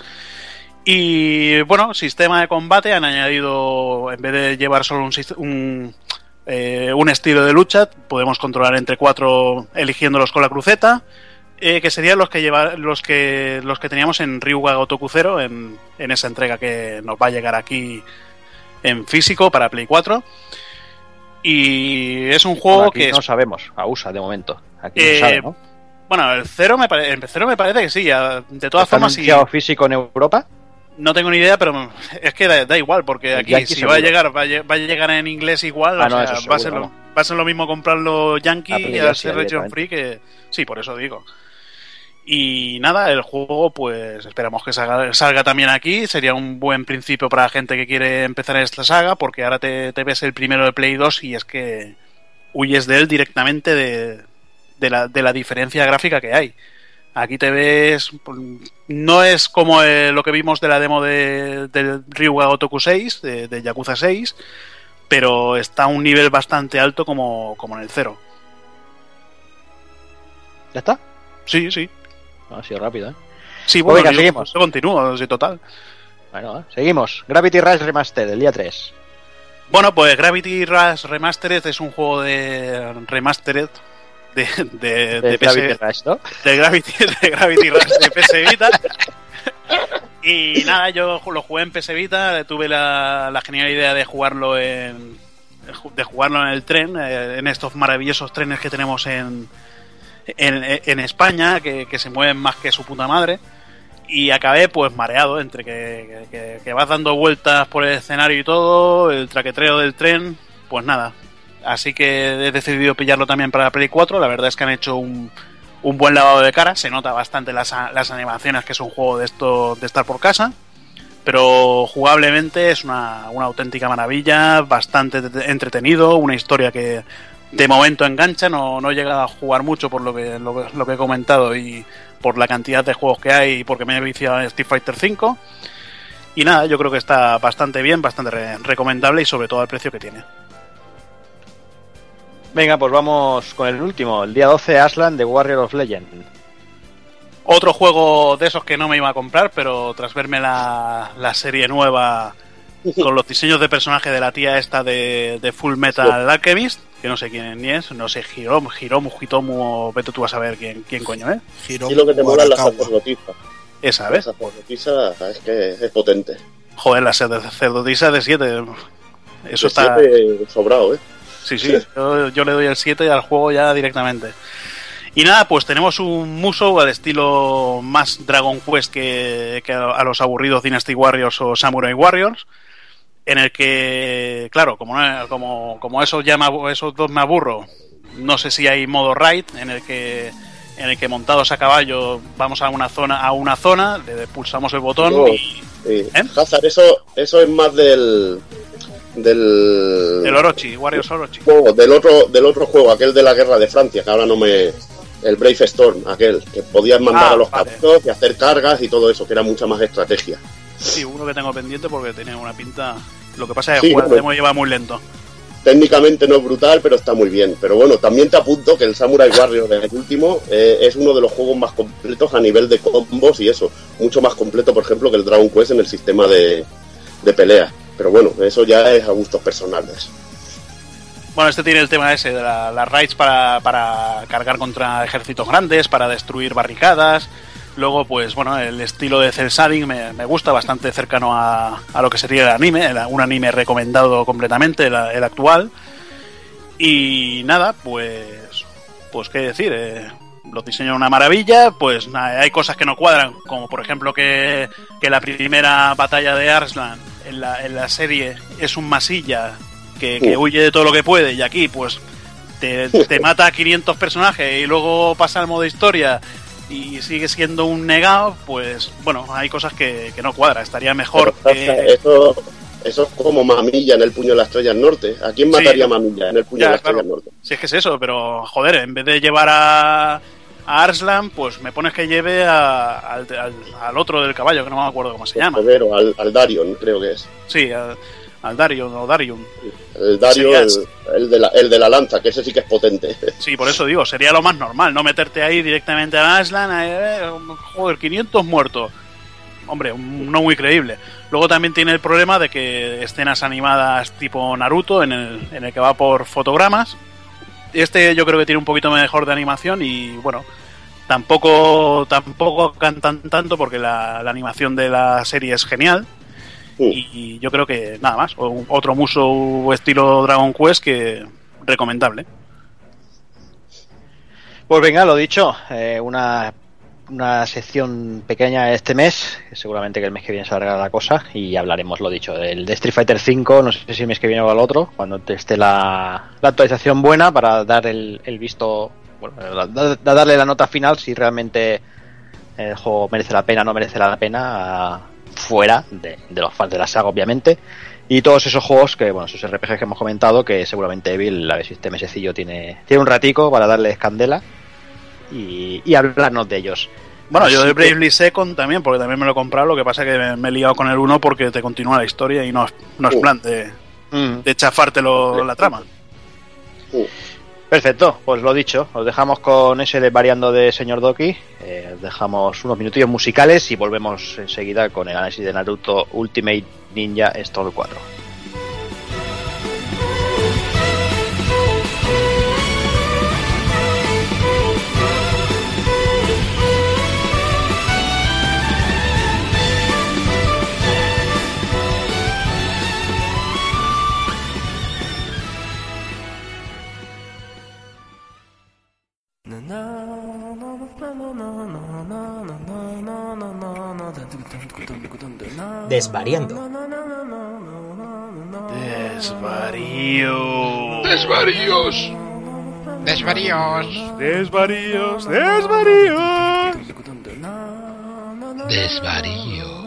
Y bueno, sistema de combate han añadido, en vez de llevar solo un, un, eh, un estilo de lucha, podemos controlar entre cuatro eligiéndolos con la cruceta, eh, que serían los que lleva, los que los que teníamos en Ryuga Gotoku Zero, en, en esa entrega que nos va a llegar aquí en físico para Play cuatro. Y es un juego Bueno, aquí que no es, sabemos, a U S A de momento. Aquí eh, no sabe, ¿no? Bueno, el cero me, pare... el cero me parece que sí. De todas ¿Está formas, sí. anunciado físico en Europa? No tengo ni idea, pero es que da, da igual, porque aquí Yankee si seguro. va a llegar va a, va a llegar en inglés igual, Ah, o no, sea, eso va, seguro, a ser lo, vamos. va a ser lo mismo comprarlo Yankee Apple y ya al sí, ser region directamente. free que... Sí, por eso digo. Y nada, el juego pues esperamos que salga, salga también aquí, sería un buen principio para la gente que quiere empezar en esta saga, porque ahora te, te ves el primero de Play dos y es que huyes de él directamente de, de, la, de la diferencia gráfica que hay. Aquí te ves... No es como eh, lo que vimos de la demo de, del Ryuga Gotoku seis, de, de Yakuza seis, pero está a un nivel bastante alto como, como en el cero. ¿Ya está? Sí, sí. Ha sido rápido, ¿eh? Sí, bueno, Venga, yo- seguimos. yo continúo, sí, total. Bueno, ¿eh? Seguimos. Gravity Rush Remastered, el día tres. Bueno, pues Gravity Rush Remastered es un juego de Remastered de, de, de, De P S Gravity Rush, ¿no? de Gravity, de Gravity Rush de P S Vita. Y nada, yo lo jugué en P S Vita, tuve la, la genial idea de jugarlo en de jugarlo en el tren, eh, en estos maravillosos trenes que tenemos en, en, en España, que, que se mueven más que su puta madre. Y acabé pues mareado entre que, que, que vas dando vueltas por el escenario y todo, el traquetreo del tren, pues nada. Así que he decidido pillarlo también para Play cuatro. La verdad es que han hecho un, un buen lavado de cara. Se nota bastante las, las animaciones, que es un juego de esto de estar por casa. Pero jugablemente es una, una auténtica maravilla, bastante entretenido, una historia que de momento engancha. No, no he llegado a jugar mucho por lo que, lo, lo que he comentado y por la cantidad de juegos que hay y porque me he viciado en Street Fighter cinco. Y nada, yo creo que está bastante bien, bastante re- recomendable y sobre todo al precio que tiene. Venga, pues vamos con el último. El día doce, Aslan, The Warrior of Legend. Otro juego de esos que no me iba a comprar, pero tras verme la, la serie nueva con los diseños de personaje de la tía esta de, de Full Metal Alchemist, que no sé quién ni es, no sé, Hiromu, Hiromu, Hitomu, o vete tú a saber quién, quién coño es. Hiromu Y lo que te mola es la Arakawa. sacerdotisa. Esa, La ¿ves? sacerdotisa es que es potente. Joder, la sacerdotisa de siete. Eso De está... siete sobrado, ¿eh? Sí, sí, yo, yo le doy el siete al juego ya directamente. Y nada, pues tenemos un Musou al estilo más Dragon Quest que, que a los aburridos Dynasty Warriors o Samurai Warriors, en el que, claro, como, no- como, como esos, ya me abu- esos dos me aburro, no sé si hay modo raid en el que en el que montados a caballo vamos a una zona a una zona, le pulsamos el botón No. y Sí. ¿Eh? Hazard, eso, eso es más del. del. el Orochi, Warriors Orochi. No, del otro, del otro juego, aquel de la guerra de Francia, que ahora no me. El Brave Storm, aquel, que podías mandar Ah, a los vale. caballos y hacer cargas y todo eso, que era mucha más estrategia. Sí, uno que tengo pendiente porque tiene una pinta. Lo que pasa es Sí, que jugar bueno. demo lleva muy lento. Técnicamente no es brutal, pero está muy bien. Pero bueno, también te apunto que el Samurai Warrior, el último, eh, es uno de los juegos más completos a nivel de combos y eso. Mucho más completo, por ejemplo, que el Dragon Quest en el sistema de, de pelea. Pero bueno, eso ya es a gustos personales. Bueno, este tiene el tema ese de la- las raids para, para cargar contra ejércitos grandes, para destruir barricadas. Luego, pues bueno, el estilo de cel shading me, me gusta, bastante cercano a, a lo que sería el anime, el- un anime recomendado completamente, el, el actual. Y nada, pues, pues qué decir, eh, los diseños una maravilla, pues nada, hay cosas que no cuadran, como por ejemplo que, que la primera batalla de Arslan en la, en la serie es un masilla que, que Uh. huye de todo lo que puede, y aquí pues te, te mata a quinientos personajes y luego pasa al modo historia y sigue siendo un negado. Pues bueno, hay cosas que, que no cuadra, estaría mejor Pero, que... eso, eso es como Mamilla en el Puño de la Estrella del Norte. ¿A quién Sí, mataría Mamilla en el Puño ya, de la Estrella claro. del Norte? Si es que es eso, pero joder, en vez de llevar a, a Arslan, pues me pones que lleve a- al, al- al otro del caballo, que no me acuerdo cómo se llama. Joder, o al, al Darion, creo que es. Sí, al, al Darion o Darion. El Dario, Sería- el, el de la, el de la lanza, que ese sí que es potente. Sí, por eso digo, sería lo más normal, no meterte ahí directamente a Arslan, eh, joder, quinientos muertos. Hombre, un- no muy creíble. Luego también tiene el problema de que escenas animadas tipo Naruto, en el, en el que va por fotogramas. Este yo creo que tiene un poquito mejor de animación y bueno, tampoco tampoco cantan tanto porque la, la animación de la serie es genial. Y, y yo creo que nada más, o- otro Musou estilo Dragon Quest que recomendable. Pues venga, lo dicho, eh, una, una sección pequeña este mes, seguramente que el mes que viene se alargará la cosa y hablaremos, lo dicho, del de Street Fighter cinco, no sé si el mes que viene o al otro, cuando esté la, la actualización buena para dar el, el visto, bueno, da, da darle la nota final si realmente el juego merece la pena o no merece la pena, fuera de, de los fans de la saga, obviamente. Y todos esos juegos que, bueno, esos R P Gs que hemos comentado, que seguramente Evil, a ver si este mesecillo tiene, tiene un ratico para darles candela y, y hablarnos de ellos. Bueno, Así yo de que... Bravely Second también, porque también me lo he comprado, lo que pasa es que me, me he liado con el uno porque te continúa la historia y no, no es Uh. plan de, Mm. de chafártelo la trama. Uh, Perfecto, pues lo dicho, os dejamos con ese desvariando de señor Doki, eh, os dejamos unos minutillos musicales y volvemos enseguida con el análisis de Naruto Ultimate Ninja Storm cuatro. Desvariando. Desvarío. Desvaríos. Desvaríos. Desvaríos. Desvaríos. Desvaríos.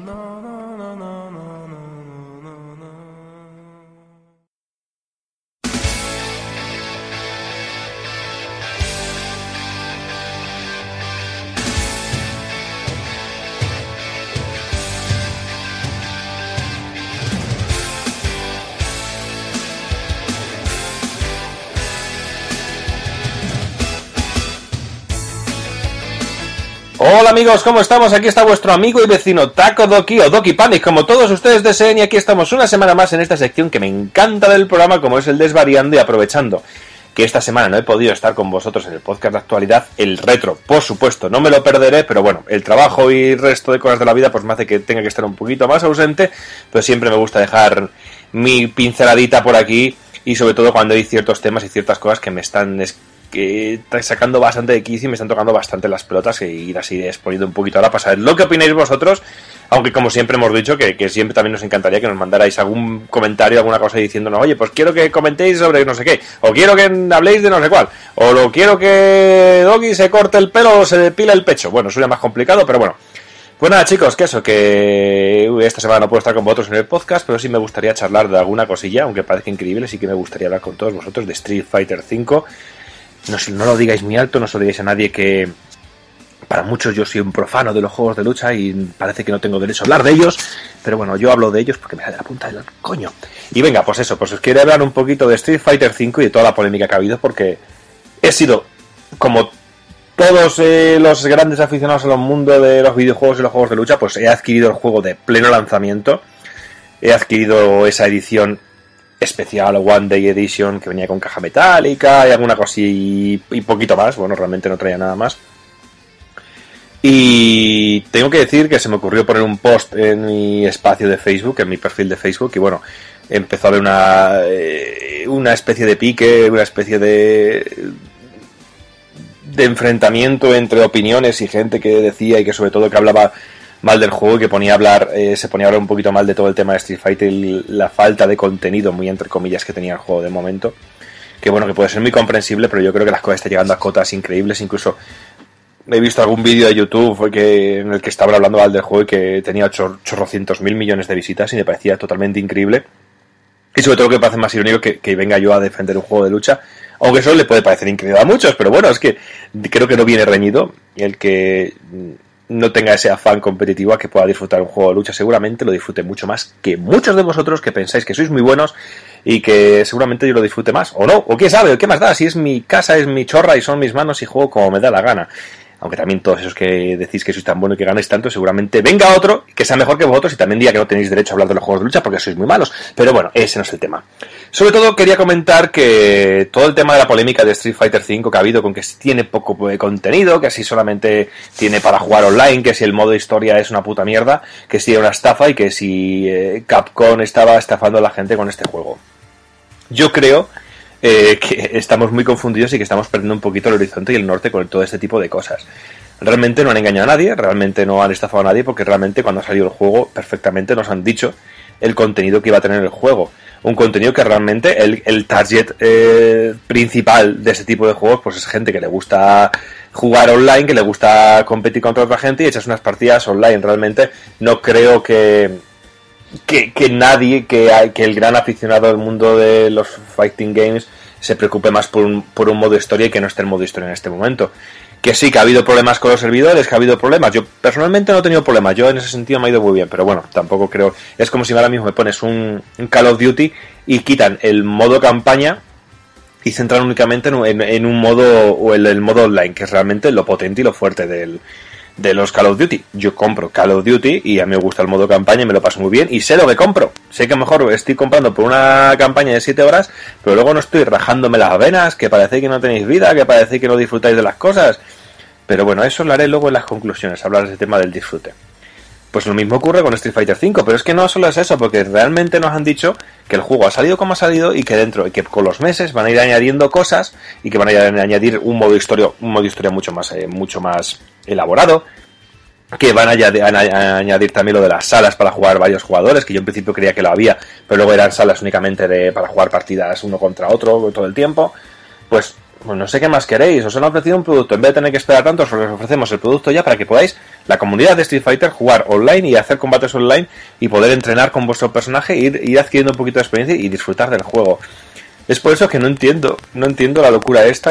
Hola amigos, ¿cómo estamos? Aquí está vuestro amigo y vecino Taco Doki o Doki Panic, como todos ustedes deseen, y aquí estamos una semana más en esta sección que me encanta del programa, como es el Desvariando, y aprovechando que esta semana no he podido estar con vosotros en el podcast de actualidad, el retro, por supuesto, no me lo perderé, pero bueno, el trabajo y el resto de cosas de la vida pues me hace que tenga que estar un poquito más ausente, pero siempre me gusta dejar mi pinceladita por aquí, y sobre todo cuando hay ciertos temas y ciertas cosas que me están que está sacando bastante de quicio y me están tocando bastante las pelotas, e ir así exponiendo un poquito ahora para saber lo que opináis vosotros, aunque como siempre hemos dicho que, que siempre también nos encantaría que nos mandarais algún comentario, alguna cosa diciéndonos, oye, pues quiero que comentéis sobre no sé qué, o quiero que habléis de no sé cuál, o lo quiero que Doggy se corte el pelo o se depila el pecho. Bueno, suena más complicado, pero bueno. Pues nada, chicos, que eso, que uy, esta semana no puedo estar con vosotros en el podcast, pero sí me gustaría charlar de alguna cosilla, aunque parezca increíble, sí que me gustaría hablar con todos vosotros de Street Fighter cinco. No, no lo digáis muy alto, no se lo digáis a nadie, que para muchos yo soy un profano de los juegos de lucha y parece que no tengo derecho a hablar de ellos, pero bueno, yo hablo de ellos porque me da de la punta del coño. Y venga, pues eso, pues os quiero hablar un poquito de Street Fighter cinco y de toda la polémica que ha habido, porque he sido, como todos eh, los grandes aficionados al mundo de los videojuegos y los juegos de lucha, pues he adquirido el juego de pleno lanzamiento, he adquirido esa edición especial o One Day Edition que venía con caja metálica y alguna cosa y, y poquito más, bueno, realmente no traía nada más. Y tengo que decir que se me ocurrió poner un post en mi espacio de Facebook, en mi perfil de Facebook, y bueno, empezó a haber una eh, una especie de pique, una especie de de enfrentamiento entre opiniones y gente que decía y que sobre todo que hablaba mal del juego y que ponía a hablar, eh, se ponía a hablar un poquito mal de todo el tema de Street Fighter y la falta de contenido, muy entre comillas, que tenía el juego de momento. Que bueno, que puede ser muy comprensible, pero yo creo que las cosas están llegando a cotas increíbles. Incluso he visto algún vídeo de YouTube que, en el que estaba hablando mal del juego y que tenía chor, chorrocientos mil millones de visitas y me parecía totalmente increíble. Y sobre todo que me parece más irónico que, que venga yo a defender un juego de lucha, aunque eso le puede parecer increíble a muchos, pero bueno, es que creo que no viene reñido el que no tenga ese afán competitivo a que pueda disfrutar un juego de lucha. Seguramente lo disfrute mucho más que muchos de vosotros que pensáis que sois muy buenos y que seguramente yo lo disfrute más, o no, o quién sabe, o qué más da, si es mi casa, es mi chorra y son mis manos y juego como me da la gana. Aunque también todos esos que decís que sois tan buenos y que ganáis tanto, seguramente venga otro que sea mejor que vosotros y también diga que no tenéis derecho a hablar de los juegos de lucha porque sois muy malos. Pero bueno, ese no es el tema. Sobre todo quería comentar que todo el tema de la polémica de Street Fighter cinco que ha habido con que tiene poco contenido, que así solamente tiene para jugar online, que si el modo historia es una puta mierda, que si era una estafa y que si eh, Capcom estaba estafando a la gente con este juego. Yo creo eh, que estamos muy confundidos y que estamos perdiendo un poquito el horizonte y el norte con todo este tipo de cosas. Realmente no han engañado a nadie, realmente no han estafado a nadie, porque realmente cuando ha salido el juego perfectamente nos han dicho el contenido que iba a tener el juego. Un contenido que realmente el, el target eh, principal de ese tipo de juegos pues es gente que le gusta jugar online, que le gusta competir contra otra gente y echas unas partidas online. Realmente no creo que que, que nadie, que, hay, que el gran aficionado del mundo de los fighting games se preocupe más por un, por un modo historia y que no esté el modo historia en este momento. Que sí, que ha habido problemas con los servidores, que ha habido problemas. Yo personalmente no he tenido problemas, yo en ese sentido me ha ido muy bien, pero bueno, tampoco creo. Es como si ahora mismo me pones un, un Call of Duty y quitan el modo campaña y centran únicamente en, en, en un modo, o el, el modo online, que es realmente lo potente y lo fuerte del, de los Call of Duty. Yo compro Call of Duty y a mí me gusta el modo campaña y me lo paso muy bien y sé lo que compro. Sé que mejor estoy comprando por una campaña de siete horas, pero luego no estoy rajándome las venas, que parece que no tenéis vida, que parece que no disfrutáis de las cosas. Pero bueno, eso lo haré luego en las conclusiones, hablar de ese tema del disfrute. Pues lo mismo ocurre con Street Fighter cinco, pero es que no solo es eso, porque realmente nos han dicho que el juego ha salido como ha salido y que dentro, y que con los meses van a ir añadiendo cosas y que van a ir a añadir un modo historia, un modo historia mucho más, eh, mucho más elaborado, que van a añadir, a añadir también lo de las salas para jugar varios jugadores, que yo en principio creía que lo había, pero luego eran salas únicamente de para jugar partidas uno contra otro todo el tiempo. Pues Pues no sé qué más queréis, os han ofrecido un producto, en vez de tener que esperar tanto, os ofrecemos el producto ya para que podáis, la comunidad de Street Fighter, jugar online y hacer combates online y poder entrenar con vuestro personaje, ir, ir adquiriendo un poquito de experiencia y disfrutar del juego. Es por eso que no entiendo, no entiendo la locura esta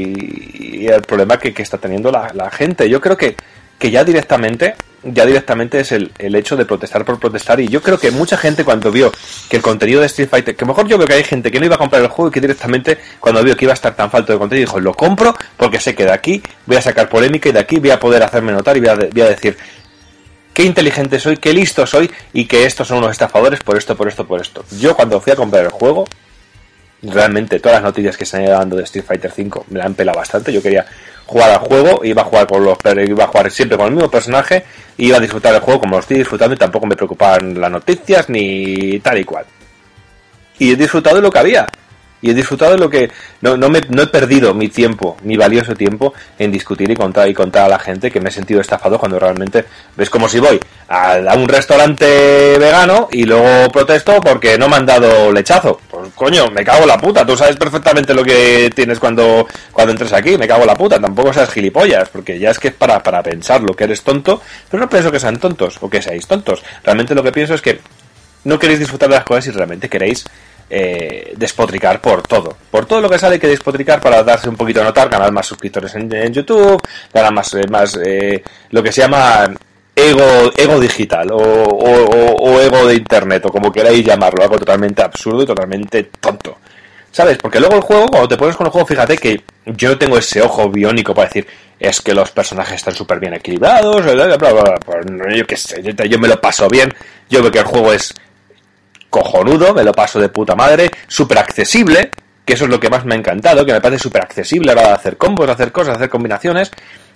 y, y el problema que, que está teniendo la, la gente. Yo creo que, que ya directamente... ya directamente es el, el hecho de protestar por protestar, y yo creo que mucha gente cuando vio que el contenido de Street Fighter, que mejor yo veo que hay gente que no iba a comprar el juego y que directamente cuando vio que iba a estar tan falto de contenido dijo, lo compro porque sé que de aquí voy a sacar polémica y de aquí voy a poder hacerme notar y voy a, voy a decir qué inteligente soy, qué listo soy y que estos son unos estafadores por esto, por esto, por esto. Yo cuando fui a comprar el juego, realmente todas las noticias que se han ido dando de Street Fighter cinco me la han pelado bastante. Yo quería jugar al juego, iba a jugar con los iba a jugar siempre con el mismo personaje, iba a disfrutar del juego como lo estoy disfrutando y tampoco me preocupaban las noticias ni tal y cual. Y he disfrutado de lo que había. Y he disfrutado de lo que... No, no, me, no he perdido mi tiempo, mi valioso tiempo, en discutir y contar y contar a la gente que me he sentido estafado cuando realmente... ¿Ves? Como si voy a, a un restaurante vegano y luego protesto porque no me han dado lechazo. Pues coño, me cago en la puta. Tú sabes perfectamente lo que tienes cuando, cuando entres aquí. Me cago en la puta. Tampoco seas gilipollas, porque ya es que es para, para pensarlo, que eres tonto. Pero no pienso que sean tontos o que seáis tontos. Realmente lo que pienso es que no queréis disfrutar de las cosas y realmente queréis... Eh, despotricar por todo, por todo lo que sale hay que despotricar para darse un poquito a notar, ganar más suscriptores en, en YouTube, ganar más, eh, más eh, lo que se llama ego, ego digital o, o, o ego de internet o como queráis llamarlo, algo totalmente absurdo y totalmente tonto, ¿sabes? Porque luego el juego, cuando te pones con el juego, fíjate que yo no tengo ese ojo biónico para decir es que los personajes están súper bien equilibrados, bla, bla, bla, bla, bla. Yo qué sé, yo, yo me lo paso bien, yo veo que el juego es cojonudo, me lo paso de puta madre, súper accesible, que eso es lo que más me ha encantado, que me parece súper accesible a la hora de hacer combos, de hacer cosas, de hacer combinaciones,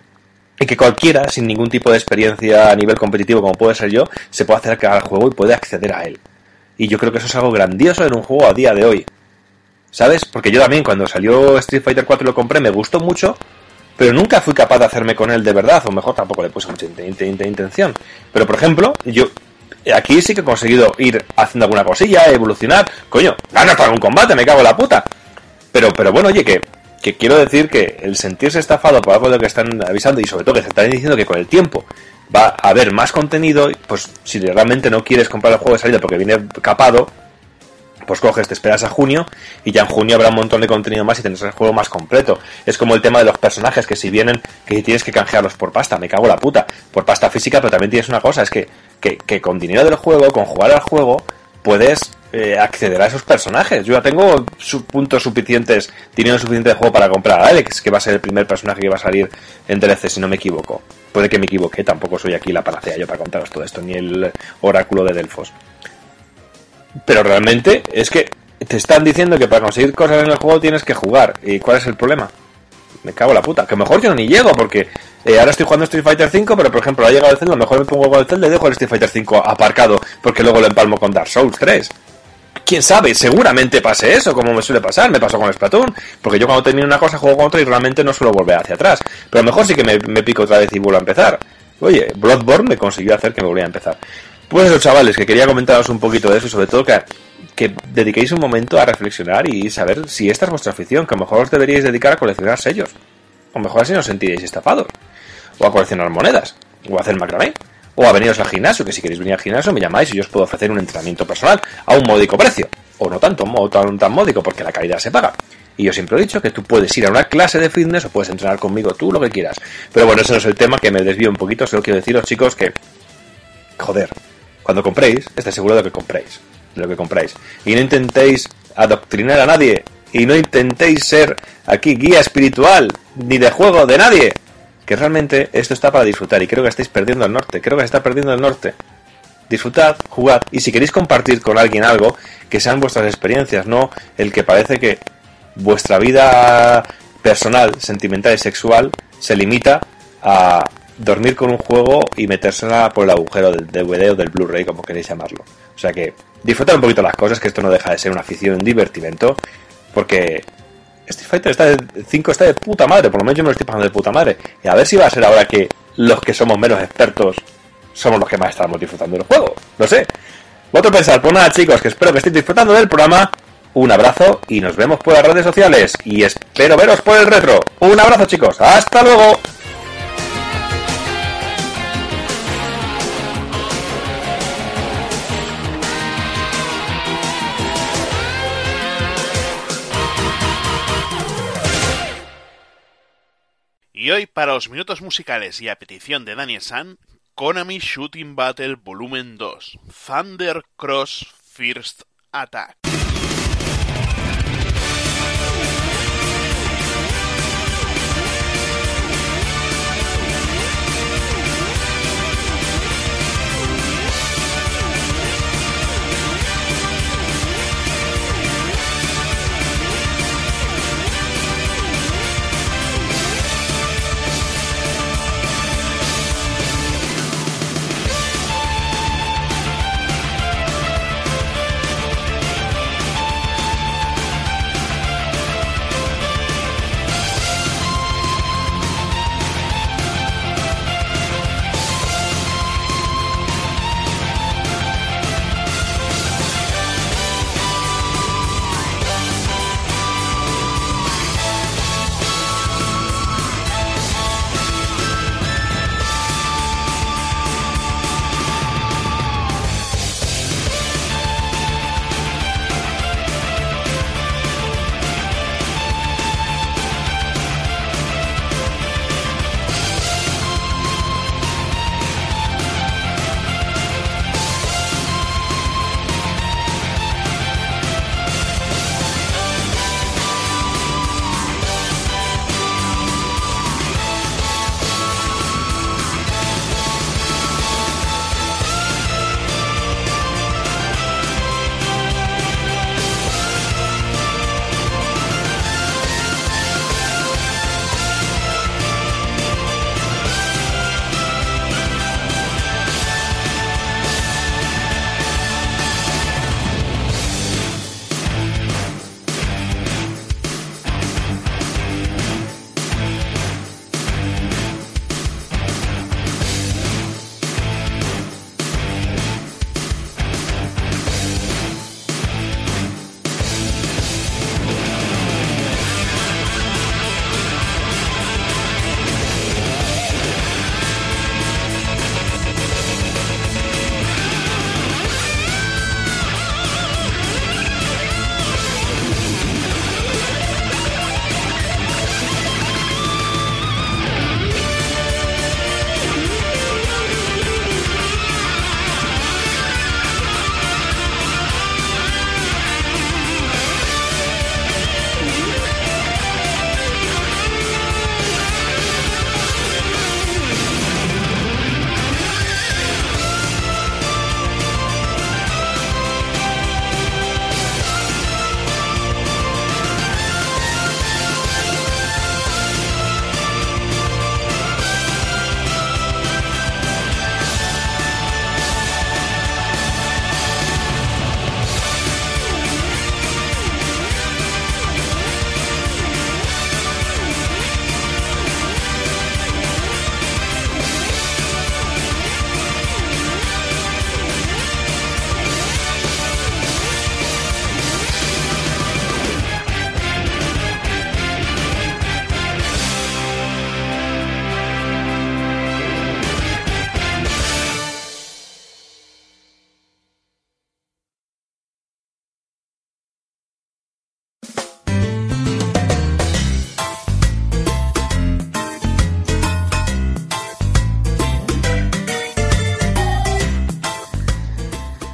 y que cualquiera, sin ningún tipo de experiencia a nivel competitivo como puede ser yo, se puede acercar al juego y puede acceder a él. Y yo creo que eso es algo grandioso en un juego a día de hoy, ¿sabes? Porque yo también cuando salió Street Fighter cuatro lo compré, me gustó mucho, pero nunca fui capaz de hacerme con él de verdad, o mejor tampoco le puse mucha intención. Pero por ejemplo, yo... aquí sí que he conseguido ir haciendo alguna cosilla, evolucionar. Coño, ganas para un combate, me cago en la puta. Pero, pero bueno, oye, que, que quiero decir que el sentirse estafado por algo de lo que están avisando y sobre todo que se están diciendo que con el tiempo va a haber más contenido, pues si realmente no quieres comprar el juego de salida porque viene capado, pues coges, te esperas a junio y ya en junio habrá un montón de contenido más y tendrás el juego más completo. Es como el tema de los personajes, que si vienen, que tienes que canjearlos por pasta, me cago en la puta, por pasta física, pero también tienes una cosa, es que, que, que con dinero del juego, con jugar al juego, puedes eh, acceder a esos personajes. Yo ya tengo su, puntos suficientes, dinero suficiente de juego para comprar a Alex, que va a ser el primer personaje que va a salir en D L C, si no me equivoco. Puede que me equivoque, tampoco soy aquí la panacea yo para contaros todo esto, ni el oráculo de Delfos. Pero realmente es que te están diciendo que para conseguir cosas en el juego tienes que jugar. ¿Y cuál es el problema? Me cago en la puta. Que mejor yo ni llego, porque eh, ahora estoy jugando Street Fighter cinco, pero por ejemplo ha llegado el Zelda, a lo mejor me pongo con el Zelda y dejo el Street Fighter cinco aparcado, porque luego lo empalmo con Dark Souls tres. quién sabe, seguramente pase eso, como me suele pasar, me pasó con Splatoon, porque yo cuando termino una cosa juego con otra y realmente no suelo volver hacia atrás, pero a lo mejor sí que me, me pico otra vez y vuelvo a empezar. Oye, Bloodborne me consiguió hacer que me volviera a empezar. Pues eso, chavales, que quería comentaros un poquito de eso y sobre todo que, que dediquéis un momento a reflexionar y saber si esta es vuestra afición, que a lo mejor os deberíais dedicar a coleccionar sellos, a lo mejor así no os sentiréis estafados, o a coleccionar monedas, o a hacer macramé, o a veniros al gimnasio, que si queréis venir al gimnasio me llamáis y yo os puedo ofrecer un entrenamiento personal a un módico precio, o no tanto, o tan, tan módico, porque la calidad se paga. Y yo siempre he dicho que tú puedes ir a una clase de fitness o puedes entrenar conmigo tú lo que quieras. Pero bueno, ese no es el tema, que me desvío un poquito. Solo quiero deciros, chicos, que joder, cuando compréis, estéis seguros de lo que compréis, de lo que compráis. Y no intentéis adoctrinar a nadie, y no intentéis ser aquí guía espiritual, ni de juego de nadie. Que realmente esto está para disfrutar y creo que estáis perdiendo el norte, creo que se está perdiendo el norte. Disfrutad, jugad, y si queréis compartir con alguien algo, que sean vuestras experiencias, no el que parece que vuestra vida personal, sentimental y sexual se limita a dormir con un juego y metérsela por el agujero del D V D o del Blu-ray, como queréis llamarlo. O sea que disfrutad un poquito las cosas, que esto no deja de ser una afición, un divertimento, porque Street Fighter está de, cinco está de puta madre, por lo menos yo me lo estoy pasando de puta madre. Y a ver si va a ser ahora que los que somos menos expertos somos los que más estamos disfrutando del juego. No sé. Vosotros pensad, pues nada, chicos, que espero que estéis disfrutando del programa. Un abrazo y nos vemos por las redes sociales. Y espero veros por el retro. Un abrazo, chicos. ¡Hasta luego! Y hoy, para los minutos musicales y a petición de Daniel San, Konami Shooting Battle Volumen dos, Thunder Cross First Attack.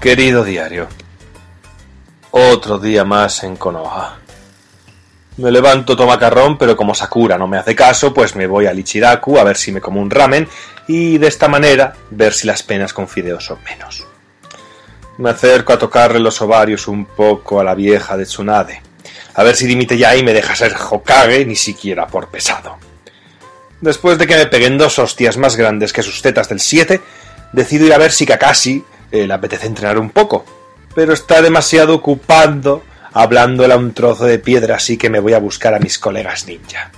Querido diario, otro día más en Konoha. Me levanto tomacarrón, pero como Sakura no me hace caso, pues me voy al Ichiraku a ver si me como un ramen y de esta manera ver si las penas con fideos son menos. Me acerco a tocarle los ovarios un poco a la vieja de Tsunade, a ver si dimite ya y me deja ser Hokage ni siquiera por pesado. Después de que me peguen dos hostias más grandes que sus tetas del siete, decido ir a ver si Kakashi eh, le apetece entrenar un poco, pero está demasiado ocupado hablándole a un trozo de piedra, así que me voy a buscar a mis colegas ninja.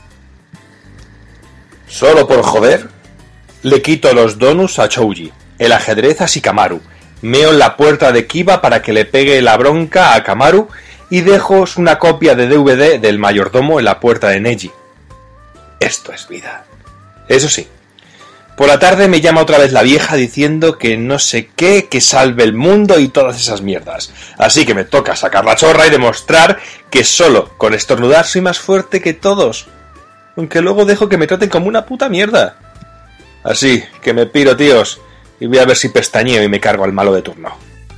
Solo por joder, le quito los donuts a Chouji, el ajedrez a Shikamaru, meo en la puerta de Kiba para que le pegue la bronca a Kamaru y dejo una copia de D V D del mayordomo en la puerta de Neji. Esto es vida. Eso sí, por la tarde me llama otra vez la vieja diciendo que no sé qué, que salve el mundo y todas esas mierdas. Así que me toca sacar la chorra y demostrar que solo con estornudar soy más fuerte que todos. Aunque luego dejo que me traten como una puta mierda. Así que me piro, tíos, y voy a ver si pestañeo y me cargo al malo de turno.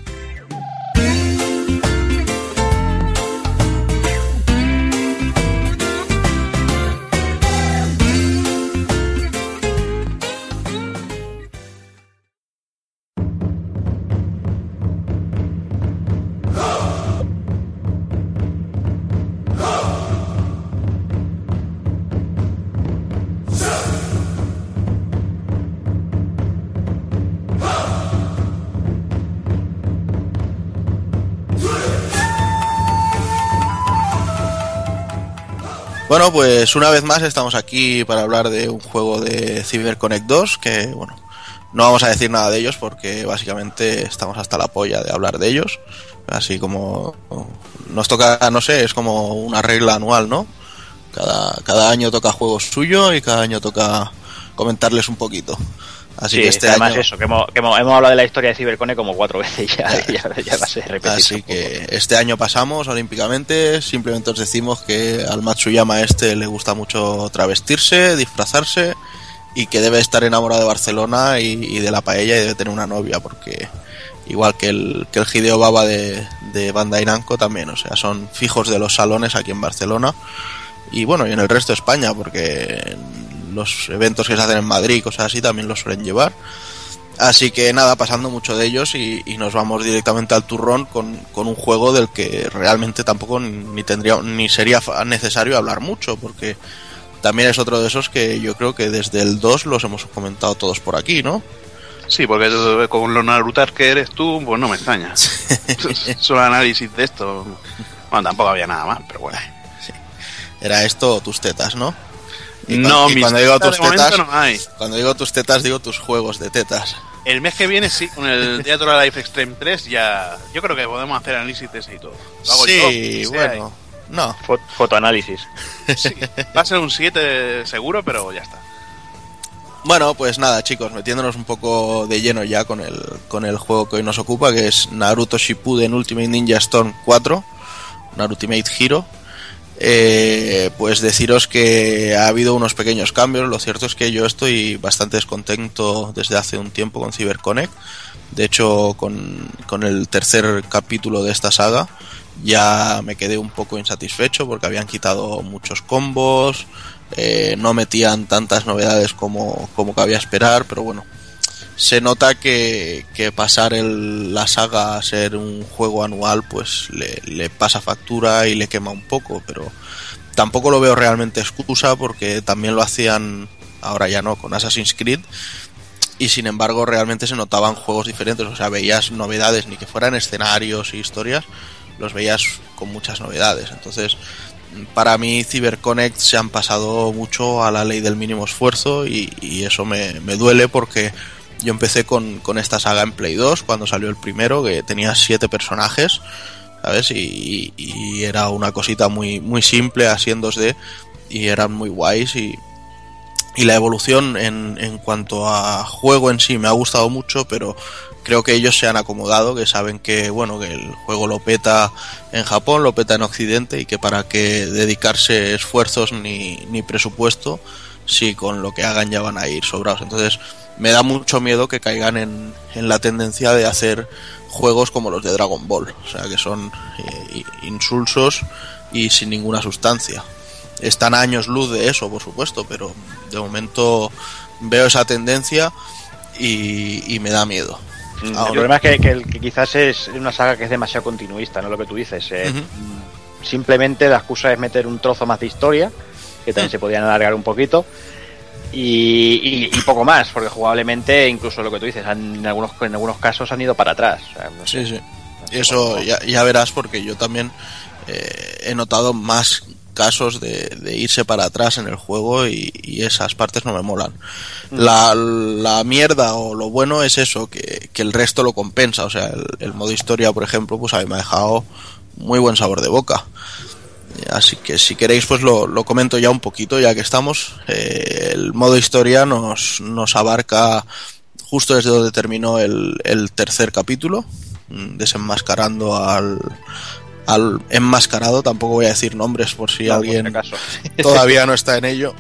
Bueno, pues una vez más estamos aquí para hablar de un juego de CyberConnect dos, que bueno, no vamos a decir nada de ellos porque básicamente estamos hasta la polla de hablar de ellos, así como nos toca, no sé, es como una regla anual, ¿no? Cada, cada año toca juego suyo y cada año toca comentarles un poquito. Así sí, que este además año... eso, que, hemos, que hemos, hemos hablado de la historia de CyberConnect como cuatro veces ya, ya, ya va a ser repetido. Así que este año pasamos olímpicamente, simplemente os decimos que al Matsuyama este le gusta mucho travestirse, disfrazarse y que debe estar enamorado de Barcelona y, y de la paella y debe tener una novia, porque igual que el, que el Hideo Baba de, de Bandai Namco también, o sea, son fijos de los salones aquí en Barcelona y bueno, y en el resto de España, porque los eventos que se hacen en Madrid y cosas así también los suelen llevar. Así que nada, pasando mucho de ellos y, y nos vamos directamente al turrón con, con un juego del que realmente tampoco ni tendría ni sería necesario hablar mucho, porque también es otro de esos que yo creo que desde el dos los hemos comentado todos por aquí, ¿no? Sí, porque con lo Narutar que eres tú, pues no me extraña. Solo análisis de esto. Bueno, tampoco había nada más, pero bueno. Sí. Era esto tus tetas, ¿no? Y no, cuando, y cuando digo tus tetas, no hay. Cuando digo tus tetas, digo tus juegos de tetas. El mes que viene, sí, con el Teatro Life Extreme tres, ya. Yo creo que podemos hacer análisis de ese y todo. Lo hago sí, yo, bueno. Hay. No. Fot fotoanálisis. Sí, va a ser un siete seguro, pero ya está. Bueno, pues nada, chicos, metiéndonos un poco de lleno ya con el, con el juego que hoy nos ocupa, que es Naruto Shippuden Ultimate Ninja Storm cuatro, Naruto Ultimate Hero. Eh, pues deciros que ha habido unos pequeños cambios. Lo cierto es que yo estoy bastante descontento desde hace un tiempo con CyberConnect. De hecho, con, con el tercer capítulo de esta saga ya me quedé un poco insatisfecho porque habían quitado muchos combos, eh, no metían tantas novedades como, como cabía esperar, pero bueno, se nota que, que pasar el, la saga a ser un juego anual pues le, le pasa factura y le quema un poco, pero tampoco lo veo realmente excusa porque también lo hacían, ahora ya no, con Assassin's Creed, y sin embargo realmente se notaban juegos diferentes, o sea, veías novedades, ni que fueran escenarios y historias, los veías con muchas novedades. Entonces, para mí CyberConnect se han pasado mucho a la ley del mínimo esfuerzo y, y eso me, me duele porque yo empecé con, con esta saga en Play dos cuando salió el primero, que tenía siete personajes, ¿sabes? Y, y, y era una cosita muy, muy simple, así en dos D, y eran muy guays. Y, y la evolución en, en cuanto a juego en sí me ha gustado mucho, pero creo que ellos se han acomodado, que saben que, bueno, que el juego lo peta en Japón, lo peta en Occidente, y que para que dedicarse esfuerzos ni, ni presupuesto, si con lo que hagan ya van a ir sobrados. Entonces me da mucho miedo que caigan en, en la tendencia de hacer juegos como los de Dragon Ball, o sea que son eh, insulsos y sin ninguna sustancia. Están a años luz de eso, por supuesto, pero de momento veo esa tendencia y, y me da miedo. Mm, Ahora, el problema es que, que, que quizás es una saga que es demasiado continuista, no lo que tú dices. Eh, uh-huh. Simplemente la excusa es meter un trozo más de historia, que también uh-huh. se podían alargar un poquito, y, y, y poco más, porque jugablemente, incluso lo que tú dices, han, en, algunos, en algunos casos han ido para atrás. O sea, no sé, sí, sí. no sé Eso cómo... ya, ya verás, porque yo también eh, he notado más casos de, de irse para atrás en el juego y, y esas partes no me molan. Mm. La, la mierda o lo bueno es eso, que, que el resto lo compensa. O sea, el, el modo historia, por ejemplo, pues a mí me ha dejado muy buen sabor de boca. Así que si queréis, pues lo, lo comento ya un poquito, ya que estamos. Eh, el modo historia nos, nos abarca justo desde donde terminó el, el tercer capítulo, desenmascarando al... al enmascarado. Tampoco voy a decir nombres por si no, alguien por si todavía no está en ello,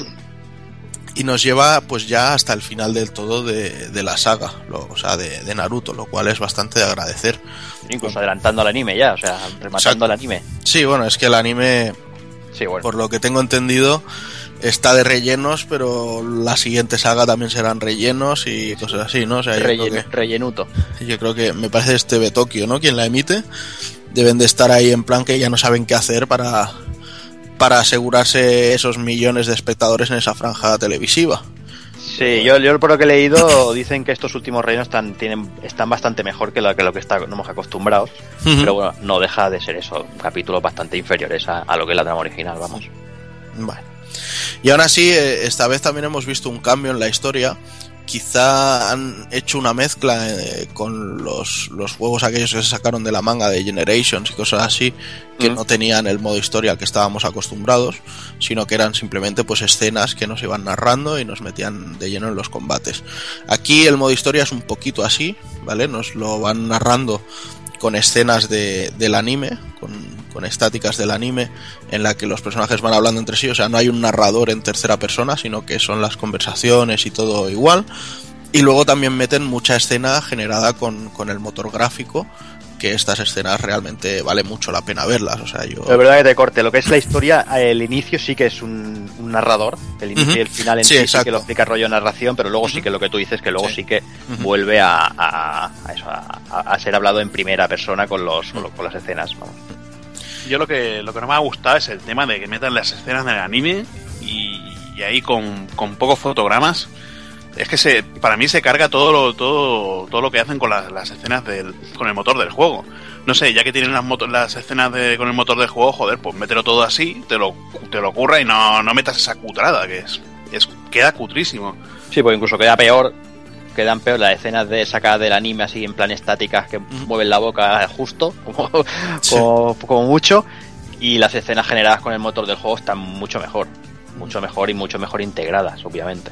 y nos lleva pues ya hasta el final del todo de, de la saga, lo, o sea de, de Naruto, lo cual es bastante de agradecer, incluso adelantando al anime ya, o sea, rematando, o sea, el anime. Sí, bueno, es que el anime, sí, bueno, por lo que tengo entendido, está de rellenos, pero la siguiente saga también serán rellenos y cosas así, ¿no? O sea, yo Rellen, creo que, rellenuto. Yo creo que me parece este de Tokio, ¿no? Quien la emite. Deben de estar ahí en plan que ya no saben qué hacer para, para asegurarse esos millones de espectadores en esa franja televisiva. Sí, yo, yo por lo que he leído dicen que estos últimos reinos están, tienen, están bastante mejor que lo que, lo que estamos acostumbrados, uh-huh. pero bueno, no deja de ser eso, capítulos bastante inferiores a, a lo que es la trama original, vamos. Bueno. Y aún así, esta vez también hemos visto un cambio en la historia. Quizá han hecho una mezcla eh, con los, los juegos aquellos que se sacaron de la manga de Generations y cosas así, que mm. no tenían el modo historia al que estábamos acostumbrados, sino que eran simplemente pues escenas que nos iban narrando y nos metían de lleno en los combates. Aquí el modo historia es un poquito así, ¿vale? Nos lo van narrando con escenas de, del anime, con, con estáticas del anime, en la que los personajes van hablando entre sí. O sea, no hay un narrador en tercera persona, sino que son las conversaciones y todo igual. Y luego también meten mucha escena generada con, con el motor gráfico, que estas escenas realmente vale mucho la pena verlas. O sea, yo... La verdad que te corte, lo que es la historia, el inicio sí que es un, un narrador, el inicio uh-huh. y el final en sí, sí, sí que lo explica rollo narración, pero luego uh-huh. sí que lo que tú dices, que luego sí, sí que uh-huh. vuelve a, a, a, eso, a, a ser hablado en primera persona con los con, con las escenas, vamos. Yo lo que lo que no me ha gustado es el tema de que metan las escenas del anime y, y ahí con, con pocos fotogramas. Es que se, para mí se carga todo lo, todo, todo lo que hacen con las, las escenas del, con el motor del juego. No sé, ya que tienen las, moto, las escenas de, con el motor del juego, joder, pues mételo todo así, te lo, te lo curra y no, no metas esa cutrada, que es, es queda cutrísimo. Sí, pues incluso queda peor, quedan peor las escenas de sacadas del anime así en plan estáticas que mm. mueven la boca justo, como, sí. como, como mucho, y las escenas generadas con el motor del juego están mucho mejor, mucho mejor y mucho mejor integradas, obviamente.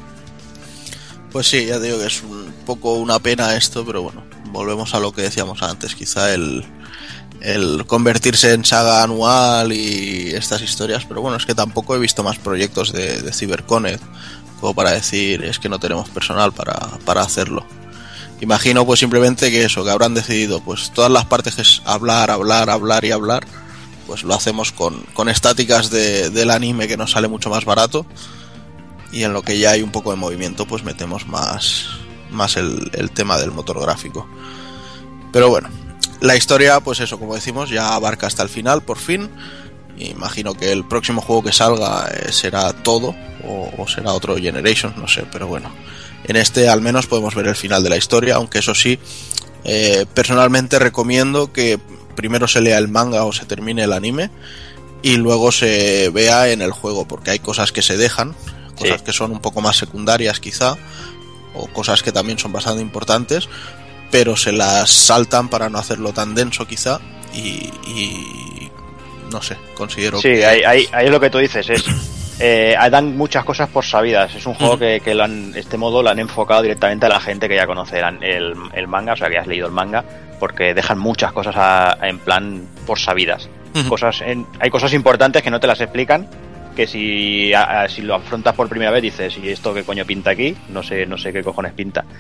Pues sí, ya digo que es un poco una pena esto, pero bueno, volvemos a lo que decíamos antes, quizá el, el convertirse en saga anual y estas historias, pero bueno, es que tampoco he visto más proyectos de, de CyberConnect como para decir, es que no tenemos personal para, para hacerlo. Imagino pues simplemente que eso, que habrán decidido, pues todas las partes que es hablar, hablar, hablar y hablar, pues lo hacemos con, con estáticas de, del anime, que nos sale mucho más barato. Y en lo que ya hay un poco de movimiento, pues metemos más, más el, el tema del motor gráfico. Pero bueno, la historia, pues eso, como decimos, ya abarca hasta el final, por fin. Imagino que el próximo juego que salga eh, será todo, o, o será otro Generations, no sé, pero bueno. En este al menos podemos ver el final de la historia, aunque eso sí, eh, personalmente recomiendo que primero se lea el manga o se termine el anime, y luego se vea en el juego, porque hay cosas que se dejan, cosas sí. que son un poco más secundarias quizá, o cosas que también son bastante importantes, pero se las saltan para no hacerlo tan denso quizá, y, y no sé, considero sí, que... Sí, ahí, ahí, ahí es lo que tú dices, es eh, dan muchas cosas por sabidas, es un juego uh-huh. que, que lo han, este modo lo han enfocado directamente a la gente que ya conoce el, el manga, o sea que has leído el manga, porque dejan muchas cosas a, a, en plan por sabidas, uh-huh. cosas en, hay cosas importantes que no te las explican, que si, a, a, si lo afrontas por primera vez dices, ¿y esto qué coño pinta aquí? No sé, no sé qué cojones pinta.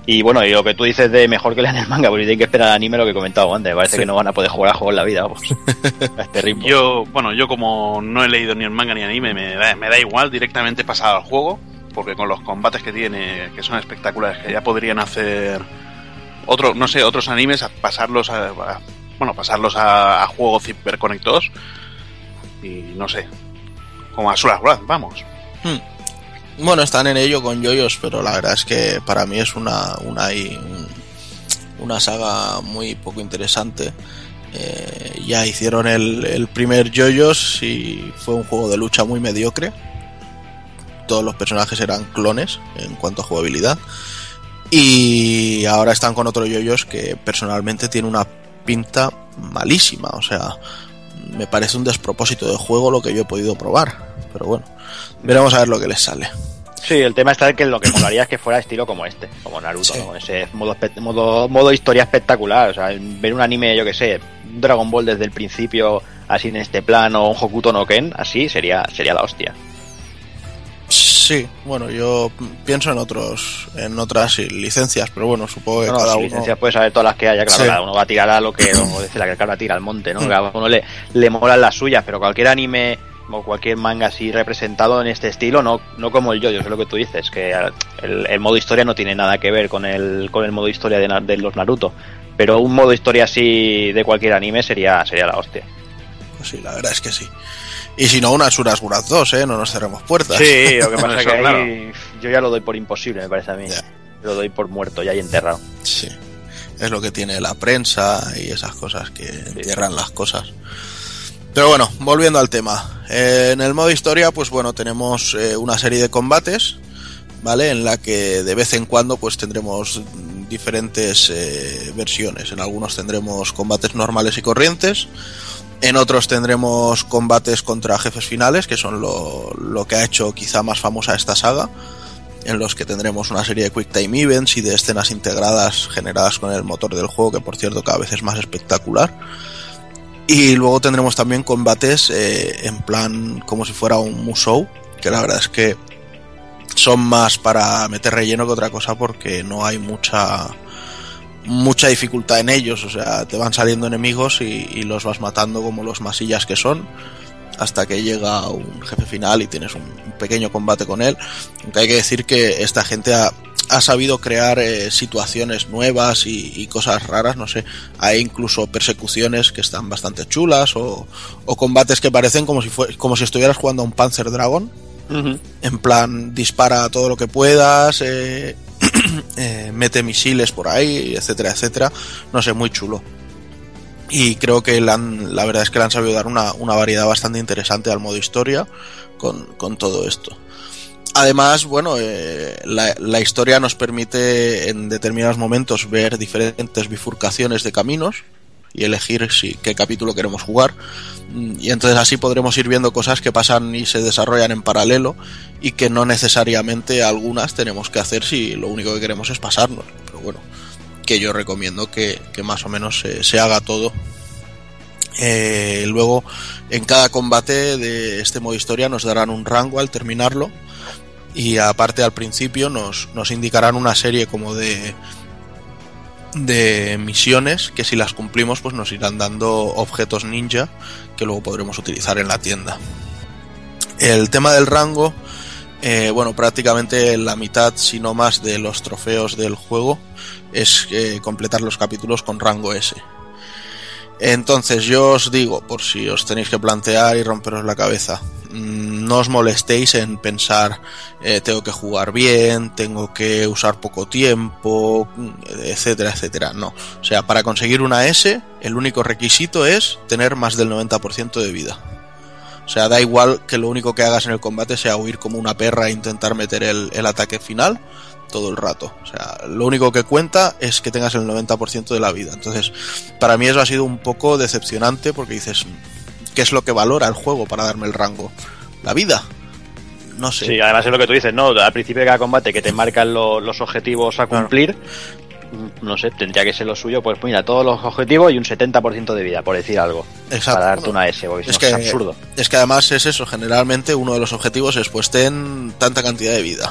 Y bueno, y lo que tú dices de mejor que lean el manga, porque tienen que esperar al anime, lo que he comentado antes. Me parece Sí. que no van a poder jugar a juegos en la vida, vamos. A este ritmo. Yo, bueno, yo como no he leído ni el manga ni el anime, me da, me da igual directamente pasar al juego, porque con los combates que tiene, que son espectaculares, que ya podrían hacer otro, no sé, otros animes, a pasarlos a, a- bueno, pasarlos a, a juegos hiperconectados y no sé, como a Solar Wrath, vamos. Hmm. Bueno, están en ello con yoyos, pero la verdad es que para mí es una una, y un- una saga muy poco interesante. Eh, ya hicieron el, el primer yoyos y fue un juego de lucha muy mediocre. Todos los personajes eran clones en cuanto a jugabilidad. Y ahora están con otro yoyos que personalmente tiene una pinta malísima. O sea, me parece un despropósito de juego lo que yo he podido probar. Pero bueno, veremos a ver lo que les sale. Sí, el tema está en que lo que molaría es que fuera estilo como este, como Naruto, Sí. ¿no? Ese modo, espe- modo, modo historia espectacular. O sea, ver un anime, yo que sé, un Dragon Ball desde el principio, así en este plan, o un Hokuto no Ken, así sería, sería la hostia. Sí, bueno, yo pienso en otros, en otras licencias, pero bueno, supongo que No, no, cada si uno. licencias puedes saber todas las que haya, claro, Sí. cada uno va a tirar a lo que, como dice la que cabra tira al monte, ¿no? Mm. Cada uno le, le molan las suyas, pero cualquier anime o cualquier manga así representado en este estilo, no, no como el yo-yo, es lo que tú dices, que el, el modo historia no tiene nada que ver con el, con el modo historia de, Na- de los Naruto, pero un modo historia así de cualquier anime sería, sería la hostia. Pues sí, la verdad es que sí. Y si no, unas Suras Guraz dos, ¿eh? No nos cerremos puertas. Sí, lo que pasa es Eso, que ahí claro. yo ya lo doy por imposible, me parece a mí. Ya. Lo doy por muerto, ya ahí enterrado. Sí. Es lo que tiene la prensa y esas cosas que entierran las cosas. Pero bueno, volviendo al tema. Eh, en el modo historia, pues bueno, tenemos eh, una serie de combates, ¿vale? En la que de vez en cuando pues tendremos diferentes eh, versiones. En algunos tendremos combates normales y corrientes. En otros tendremos combates contra jefes finales, que son lo, lo que ha hecho quizá más famosa esta saga, en los que tendremos una serie de Quick Time Events y de escenas integradas generadas con el motor del juego, que por cierto cada vez es más espectacular. Y luego tendremos también combates eh, en plan como si fuera un Musou, que la verdad es que son más para meter relleno que otra cosa, porque no hay mucha mucha dificultad en ellos. O sea, te van saliendo enemigos y, y los vas matando como los masillas que son, hasta que llega un jefe final y tienes un, un pequeño combate con él. Aunque hay que decir que esta gente ha, ha sabido crear eh, situaciones nuevas y, y cosas raras, no sé, hay incluso persecuciones que están bastante chulas, o, o combates que parecen como si fue, como si estuvieras jugando a un Panzer Dragon. Uh-huh. En plan, dispara todo lo que puedas, eh, eh, mete misiles por ahí, etcétera, etcétera. No sé, muy chulo. Y creo que le han, la verdad es que le han sabido dar una, una variedad bastante interesante al modo historia con, con todo esto. Además, bueno, eh, la, la historia nos permite en determinados momentos ver diferentes bifurcaciones de caminos y elegir si, qué capítulo queremos jugar. Y entonces así podremos ir viendo cosas que pasan y se desarrollan en paralelo, y que no necesariamente algunas tenemos que hacer si lo único que queremos es pasarnos. Pero bueno, que yo recomiendo que, que más o menos se, se haga todo. Eh, luego, en cada combate de este modo historia nos darán un rango al terminarlo, y aparte al principio nos, nos indicarán una serie como de de misiones que si las cumplimos pues nos irán dando objetos ninja que luego podremos utilizar en la tienda. El tema del rango, eh, bueno, prácticamente la mitad, si no más, de los trofeos del juego es eh, completar los capítulos con rango S. Entonces yo os digo, por si os tenéis que plantear y romperos la cabeza, no os molestéis en pensar eh, tengo que jugar bien, tengo que usar poco tiempo, etcétera, etcétera. No, o sea, para conseguir una S el único requisito es tener más del noventa por ciento de vida. O sea, da igual que lo único que hagas en el combate sea huir como una perra e intentar meter el, el ataque final todo el rato. O sea, lo único que cuenta es que tengas el noventa por ciento de la vida. Entonces, para mí eso ha sido un poco decepcionante, porque dices, ¿qué es lo que valora el juego para darme el rango? ¿La vida? No sé. Sí, además es lo que tú dices, ¿no? Al principio de cada combate que te marcan lo, los objetivos a cumplir, no sé, tendría que ser lo suyo, pues mira, todos los objetivos y un setenta por ciento de vida, por decir algo. Exacto. Para darte una S, porque es si que, no es absurdo. Es que además es eso, generalmente uno de los objetivos es pues ten tanta cantidad de vida.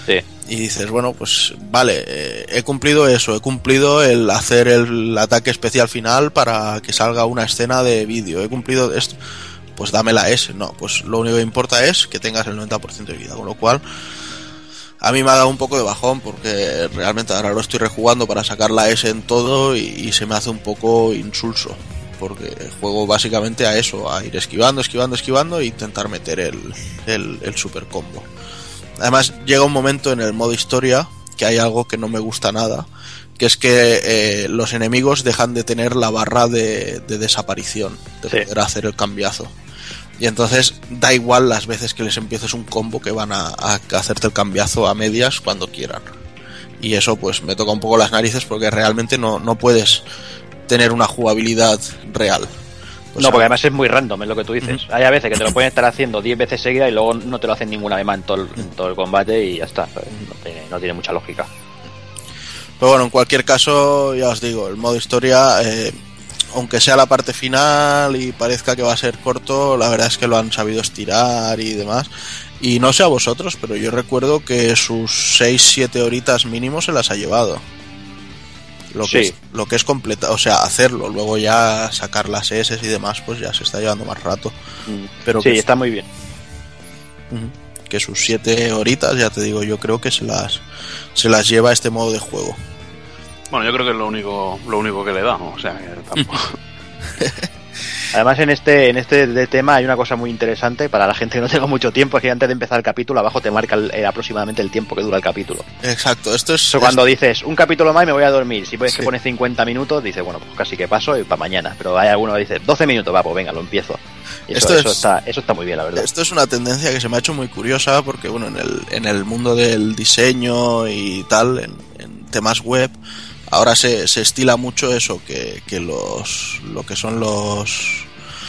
Sí. Y dices, bueno, pues vale, eh, he cumplido eso, he cumplido el hacer el ataque especial final para que salga una escena de vídeo, he cumplido esto, pues dame la S. No, pues lo único que importa es que tengas el noventa por ciento de vida, con lo cual a mí me ha dado un poco de bajón porque realmente ahora lo estoy rejugando para sacar la S en todo y, y se me hace un poco insulso, porque juego básicamente a eso, a ir esquivando, esquivando, esquivando e intentar meter el, el, el super combo. Además llega un momento en el modo historia que hay algo que no me gusta nada, que es que eh, los enemigos dejan de tener la barra de, de desaparición, de sí. poder hacer el cambiazo. Y entonces da igual las veces que les empieces un combo, que van a, a hacerte el cambiazo a medias cuando quieran. Y eso pues me toca un poco las narices porque realmente no, no puedes tener una jugabilidad real. O no, porque además es muy random, es lo que tú dices. Uh-huh. Hay a veces que te lo pueden estar haciendo diez veces seguida y luego no te lo hacen ninguna vez más en todo el, en todo el combate y ya está. No tiene, no tiene mucha lógica. Pero bueno, en cualquier caso, ya os digo, el modo historia, eh, aunque sea la parte final y parezca que va a ser corto, la verdad es que lo han sabido estirar y demás. Y no sé a vosotros, pero yo recuerdo que sus seis siete horitas mínimo se las ha llevado. Lo que, sí. es, lo que es completa, o sea, hacerlo, luego ya sacar las S y demás, pues ya se está llevando más rato. Pero sí, que, está muy bien. Que sus siete horitas, ya te digo, yo creo que se las se las lleva este modo de juego. Bueno, yo creo que es lo único lo único que le da, o sea, que tampoco. Además en este en este de tema hay una cosa muy interesante para la gente que no tenga mucho tiempo, es que antes de empezar el capítulo abajo te marca el, el, aproximadamente el tiempo que dura el capítulo. Exacto, esto es... Eso cuando es... dices un capítulo más y me voy a dormir, si ves sí. que pones cincuenta minutos, dices, bueno, pues casi que paso y para mañana, pero hay alguno que dice doce minutos, va, pues venga, lo empiezo. Y eso, esto es, eso, está, eso está muy bien, la verdad. Esto es una tendencia que se me ha hecho muy curiosa porque, bueno, en el, en el mundo del diseño y tal, en, en temas web, ahora se, se estila mucho eso, que, que los lo que son los...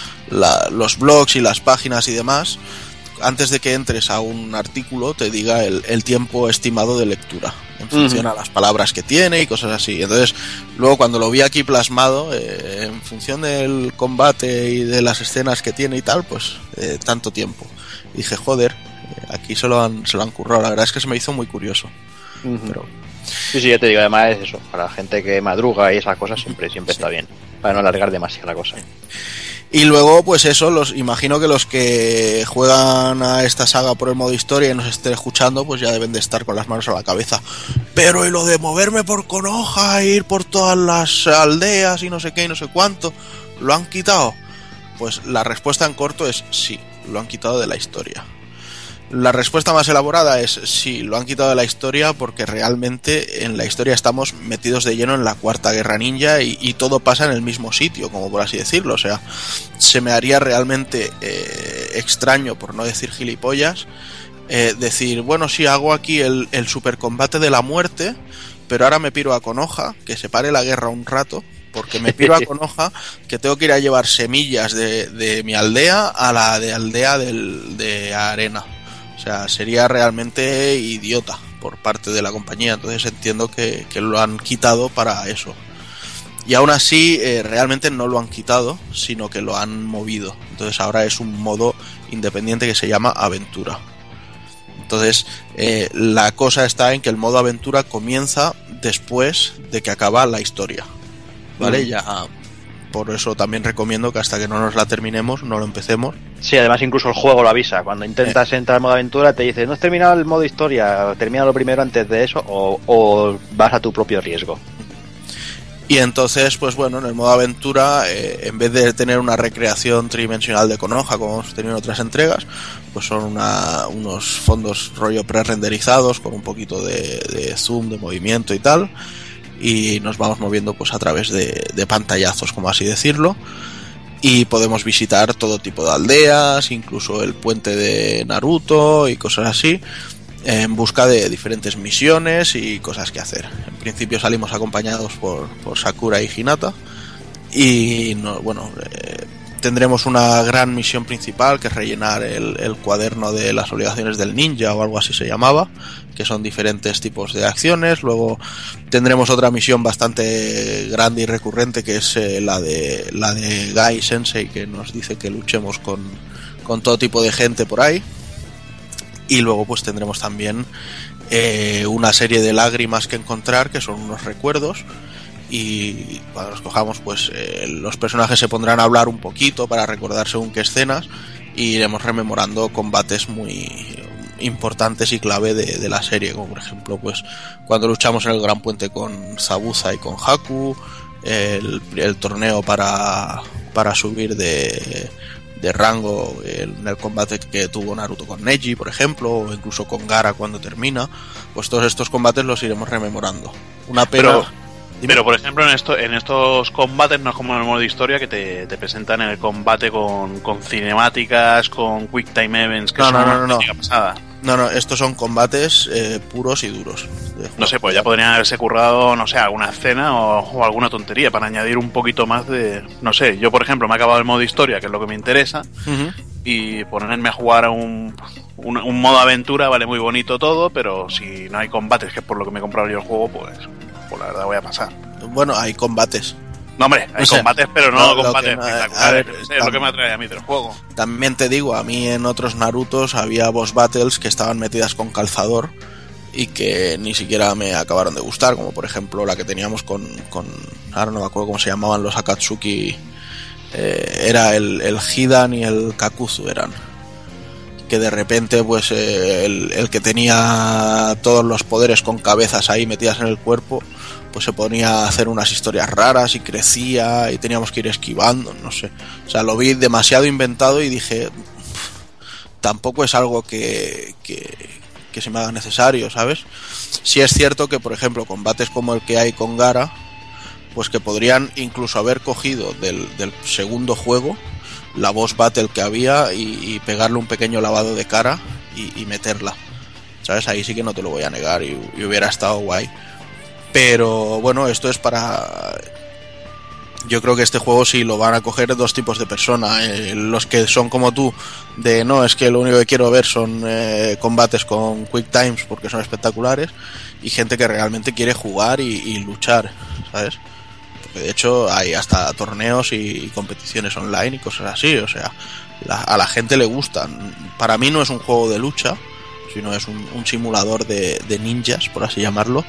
La, los blogs y las páginas y demás, antes de que entres a un artículo te diga el, el tiempo estimado de lectura en función uh-huh. a las palabras que tiene y cosas así. Entonces luego cuando lo vi aquí plasmado eh, en función del combate y de las escenas que tiene y tal, pues eh, tanto tiempo, y dije joder, aquí se lo han se lo han currado. La verdad es que se me hizo muy curioso. uh-huh. Pero sí, sí, ya te digo, además es eso, para la gente que madruga y esas cosas siempre siempre sí. está bien, para no alargar demasiado la cosa. Y luego, pues eso, los imagino que los que juegan a esta saga por el modo historia y nos estén escuchando, pues ya deben de estar con las manos a la cabeza. Pero ¿y lo de moverme por Konoha, ir por todas las aldeas y no sé qué y no sé cuánto, lo han quitado? Pues la respuesta en corto es sí, lo han quitado de la historia. La respuesta más elaborada es sí, lo han quitado de la historia porque realmente en la historia estamos metidos de lleno en la Cuarta Guerra Ninja y, y todo pasa en el mismo sitio, como por así decirlo. O sea, se me haría realmente eh, extraño, por no decir gilipollas, eh, decir, bueno, sí, hago aquí el, el supercombate de la muerte, pero ahora me piro a Konoha, que se pare la guerra un rato, porque me piro a Konoha, que tengo que ir a llevar semillas de, de mi aldea a la de aldea del, de Arena. O sea, sería realmente idiota por parte de la compañía. Entonces entiendo que, que lo han quitado para eso. Y aún así, eh, realmente no lo han quitado, sino que lo han movido. Entonces ahora es un modo independiente que se llama aventura. Entonces, eh, la cosa está en que el modo aventura comienza después de que acaba la historia. ¿Vale? Mm. Ya... Por eso también recomiendo que hasta que no nos la terminemos, no lo empecemos. Sí, además incluso el juego lo avisa. Cuando intentas eh. entrar al modo aventura te dice, no has terminado el modo historia, termina lo primero antes de eso o, o vas a tu propio riesgo. Y entonces, pues bueno, en el modo aventura, eh, en vez de tener una recreación tridimensional de Konoha como hemos tenido en otras entregas, pues son una, unos fondos rollo pre-renderizados con un poquito de, de zoom, de movimiento y tal. Y nos vamos moviendo pues a través de, de pantallazos, como así decirlo, y podemos visitar todo tipo de aldeas, incluso el puente de Naruto y cosas así, en busca de diferentes misiones y cosas que hacer. En principio salimos acompañados por, por Sakura y Hinata y no, bueno, eh, tendremos una gran misión principal que es rellenar el, el cuaderno de las obligaciones del ninja o algo así se llamaba, que son diferentes tipos de acciones. Luego tendremos otra misión bastante grande y recurrente que es eh, la de la de Gai Sensei, que nos dice que luchemos con, con todo tipo de gente por ahí. Y luego pues tendremos también eh, una serie de lágrimas que encontrar, que son unos recuerdos, y cuando los cojamos, pues eh, los personajes se pondrán a hablar un poquito para recordar según qué escenas, y iremos rememorando combates muy importantes y clave de, de la serie, como por ejemplo pues cuando luchamos en el Gran Puente con Zabuza y con Haku, el, el torneo para, para subir de, de rango en el combate que tuvo Naruto con Neji, por ejemplo, o incluso con Gaara cuando termina, pues todos estos combates los iremos rememorando. Una pena... Pero... Pero, por ejemplo, en esto, en estos combates no es como en el modo de historia que te, te presentan en el combate con, con cinemáticas, con quick time events, que no, son no, no, una no, no. pasada. No, no, estos son combates eh, puros y duros. No sé, pues ya podrían haberse currado, no sé, alguna escena o, o alguna tontería para añadir un poquito más de... No sé, yo, por ejemplo, me he acabado el modo de historia, que es lo que me interesa, uh-huh. y ponerme a jugar a un... Un, un modo aventura, vale, muy bonito todo, pero si no hay combates, que es por lo que me he comprado yo el juego, pues, pues la verdad voy a pasar. Bueno, hay combates. No, hombre, hay o sea, combates, pero no, no combates no, espectaculares. Ver, es lo que me atrae a mí del juego. También te digo, a mí en otros Narutos había boss battles que estaban metidas con calzador y que ni siquiera me acabaron de gustar, como por ejemplo la que teníamos con... con ahora no me acuerdo cómo se llamaban los Akatsuki. Eh, era el, el Hidan y el Kakuzu eran. Que de repente pues eh, el, el que tenía todos los poderes con cabezas ahí metidas en el cuerpo, pues se ponía a hacer unas historias raras y crecía y teníamos que ir esquivando, no sé. O sea, lo vi demasiado inventado y dije, tampoco es algo que, que, que se me haga necesario, ¿sabes? Sí es cierto que, por ejemplo, combates como el que hay con Gaara, pues que podrían incluso haber cogido del, del segundo juego la boss battle que había y, y pegarle un pequeño lavado de cara y, y meterla, ¿sabes? Ahí sí que no te lo voy a negar y, y hubiera estado guay. Pero bueno, esto es para... Yo creo que este juego sí lo van a coger dos tipos de personas, eh, los que son como tú, de no, es que lo único que quiero ver son eh, combates con quick times porque son espectaculares, y gente que realmente quiere jugar y, y luchar, ¿sabes? De hecho hay hasta torneos y competiciones online y cosas así, o sea, la, a la gente le gustan. Para mí no es un juego de lucha, sino es un, un simulador de, de ninjas, por así llamarlo,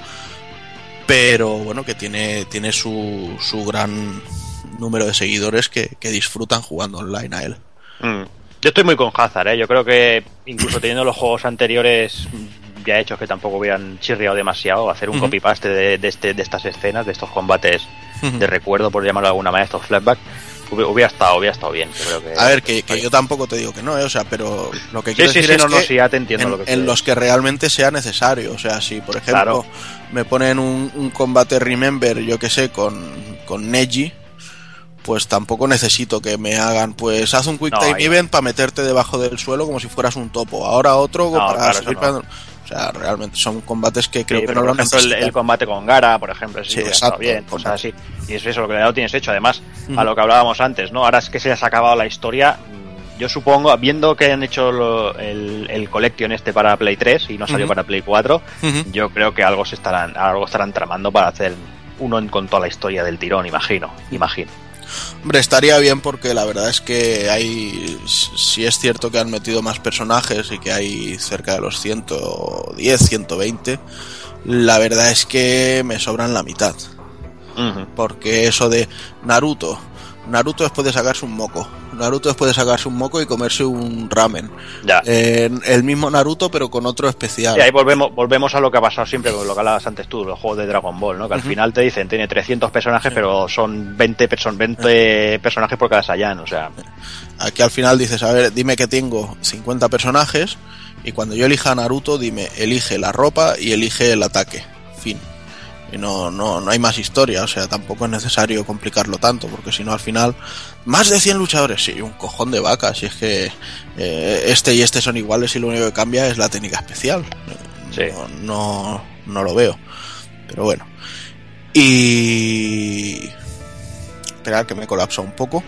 pero bueno, que tiene, tiene su, su gran número de seguidores que, que disfrutan jugando online a él. Mm. Yo estoy muy con Hazard, ¿eh? Yo creo que incluso teniendo los juegos anteriores ya hechos que tampoco hubieran chirriado demasiado, hacer un uh-huh. copy-paste de, de, este, de estas escenas, de estos combates uh-huh. de recuerdo, por llamarlo de alguna manera, estos flashbacks, hubiera estado, hubiera estado bien. Yo creo que, a ver, que, que yo tampoco te digo que no, ¿eh? O sea, pero lo que sí, quiero sí, decir sí, es no, que no, sí, ya te entiendo en, lo que en los que realmente sea necesario, o sea, si por ejemplo claro. me ponen un, un combate Remember, yo que sé, con, con Neji, pues tampoco necesito que me hagan, pues haz un quick time no, event para meterte debajo del suelo como si fueras un topo, ahora otro no, para claro, seguir no. para... O sea, realmente son combates que creo sí, que no lo necesitan. El, el combate con Gaara, por ejemplo, sí, sí exacto, bien, cosas así. Y es eso lo que ya lo tienes hecho. Además, uh-huh. a lo que hablábamos antes, ¿no? Ahora es que se has acabado la historia. Yo supongo, viendo que han hecho lo, el, el Collection este para Play tres y no salió uh-huh. para Play cuatro, uh-huh. yo creo que algo se estarán, algo estarán tramando para hacer uno con toda la historia del tirón, imagino, imagino. Hombre, estaría bien porque la verdad es que hay, si es cierto que han metido más personajes y que hay cerca de los ciento diez, ciento veinte, la verdad es que me sobran la mitad. Uh-huh. Porque eso de Naruto, Naruto después de sacarse un moco, Naruto después de sacarse un moco y comerse un ramen. Ya. Eh, el mismo Naruto pero con otro especial. Y ahí volvemos volvemos a lo que ha pasado siempre con lo que hablabas antes tú, los juegos de Dragon Ball, ¿no? Que al uh-huh. final te dicen tiene trescientos personajes, sí. pero son veinte, perso- veinte uh-huh. personajes por cada Saiyan, o sea. Aquí al final dices, a ver, dime que tengo cincuenta personajes y cuando yo elija a Naruto, dime, elige la ropa y elige el ataque. Fin. Y no, no, no hay más historia, o sea, tampoco es necesario complicarlo tanto, porque si no al final, más de cien luchadores, sí, un cojón de vacas, y es que eh, este y este son iguales y lo único que cambia es la técnica especial. Sí. No, no, no lo veo, pero bueno. Y... esperad que me colapsa un poco.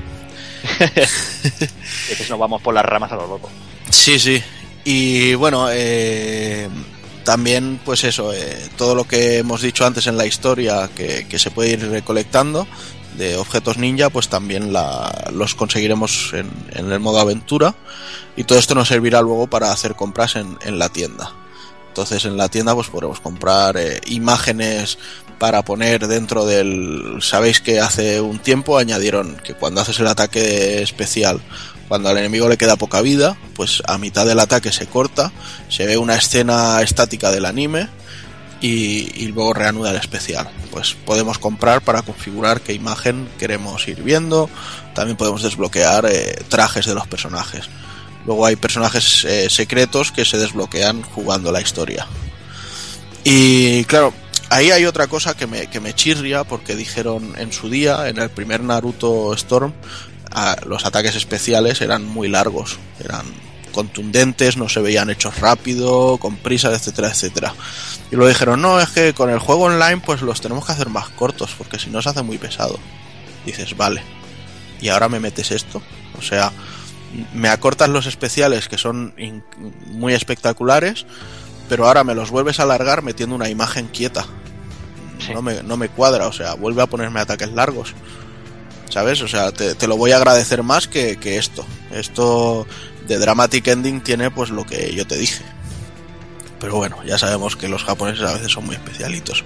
Es que nos vamos por las ramas a lo loco. Sí, sí, y bueno, eh... también pues eso, eh, todo lo que hemos dicho antes en la historia que, que se puede ir recolectando de objetos ninja, pues también la, los conseguiremos en, en el modo aventura, y todo esto nos servirá luego para hacer compras en, en la tienda. Entonces en la tienda pues podremos comprar eh, imágenes para poner dentro del... Sabéis que hace un tiempo añadieron que cuando haces el ataque especial, cuando al enemigo le queda poca vida, pues a mitad del ataque se corta, se ve una escena estática del anime y, y luego reanuda el especial. Pues podemos comprar para configurar qué imagen queremos ir viendo. También podemos desbloquear eh, trajes de los personajes. Luego hay personajes eh, secretos que se desbloquean jugando la historia. Y claro, ahí hay otra cosa que me, que me chirria, porque dijeron en su día, en el primer Naruto Storm, a, los ataques especiales eran muy largos, eran contundentes, no se veían hechos rápido, con prisa, etcétera, etcétera. Y luego dijeron, no, es que con el juego online pues los tenemos que hacer más cortos, porque si no se hace muy pesado. Dices, vale, ¿y ahora me metes esto? O sea, me acortas los especiales que son in- muy espectaculares, pero ahora me los vuelves a alargar metiendo una imagen quieta. Sí. No me, no me cuadra, o sea, vuelve a ponerme ataques largos, ¿sabes? O sea, te, te lo voy a agradecer más que, que esto. Esto de Dramatic Ending tiene pues lo que yo te dije. Pero bueno, ya sabemos que los japoneses a veces son muy especialitos.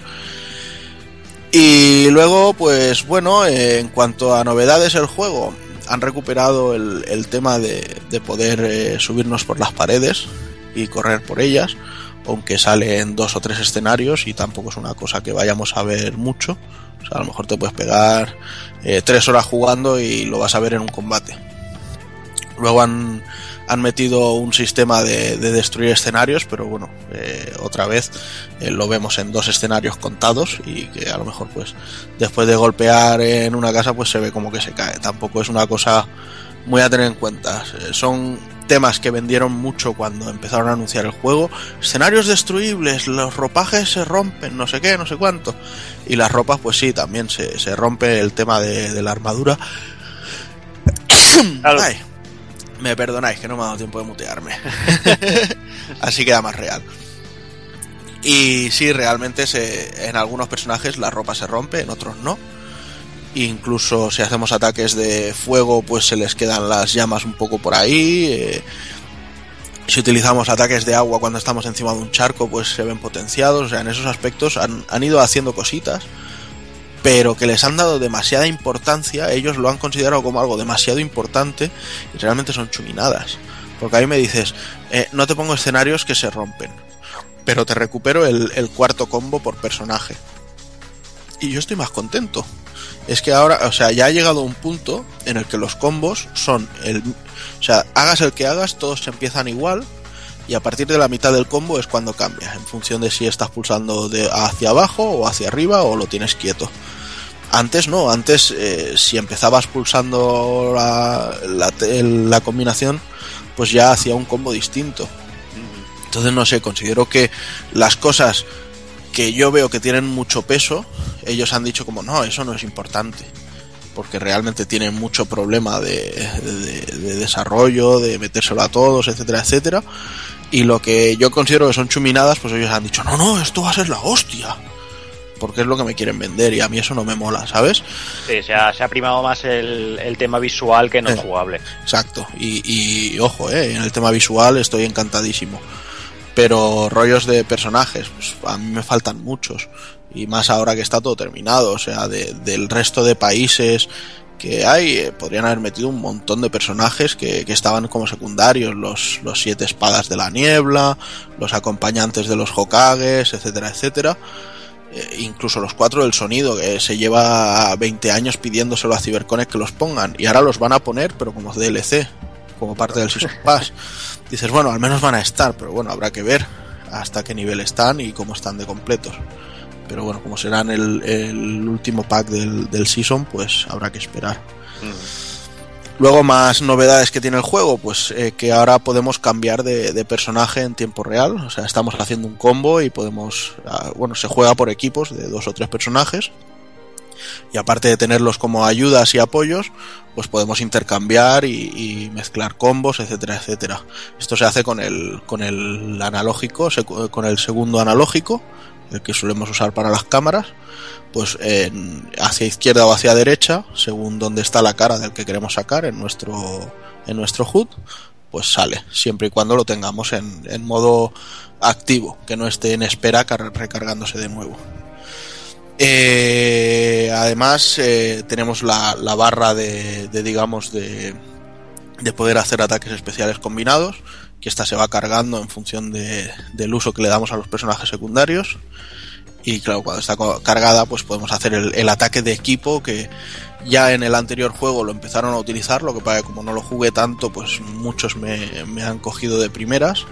Y luego, pues bueno, eh, en cuanto a novedades del juego, han recuperado el, el tema de, de poder eh, subirnos por las paredes y correr por ellas, aunque sale en dos o tres escenarios y tampoco es una cosa que vayamos a ver mucho. O sea, a lo mejor te puedes pegar eh, tres horas jugando y lo vas a ver en un combate. Luego han, han metido un sistema de, de destruir escenarios, pero bueno, eh, otra vez eh, lo vemos en dos escenarios contados y que a lo mejor pues después de golpear en una casa pues se ve como que se cae. Tampoco es una cosa muy a tener en cuenta. Eh, son temas que vendieron mucho cuando empezaron a anunciar el juego. Escenarios destruibles, los ropajes se rompen, no sé qué, no sé cuánto. Y las ropas pues sí, también se, se rompe el tema de, de la armadura. Claro. Ay, me perdonáis que no me ha dado tiempo de mutearme. Así queda más real. Y sí, realmente se, en algunos personajes la ropa se rompe, en otros no. Incluso si hacemos ataques de fuego, pues se les quedan las llamas un poco por ahí. Eh, si utilizamos ataques de agua cuando estamos encima de un charco, pues se ven potenciados. O sea, en esos aspectos han, han ido haciendo cositas, pero que les han dado demasiada importancia. Ellos lo han considerado como algo demasiado importante y realmente son chuminadas. Porque ahí me dices, eh, no te pongo escenarios que se rompen, pero te recupero el, el cuarto combo por personaje. Y yo estoy más contento. Es que ahora, o sea, ya ha llegado un punto en el que los combos son el... O sea, hagas el que hagas, todos empiezan igual y a partir de la mitad del combo es cuando cambia, en función de si estás pulsando de hacia abajo o hacia arriba o lo tienes quieto. Antes no, antes eh, si empezabas pulsando la, la, la combinación, pues ya hacía un combo distinto. Entonces no sé, considero que las cosas que yo veo que tienen mucho peso, ellos han dicho como no, eso no es importante, porque realmente tienen mucho problema de, de, de desarrollo, de metérselo a todos, etcétera, etcétera. Y lo que yo considero que son chuminadas, pues ellos han dicho no, no, esto va a ser la hostia, porque es lo que me quieren vender y a mí eso no me mola, ¿sabes? Sí, se ha, se ha primado más el, el tema visual que no eh, jugable. Exacto, y, y ojo, eh, en el tema visual estoy encantadísimo. Pero rollos de personajes, pues a mí me faltan muchos. Y más ahora que está todo terminado. O sea, de, del resto de países que hay, eh, podrían haber metido un montón de personajes que, que estaban como secundarios. Los, los siete espadas de la niebla, los acompañantes de los Hokages, etcétera, etcétera. Eh, incluso los cuatro del sonido, que se lleva veinte años pidiéndoselo a CyberConnect que los pongan. Y ahora los van a poner, pero como D L C, como parte del Season Pass. Dices, bueno, al menos van a estar, pero bueno, habrá que ver hasta qué nivel están y cómo están de completos. Pero bueno, como serán el, el último pack del, del Season, pues habrá que esperar. Mm. Luego, más novedades que tiene el juego, pues eh, que ahora podemos cambiar de, de personaje en tiempo real. O sea, estamos haciendo un combo y podemos... Bueno, se juega por equipos de dos o tres personajes. Y aparte de tenerlos como ayudas y apoyos, pues podemos intercambiar y, y mezclar combos, etcétera, etcétera. Esto se hace con el con el analógico, con el segundo analógico, el que solemos usar para las cámaras, pues en, hacia izquierda o hacia derecha, según donde está la cara del que queremos sacar en nuestro en nuestro H U D, pues sale, siempre y cuando lo tengamos en, en modo activo, que no esté en espera car- recargándose de nuevo. Eh, además eh, tenemos la, la barra de, de digamos de, de poder hacer ataques especiales combinados, que esta se va cargando en función de, del uso que le damos a los personajes secundarios. Y claro, cuando está cargada pues podemos hacer el, el ataque de equipo, que ya en el anterior juego lo empezaron a utilizar, lo que pasa que como no lo jugué tanto, pues muchos me, me han cogido de primeras.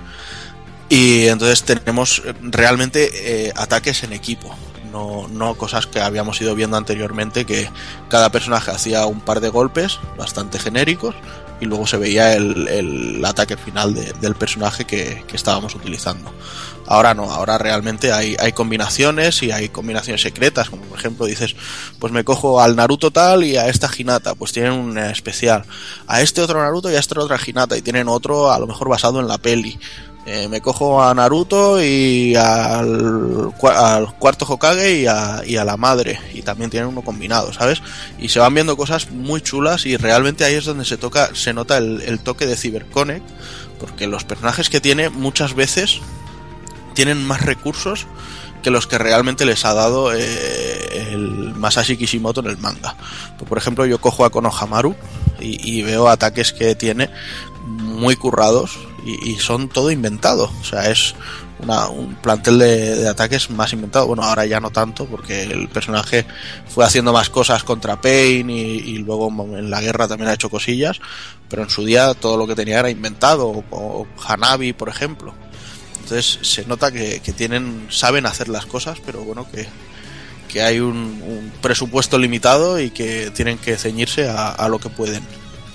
Y entonces tenemos realmente eh, ataques en equipo, no, no cosas que habíamos ido viendo anteriormente, que cada personaje hacía un par de golpes bastante genéricos y luego se veía el, el ataque final de, del personaje que, que estábamos utilizando. Ahora no, ahora realmente hay, hay combinaciones, y hay combinaciones secretas, como por ejemplo dices, pues me cojo al Naruto tal y a esta Hinata, pues tienen un especial, a este otro Naruto y a esta otra Hinata, y tienen otro a lo mejor basado en la peli. Eh, me cojo a Naruto y al, al cuarto Hokage y a, y a la madre, y también tienen uno combinado, ¿sabes? Y se van viendo cosas muy chulas, y realmente ahí es donde se toca, se nota el, el toque de CyberConnect, porque los personajes que tiene muchas veces tienen más recursos que los que realmente les ha dado eh, el Masashi Kishimoto en el manga. Pues, por ejemplo, yo cojo a Konohamaru y, y veo ataques que tiene muy currados, y, y son todo inventado. O sea, es una, un plantel de, de ataques más inventado. Bueno, ahora ya no tanto, porque el personaje fue haciendo más cosas contra Pain, y, y luego en la guerra también ha hecho cosillas, pero en su día todo lo que tenía era inventado, o, o Hanabi, por ejemplo. Entonces se nota que, que tienen, saben hacer las cosas, pero bueno, que, que hay un, un presupuesto limitado y que tienen que ceñirse a, a lo que pueden.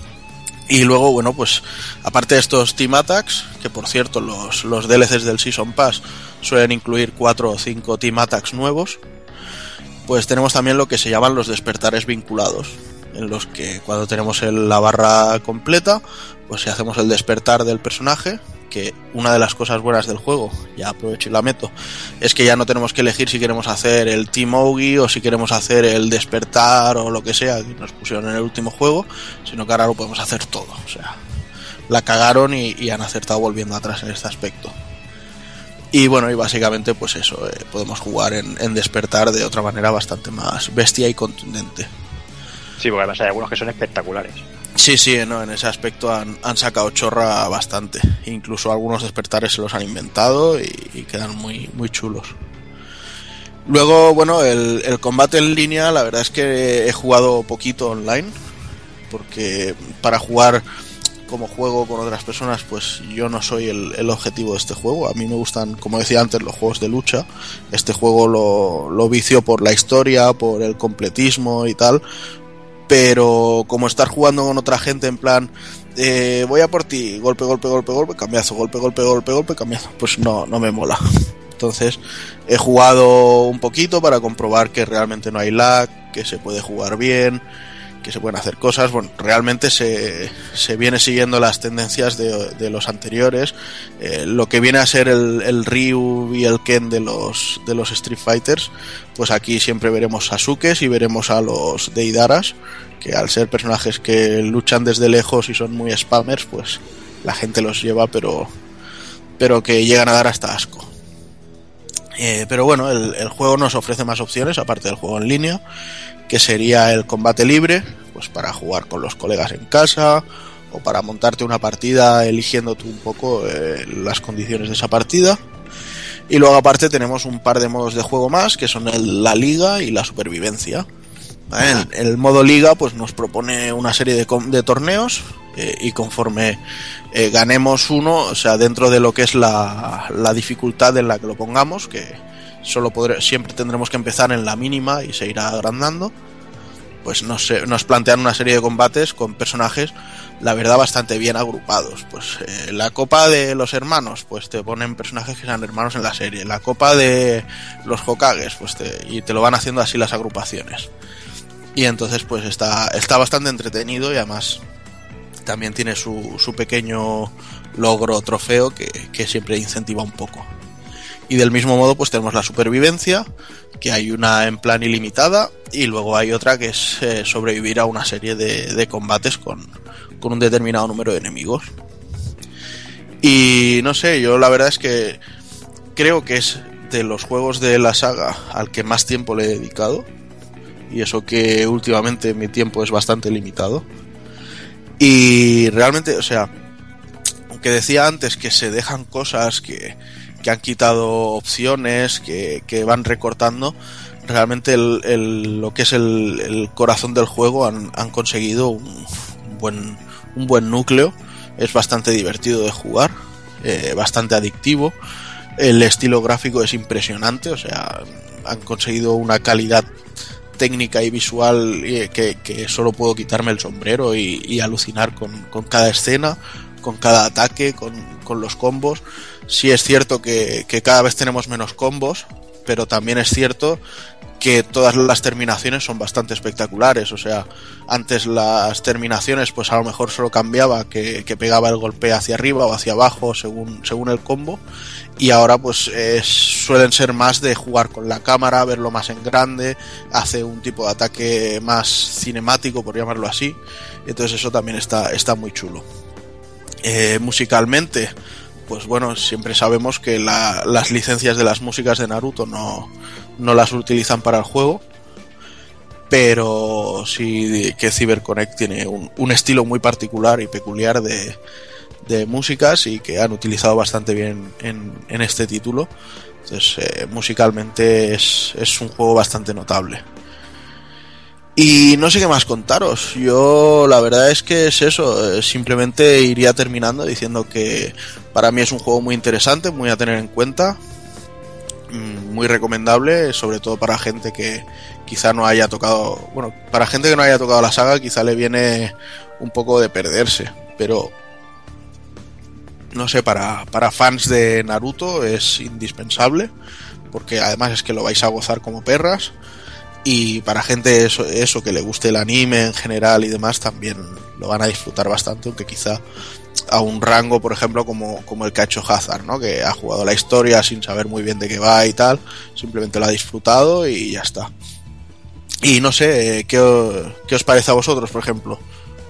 Y luego, bueno, pues aparte de estos Team Attacks, que por cierto los, los D L Cs del Season Pass suelen incluir cuatro o cinco Team Attacks nuevos, pues tenemos también lo que se llaman los despertares vinculados, en los que cuando tenemos el, la barra completa, pues si hacemos el despertar del personaje, que una de las cosas buenas del juego, ya aprovecho y la meto, es que ya no tenemos que elegir si queremos hacer el Team Ogi o si queremos hacer el despertar o lo que sea que nos pusieron en el último juego, sino que ahora lo podemos hacer todo. O sea, la cagaron y, y han acertado volviendo atrás en este aspecto. Y bueno, y básicamente pues eso, eh, podemos jugar en, en despertar de otra manera bastante más bestia y contundente. Sí, porque además hay algunos que son espectaculares. Sí, sí, no, en ese aspecto han, han sacado chorra bastante. Incluso algunos despertares se los han inventado y, y quedan muy, muy chulos. Luego, bueno, el, el combate en línea, la verdad es que he jugado poquito online, porque para jugar como juego con otras personas, pues yo no soy el, el objetivo de este juego. A mí me gustan, como decía antes, los juegos de lucha. Este juego lo, lo vicio por la historia, por el completismo y tal. Pero como estar jugando con otra gente en plan, eh, voy a por ti, golpe, golpe, golpe, golpe, cambiazo, golpe, golpe, golpe, golpe, cambiazo, pues no, no me mola. Entonces he jugado un poquito para comprobar que realmente no hay lag, que se puede jugar bien, que se pueden hacer cosas. Bueno, realmente se, se viene siguiendo las tendencias de, de los anteriores. Eh, lo que viene a ser el, el Ryu y el Ken de los, de los Street Fighters, pues aquí siempre veremos Sasukes y veremos a los Deidaras, que al ser personajes que luchan desde lejos y son muy spammers, pues la gente los lleva, pero, pero que llegan a dar hasta asco. Eh, pero bueno, el, el juego nos ofrece más opciones, aparte del juego en línea, que sería el combate libre, pues para jugar con los colegas en casa, o para montarte una partida eligiendo tú un poco eh, las condiciones de esa partida. Y luego aparte tenemos un par de modos de juego más, que son el, la liga y la supervivencia. ¿Vale? El, el modo liga pues nos propone una serie de, de torneos, eh, y conforme eh, ganemos uno, o sea, dentro de lo que es la, la dificultad en la que lo pongamos, que solo podré, siempre tendremos que empezar en la mínima y se irá agrandando, pues nos, nos plantean una serie de combates con personajes, la verdad, bastante bien agrupados. Pues eh, la Copa de los Hermanos, pues te ponen personajes que sean hermanos en la serie. La Copa de los Hokages, pues te, y te lo van haciendo así las agrupaciones. Y entonces pues está, está bastante entretenido, y además también tiene su, su pequeño logro, trofeo, que, que siempre incentiva un poco. Y del mismo modo pues tenemos la supervivencia, que hay una en plan ilimitada, y luego hay otra que es eh, sobrevivir a una serie de, de combates con, con un determinado número de enemigos. Y no sé, yo la verdad es que creo que es de los juegos de la saga al que más tiempo le he dedicado. Y eso que últimamente mi tiempo es bastante limitado. Y realmente, o sea, aunque decía antes que se dejan cosas, que, que han quitado opciones, que, que van recortando, realmente el, el, lo que es el, el corazón del juego han, han conseguido un, un, buen, un buen núcleo. Es bastante divertido de jugar, eh, bastante adictivo. El estilo gráfico es impresionante, o sea, han conseguido una calidad técnica y visual que, que solo puedo quitarme el sombrero y, y alucinar con, con cada escena, con cada ataque, con, con los combos. Sí es cierto que, que cada vez tenemos menos combos, pero también es cierto que todas las terminaciones son bastante espectaculares. O sea, antes las terminaciones pues a lo mejor solo cambiaba que, que pegaba el golpe hacia arriba o hacia abajo según, según el combo, y ahora pues eh, suelen ser más de jugar con la cámara, verlo más en grande, hace un tipo de ataque más cinemático, por llamarlo así. Entonces eso también está, está muy chulo. Eh, musicalmente, pues bueno, siempre sabemos que la, las licencias de las músicas de Naruto no, no las utilizan para el juego, pero sí que CyberConnect tiene un, un estilo muy particular y peculiar de, de músicas, y que han utilizado bastante bien en, en este título. Entonces, eh, musicalmente es, es un juego bastante notable. Y no sé qué más contaros. Yo la verdad es que es eso. Simplemente iría terminando diciendo que para mí es un juego muy interesante, muy a tener en cuenta, muy recomendable, sobre todo para gente que quizá no haya tocado, bueno, para gente que no haya tocado la saga quizá le viene un poco de perderse, pero no sé, para, para fans de Naruto es indispensable, porque además es que lo vais a gozar como perras. Y para gente eso, eso que le guste el anime en general y demás, también lo van a disfrutar bastante, aunque quizá a un rango, por ejemplo, como, como el que ha hecho Hazard, ¿no? Que ha jugado la historia sin saber muy bien de qué va y tal, simplemente lo ha disfrutado y ya está. Y no sé, ¿qué, qué os parece a vosotros, por ejemplo?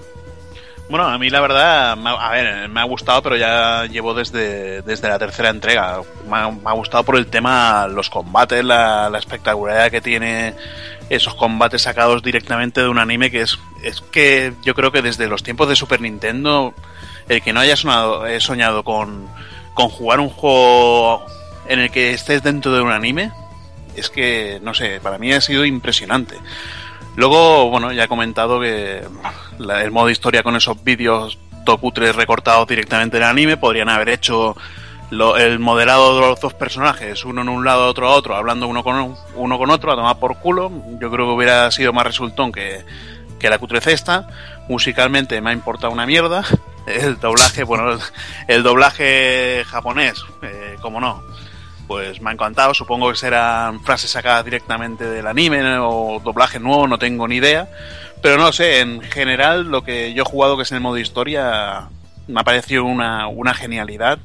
Bueno, a mí la verdad, a ver, me ha gustado, pero ya llevo desde, desde la tercera entrega. Me ha, me ha gustado por el tema, los combates, la, la espectacularidad que tiene esos combates sacados directamente de un anime, que es, es que yo creo que desde los tiempos de Super Nintendo, el que no haya sonado, he soñado con, con jugar un juego en el que estés dentro de un anime, es que, no sé, para mí ha sido impresionante. Luego, bueno, ya he comentado que la, el modo historia con esos vídeos tocutres recortados directamente del anime, podrían haber hecho lo, el modelado de los dos personajes, uno en un lado, otro a otro, hablando uno con uno con otro, a tomar por culo. Yo creo que hubiera sido más resultón que, que la cutrez esta. Musicalmente me ha importado una mierda. El doblaje, bueno, el, el doblaje japonés, eh, como no, pues me ha encantado. Supongo que serán frases sacadas directamente del anime o doblaje nuevo, no tengo ni idea. Pero no sé, en general lo que yo he jugado, que es en el modo historia, me ha parecido una, una genialidad.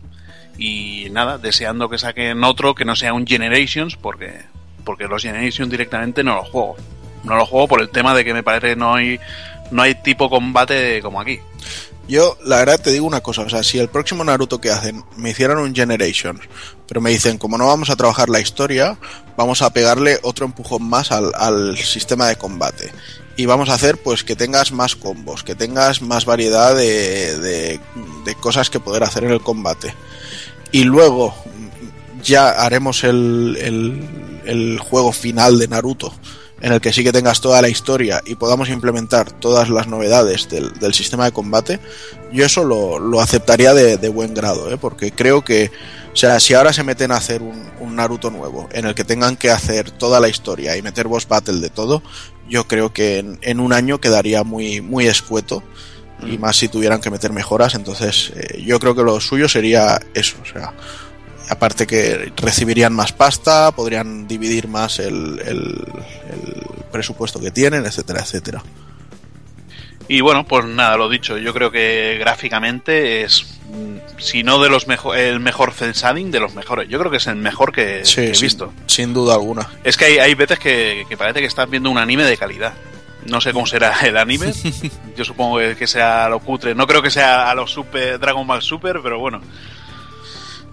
Y nada, deseando que saquen otro que no sea un Generations, porque, porque los Generations directamente no los juego. No los juego por el tema de que me parece que no hay, no hay tipo combate como aquí. Yo, la verdad, te digo una cosa, o sea, si el próximo Naruto que hacen me hicieran un Generations, pero me dicen, como no vamos a trabajar la historia, vamos a pegarle otro empujón más al, al sistema de combate. Y vamos a hacer, pues, que tengas más combos, que tengas más variedad de, de, de cosas que poder hacer en el combate. Y luego, ya haremos el, el, el juego final de Naruto, en el que sí que tengas toda la historia y podamos implementar todas las novedades del, del sistema de combate. Yo eso lo, lo aceptaría de, de buen grado, ¿eh? Porque creo que, o sea, si ahora se meten a hacer un, un Naruto nuevo, en el que tengan que hacer toda la historia y meter boss battle de todo, yo creo que en, en un año quedaría muy, muy escueto, y más si tuvieran que meter mejoras. Entonces eh, yo creo que lo suyo sería eso, o sea, aparte que recibirían más pasta, podrían dividir más el, el, el presupuesto que tienen, etcétera, etcétera. Y bueno, pues nada, lo dicho, yo creo que gráficamente es, si no de los mejor, el mejor cel shading, de los mejores. Yo creo que es el mejor que, sí, que he sin, visto. Sin duda alguna. Es que hay, hay veces que, que parece que estás viendo un anime de calidad. No sé cómo será el anime. Yo supongo que sea a lo cutre. No creo que sea a lo super Dragon Ball Super, pero bueno.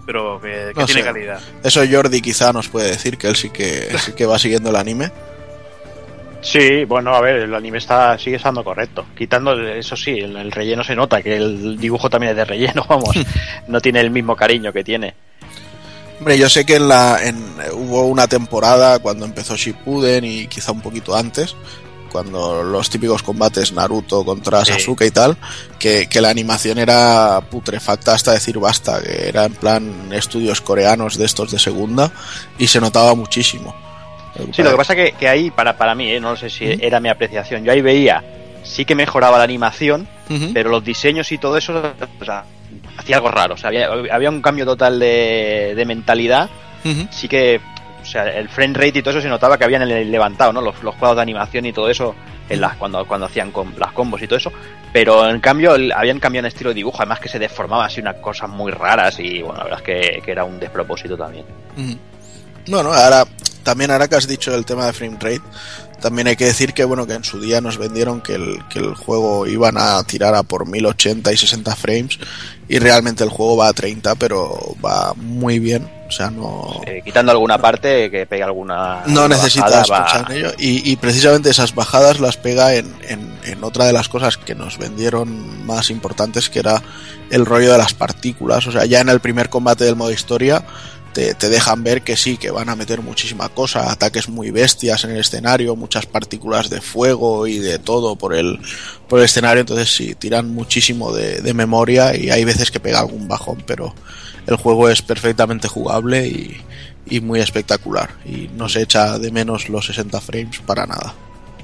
pero que, que No tiene sé. calidad. Eso Jordi quizá nos puede decir, que él sí que sí que va siguiendo el anime. Sí, bueno, a ver, el anime está sigue estando correcto. Quitando, eso sí, el, el relleno se nota, que el dibujo también es de relleno, vamos. No tiene el mismo cariño que tiene. Hombre, yo sé que en la en, hubo una temporada cuando empezó Shippuden y quizá un poquito antes, cuando los típicos combates Naruto contra Sí. Sasuke y tal, que, que la animación era putrefacta hasta decir basta, que era en plan estudios coreanos de estos de segunda y se notaba muchísimo. Sí, lo que pasa que, que ahí, para, para mí, ¿eh? No sé si Ujú. era mi apreciación, yo ahí veía, sí que mejoraba la animación, Ujú. pero los diseños y todo eso, o sea, hacía algo raro, o sea, había, había un cambio total de, de mentalidad, Ujú. sí que, o sea, el frame rate y todo eso se notaba que habían levantado, ¿no? Los, los cuadros de animación y todo eso, en las, cuando, cuando hacían com- las combos y todo eso, pero en cambio el- habían cambiado el estilo de dibujo, además que se deformaba así unas cosas muy raras y, bueno, la verdad es que, que era un despropósito también. Ujú. Bueno, ahora también ahora que has dicho el tema de frame rate, también hay que decir que bueno que en su día nos vendieron que el, que el juego iban a tirar a por mil ochenta y sesenta frames y realmente el juego va a treinta, pero va muy bien, o sea, no Eh, quitando alguna parte que pegue alguna no alguna necesitas bajada, va- pensar en ello y, y precisamente esas bajadas las pega en, en, en otra de las cosas que nos vendieron más importantes, que era el rollo de las partículas. O sea, ya en el primer combate del modo historia te, te dejan ver que sí, que van a meter muchísima cosa, ataques muy bestias en el escenario, muchas partículas de fuego y de todo por el, por el escenario. Entonces sí, tiran muchísimo de, de memoria y hay veces que pega algún bajón, pero el juego es perfectamente jugable y, y muy espectacular, y no se echa de menos los sesenta frames para nada.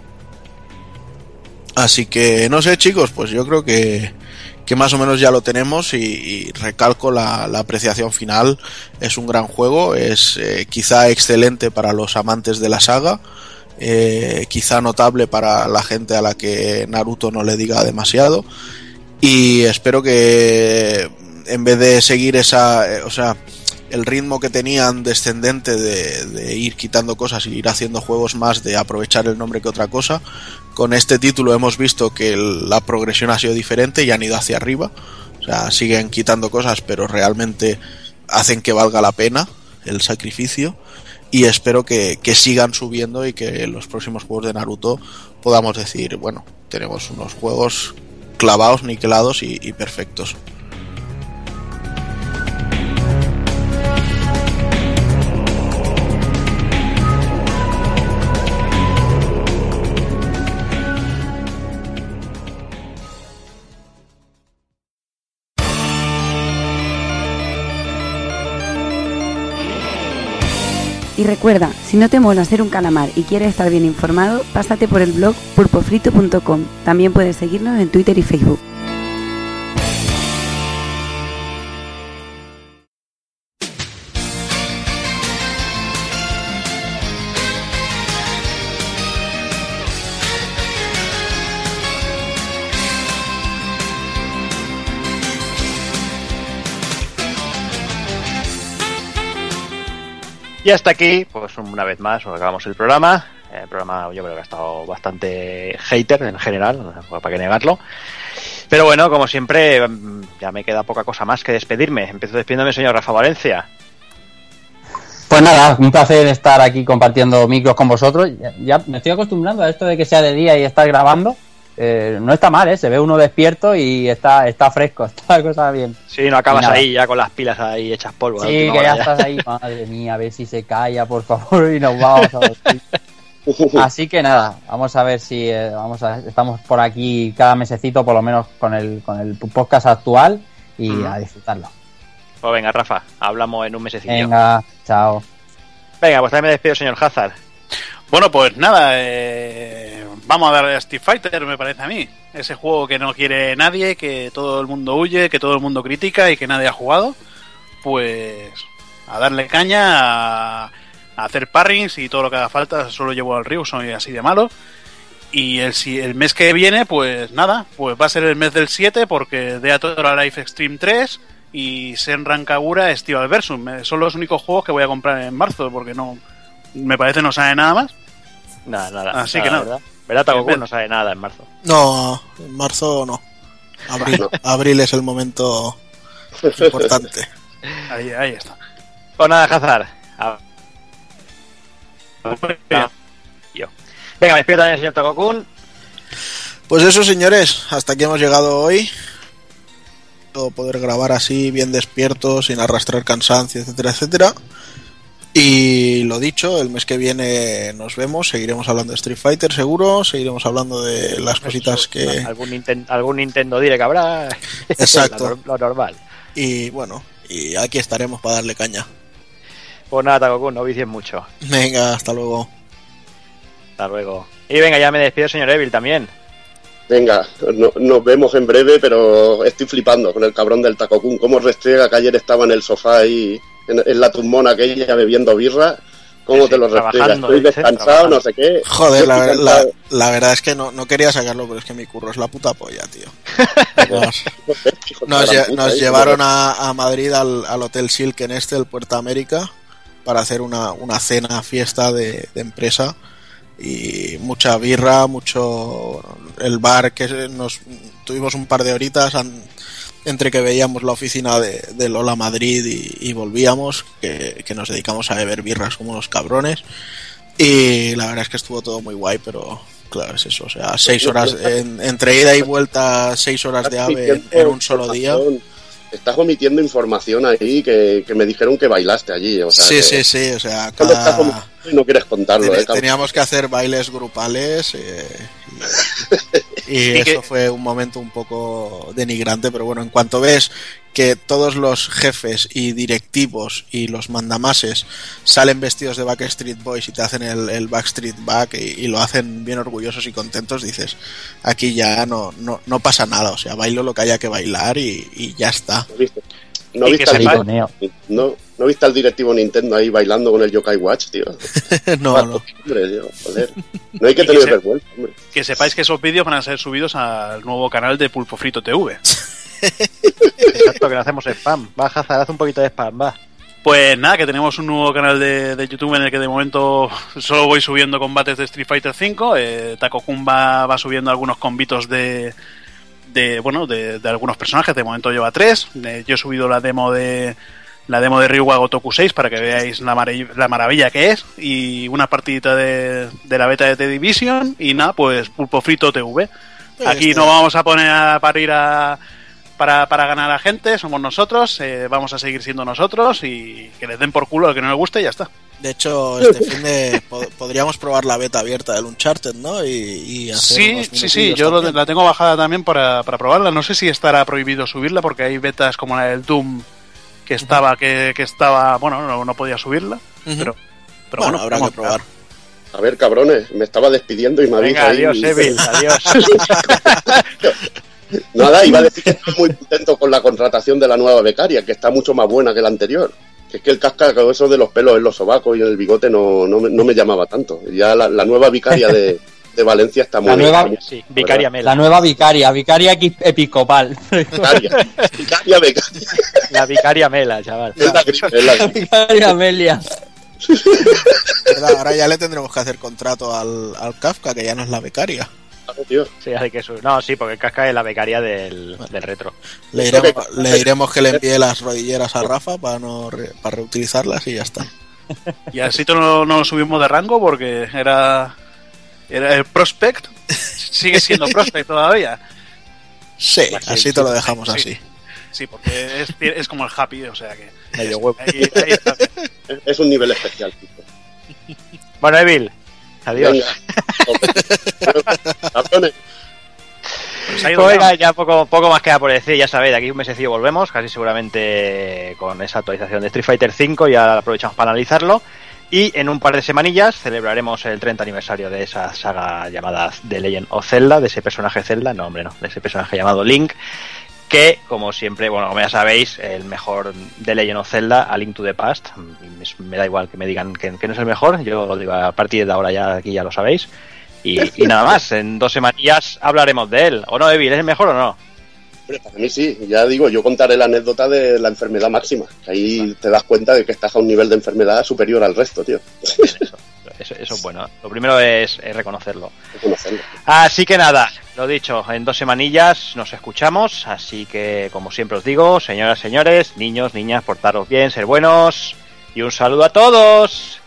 Así que no sé, chicos, pues yo creo que, que más o menos ya lo tenemos y, y recalco la, la apreciación final. Es un gran juego, es eh, quizá excelente para los amantes de la saga, eh, quizá notable para la gente a la que Naruto no le diga demasiado, y espero que en vez de seguir esa, eh, o sea, el ritmo que tenían descendente de, de ir quitando cosas y ir haciendo juegos más de aprovechar el nombre que otra cosa, con este título hemos visto que el, la progresión ha sido diferente y han ido hacia arriba. O sea, siguen quitando cosas, pero realmente hacen que valga la pena el sacrificio, y espero que, que sigan subiendo y que en los próximos juegos de Naruto podamos decir, bueno, tenemos unos juegos clavados, niquelados y, y perfectos. Y recuerda, si no te mola ser un calamar y quieres estar bien informado, pásate por el blog pulpofrito punto com. También puedes seguirnos en Twitter y Facebook. Y hasta aquí, pues una vez más, acabamos el programa. El programa yo creo que ha estado bastante hater en general, para qué negarlo. Pero bueno, como siempre, ya me queda poca cosa más que despedirme. Empiezo despidiéndome, señor Rafa Valencia. Pues nada, un placer estar aquí compartiendo micros con vosotros. Ya, ya me estoy acostumbrando a esto de que sea de día y estar grabando. Eh, no está mal, ¿eh? Se ve uno despierto y está, está fresco, está la cosa bien. Sí, no acabas Nada. ahí ya con las pilas ahí hechas polvo. a la Sí, última que hora ya estás ahí. Madre mía, a ver si se calla, por favor, y nos vamos a dormir. Así que nada, vamos a ver si eh, vamos a, estamos por aquí cada mesecito, por lo menos con el, con el podcast actual, y Ujú. a disfrutarlo. Pues venga, Rafa, hablamos en un mesecillo. Venga, chao. Venga, pues también me despido, señor Hazard. Bueno, pues nada, eh, vamos a darle a Street Fighter, me parece a mí. Ese juego que no quiere nadie, que todo el mundo huye, que todo el mundo critica y que nadie ha jugado. Pues a darle caña, a, a hacer parrings y todo lo que haga falta. Solo llevo al Ryu, soy así de malo. Y el, si el mes que viene, pues nada, pues va a ser el mes del siete, porque Deatora Life Extreme tres y Senran Kagura Estival Versus. Me- Son los únicos juegos que voy a comprar en marzo, porque no, me parece no sale nada más. Nada, nada. Así que nada. ¿Verdad? ¿Verdad, Tagoku? Bien. No sabe nada en marzo. No, en marzo no. Abril, abril es el momento importante. Ahí, ahí está. Pues nada, Hazard. A- Yo. Venga, me despido también el señor Takokun. Pues eso, señores, hasta aquí hemos llegado hoy. Todo poder grabar así, bien despierto, sin arrastrar cansancio, etcétera, etcétera. Y lo dicho, el mes que viene nos vemos, seguiremos hablando de Street Fighter seguro, seguiremos hablando de las cositas que... Algún, Ninten- algún Nintendo Direct habrá. Exacto. lo, lo normal. Y bueno, y aquí estaremos para darle caña. Pues nada, Takokun, no vicies mucho. Venga, hasta luego. Hasta luego. Y venga, ya me despido, señor Evil, también. Venga, no- nos vemos en breve, pero estoy flipando con el cabrón del Takokun. Cómo restriega, que ayer estaba en el sofá ahí, en, en la tumbona aquella, bebiendo birra. Cómo Sí, te lo restriega. trabajando, Estoy dices, descansado, trabajando. no sé qué. Joder, Yo la, estoy la, cansado. la verdad es que no, no quería sacarlo, pero es que mi curro es la puta polla, tío. Nos, Hijo de nos la lle- puta, nos ¿eh? llevaron a, a Madrid al, al Hotel Silk en este, el Puerta América, para hacer una, una cena, fiesta de, de empresa. Y mucha birra, mucho... El bar, que nos tuvimos un par de horitas an- entre que veíamos la oficina de, de Lola Madrid y, y volvíamos, que, que nos dedicamos a beber birras como los cabrones. Y la verdad es que estuvo todo muy guay, pero claro, es eso. O sea, seis horas, en- entre ida y vuelta, seis horas de ave en, en un solo día. Estás omitiendo información ahí que, que me dijeron que bailaste allí. O sea, Sí, que sí, sí, o sea, solo estás cada... omitiendo y no quieres contarlo. Ten- eh, cabrón. teníamos que hacer bailes grupales eh, y, y Y que- eso fue un momento un poco denigrante, pero bueno, en cuanto ves que todos los jefes y directivos y los mandamases salen vestidos de Backstreet Boys y te hacen el, el Backstreet Back y, y lo hacen bien orgullosos y contentos, dices, aquí ya no, no, no pasa nada, o sea, bailo lo que haya que bailar y, y ya está. ¿No viste? ¿No Y viste, que al, sepa- Mariconeo. no, ¿No viste al directivo Nintendo ahí bailando con el Yokai Watch, tío? no, no. Hombre, tío, joder. No hay que Y que tener se- vergüenza, hombre. Que sepáis que esos vídeos van a ser subidos al nuevo canal de Pulpo Frito T V. Exacto, que no hacemos spam. Va, Hazard, haz un poquito de spam, va. Pues nada, que tenemos un nuevo canal de, de YouTube en el que de momento solo voy subiendo combates de Street Fighter cinco. Eh, Takokun va, va subiendo algunos combitos de, de bueno, de, de algunos personajes. De momento lleva tres. Eh, yo he subido la demo de la demo de Ryuga Gotoku seis para que veáis la, marav- la maravilla que es, y una partidita de, de la beta de The Division. Y nada, pues Pulpo Frito T V. Aquí Este- no vamos a poner a parir a Para, para ganar a gente, somos nosotros, eh, vamos a seguir siendo nosotros y que les den por culo al que no le guste y ya está. De hecho, este fin de po- podríamos probar la beta abierta del Uncharted, ¿no? Y, y hacer Sí, unos sí, sí, minutillos yo lo- también. la tengo bajada también para, para probarla. No sé si estará prohibido subirla porque hay betas como la del Doom que estaba, que, que estaba, bueno, no, no podía subirla, Ujú. pero, pero bueno, bueno, habrá vamos que probar. A ver, cabrones, me estaba despidiendo y me habéis Venga, ahí. adiós, Evil, adiós. Nada, iba a decir que estoy muy contento con la contratación de la nueva becaria, que está mucho más buena que la anterior. Que es que el cascaco, eso de los pelos en los sobacos y en el bigote no, no, me, no me llamaba tanto. Ya la, la nueva vicaria de, de Valencia está muy La bien. nueva- está muy- Sí, Vicaria Mela. La nueva vicaria, vicaria equi- episcopal. Vicaria, vicaria, becaria. La Vicaria Mela, chaval. Es la gripe, es la gripe. Vicaria Amelia. ¿Verdad? Ahora ya le tendremos que hacer contrato al, al Kafka, que ya no es la becaria. Claro, tío. Sí, hay que subir. No, sí, porque el casca es la becaria del, del retro. Le diremos, le diremos que le envíe las rodilleras a Rafa para no re- para reutilizarlas y ya está. y así no, no subimos de rango porque era, era el Prospect, sigue siendo Prospect todavía. Sí, Sí, así sí, te lo sí, dejamos sí. así. Sí, porque es, es como el Happy, o sea que... Medio huevo. Ahí, ahí está. Es- Es un nivel especial, tío. Bueno, Evil, adiós. Venga. Cabrones. Pues ha ido Pues venga, ya. ya poco, poco más queda por decir, ya sabéis, de aquí un mesecillo volvemos, casi seguramente con esa actualización de Street Fighter cinco, ya aprovechamos para analizarlo. Y en un par de semanillas celebraremos el treinta aniversario de esa saga llamada The Legend of Zelda, de ese personaje Zelda, no hombre, no, de ese personaje llamado Link, que como siempre, bueno, como ya sabéis, el mejor de Legend of Zelda, A Link to the Past. Me, me da igual que me digan que, que no es el mejor, yo lo digo a partir de ahora, ya aquí ya lo sabéis. Y, y nada más, en dos semanillas hablaremos de él. ¿O no, Evil? ¿Es el mejor o no? Hombre, para mí sí, ya digo, yo contaré la anécdota de la enfermedad máxima. Que ahí te das cuenta de que estás a un nivel de enfermedad superior al resto, tío. Bien, eso, eso, eso es bueno. Lo primero es, es reconocerlo. Hay que conocerlo. Así que nada, Lo dicho, en dos semanillas nos escuchamos, así que como siempre os digo, señoras, señores, niños, niñas, portaros bien, ser buenos y un saludo a todos.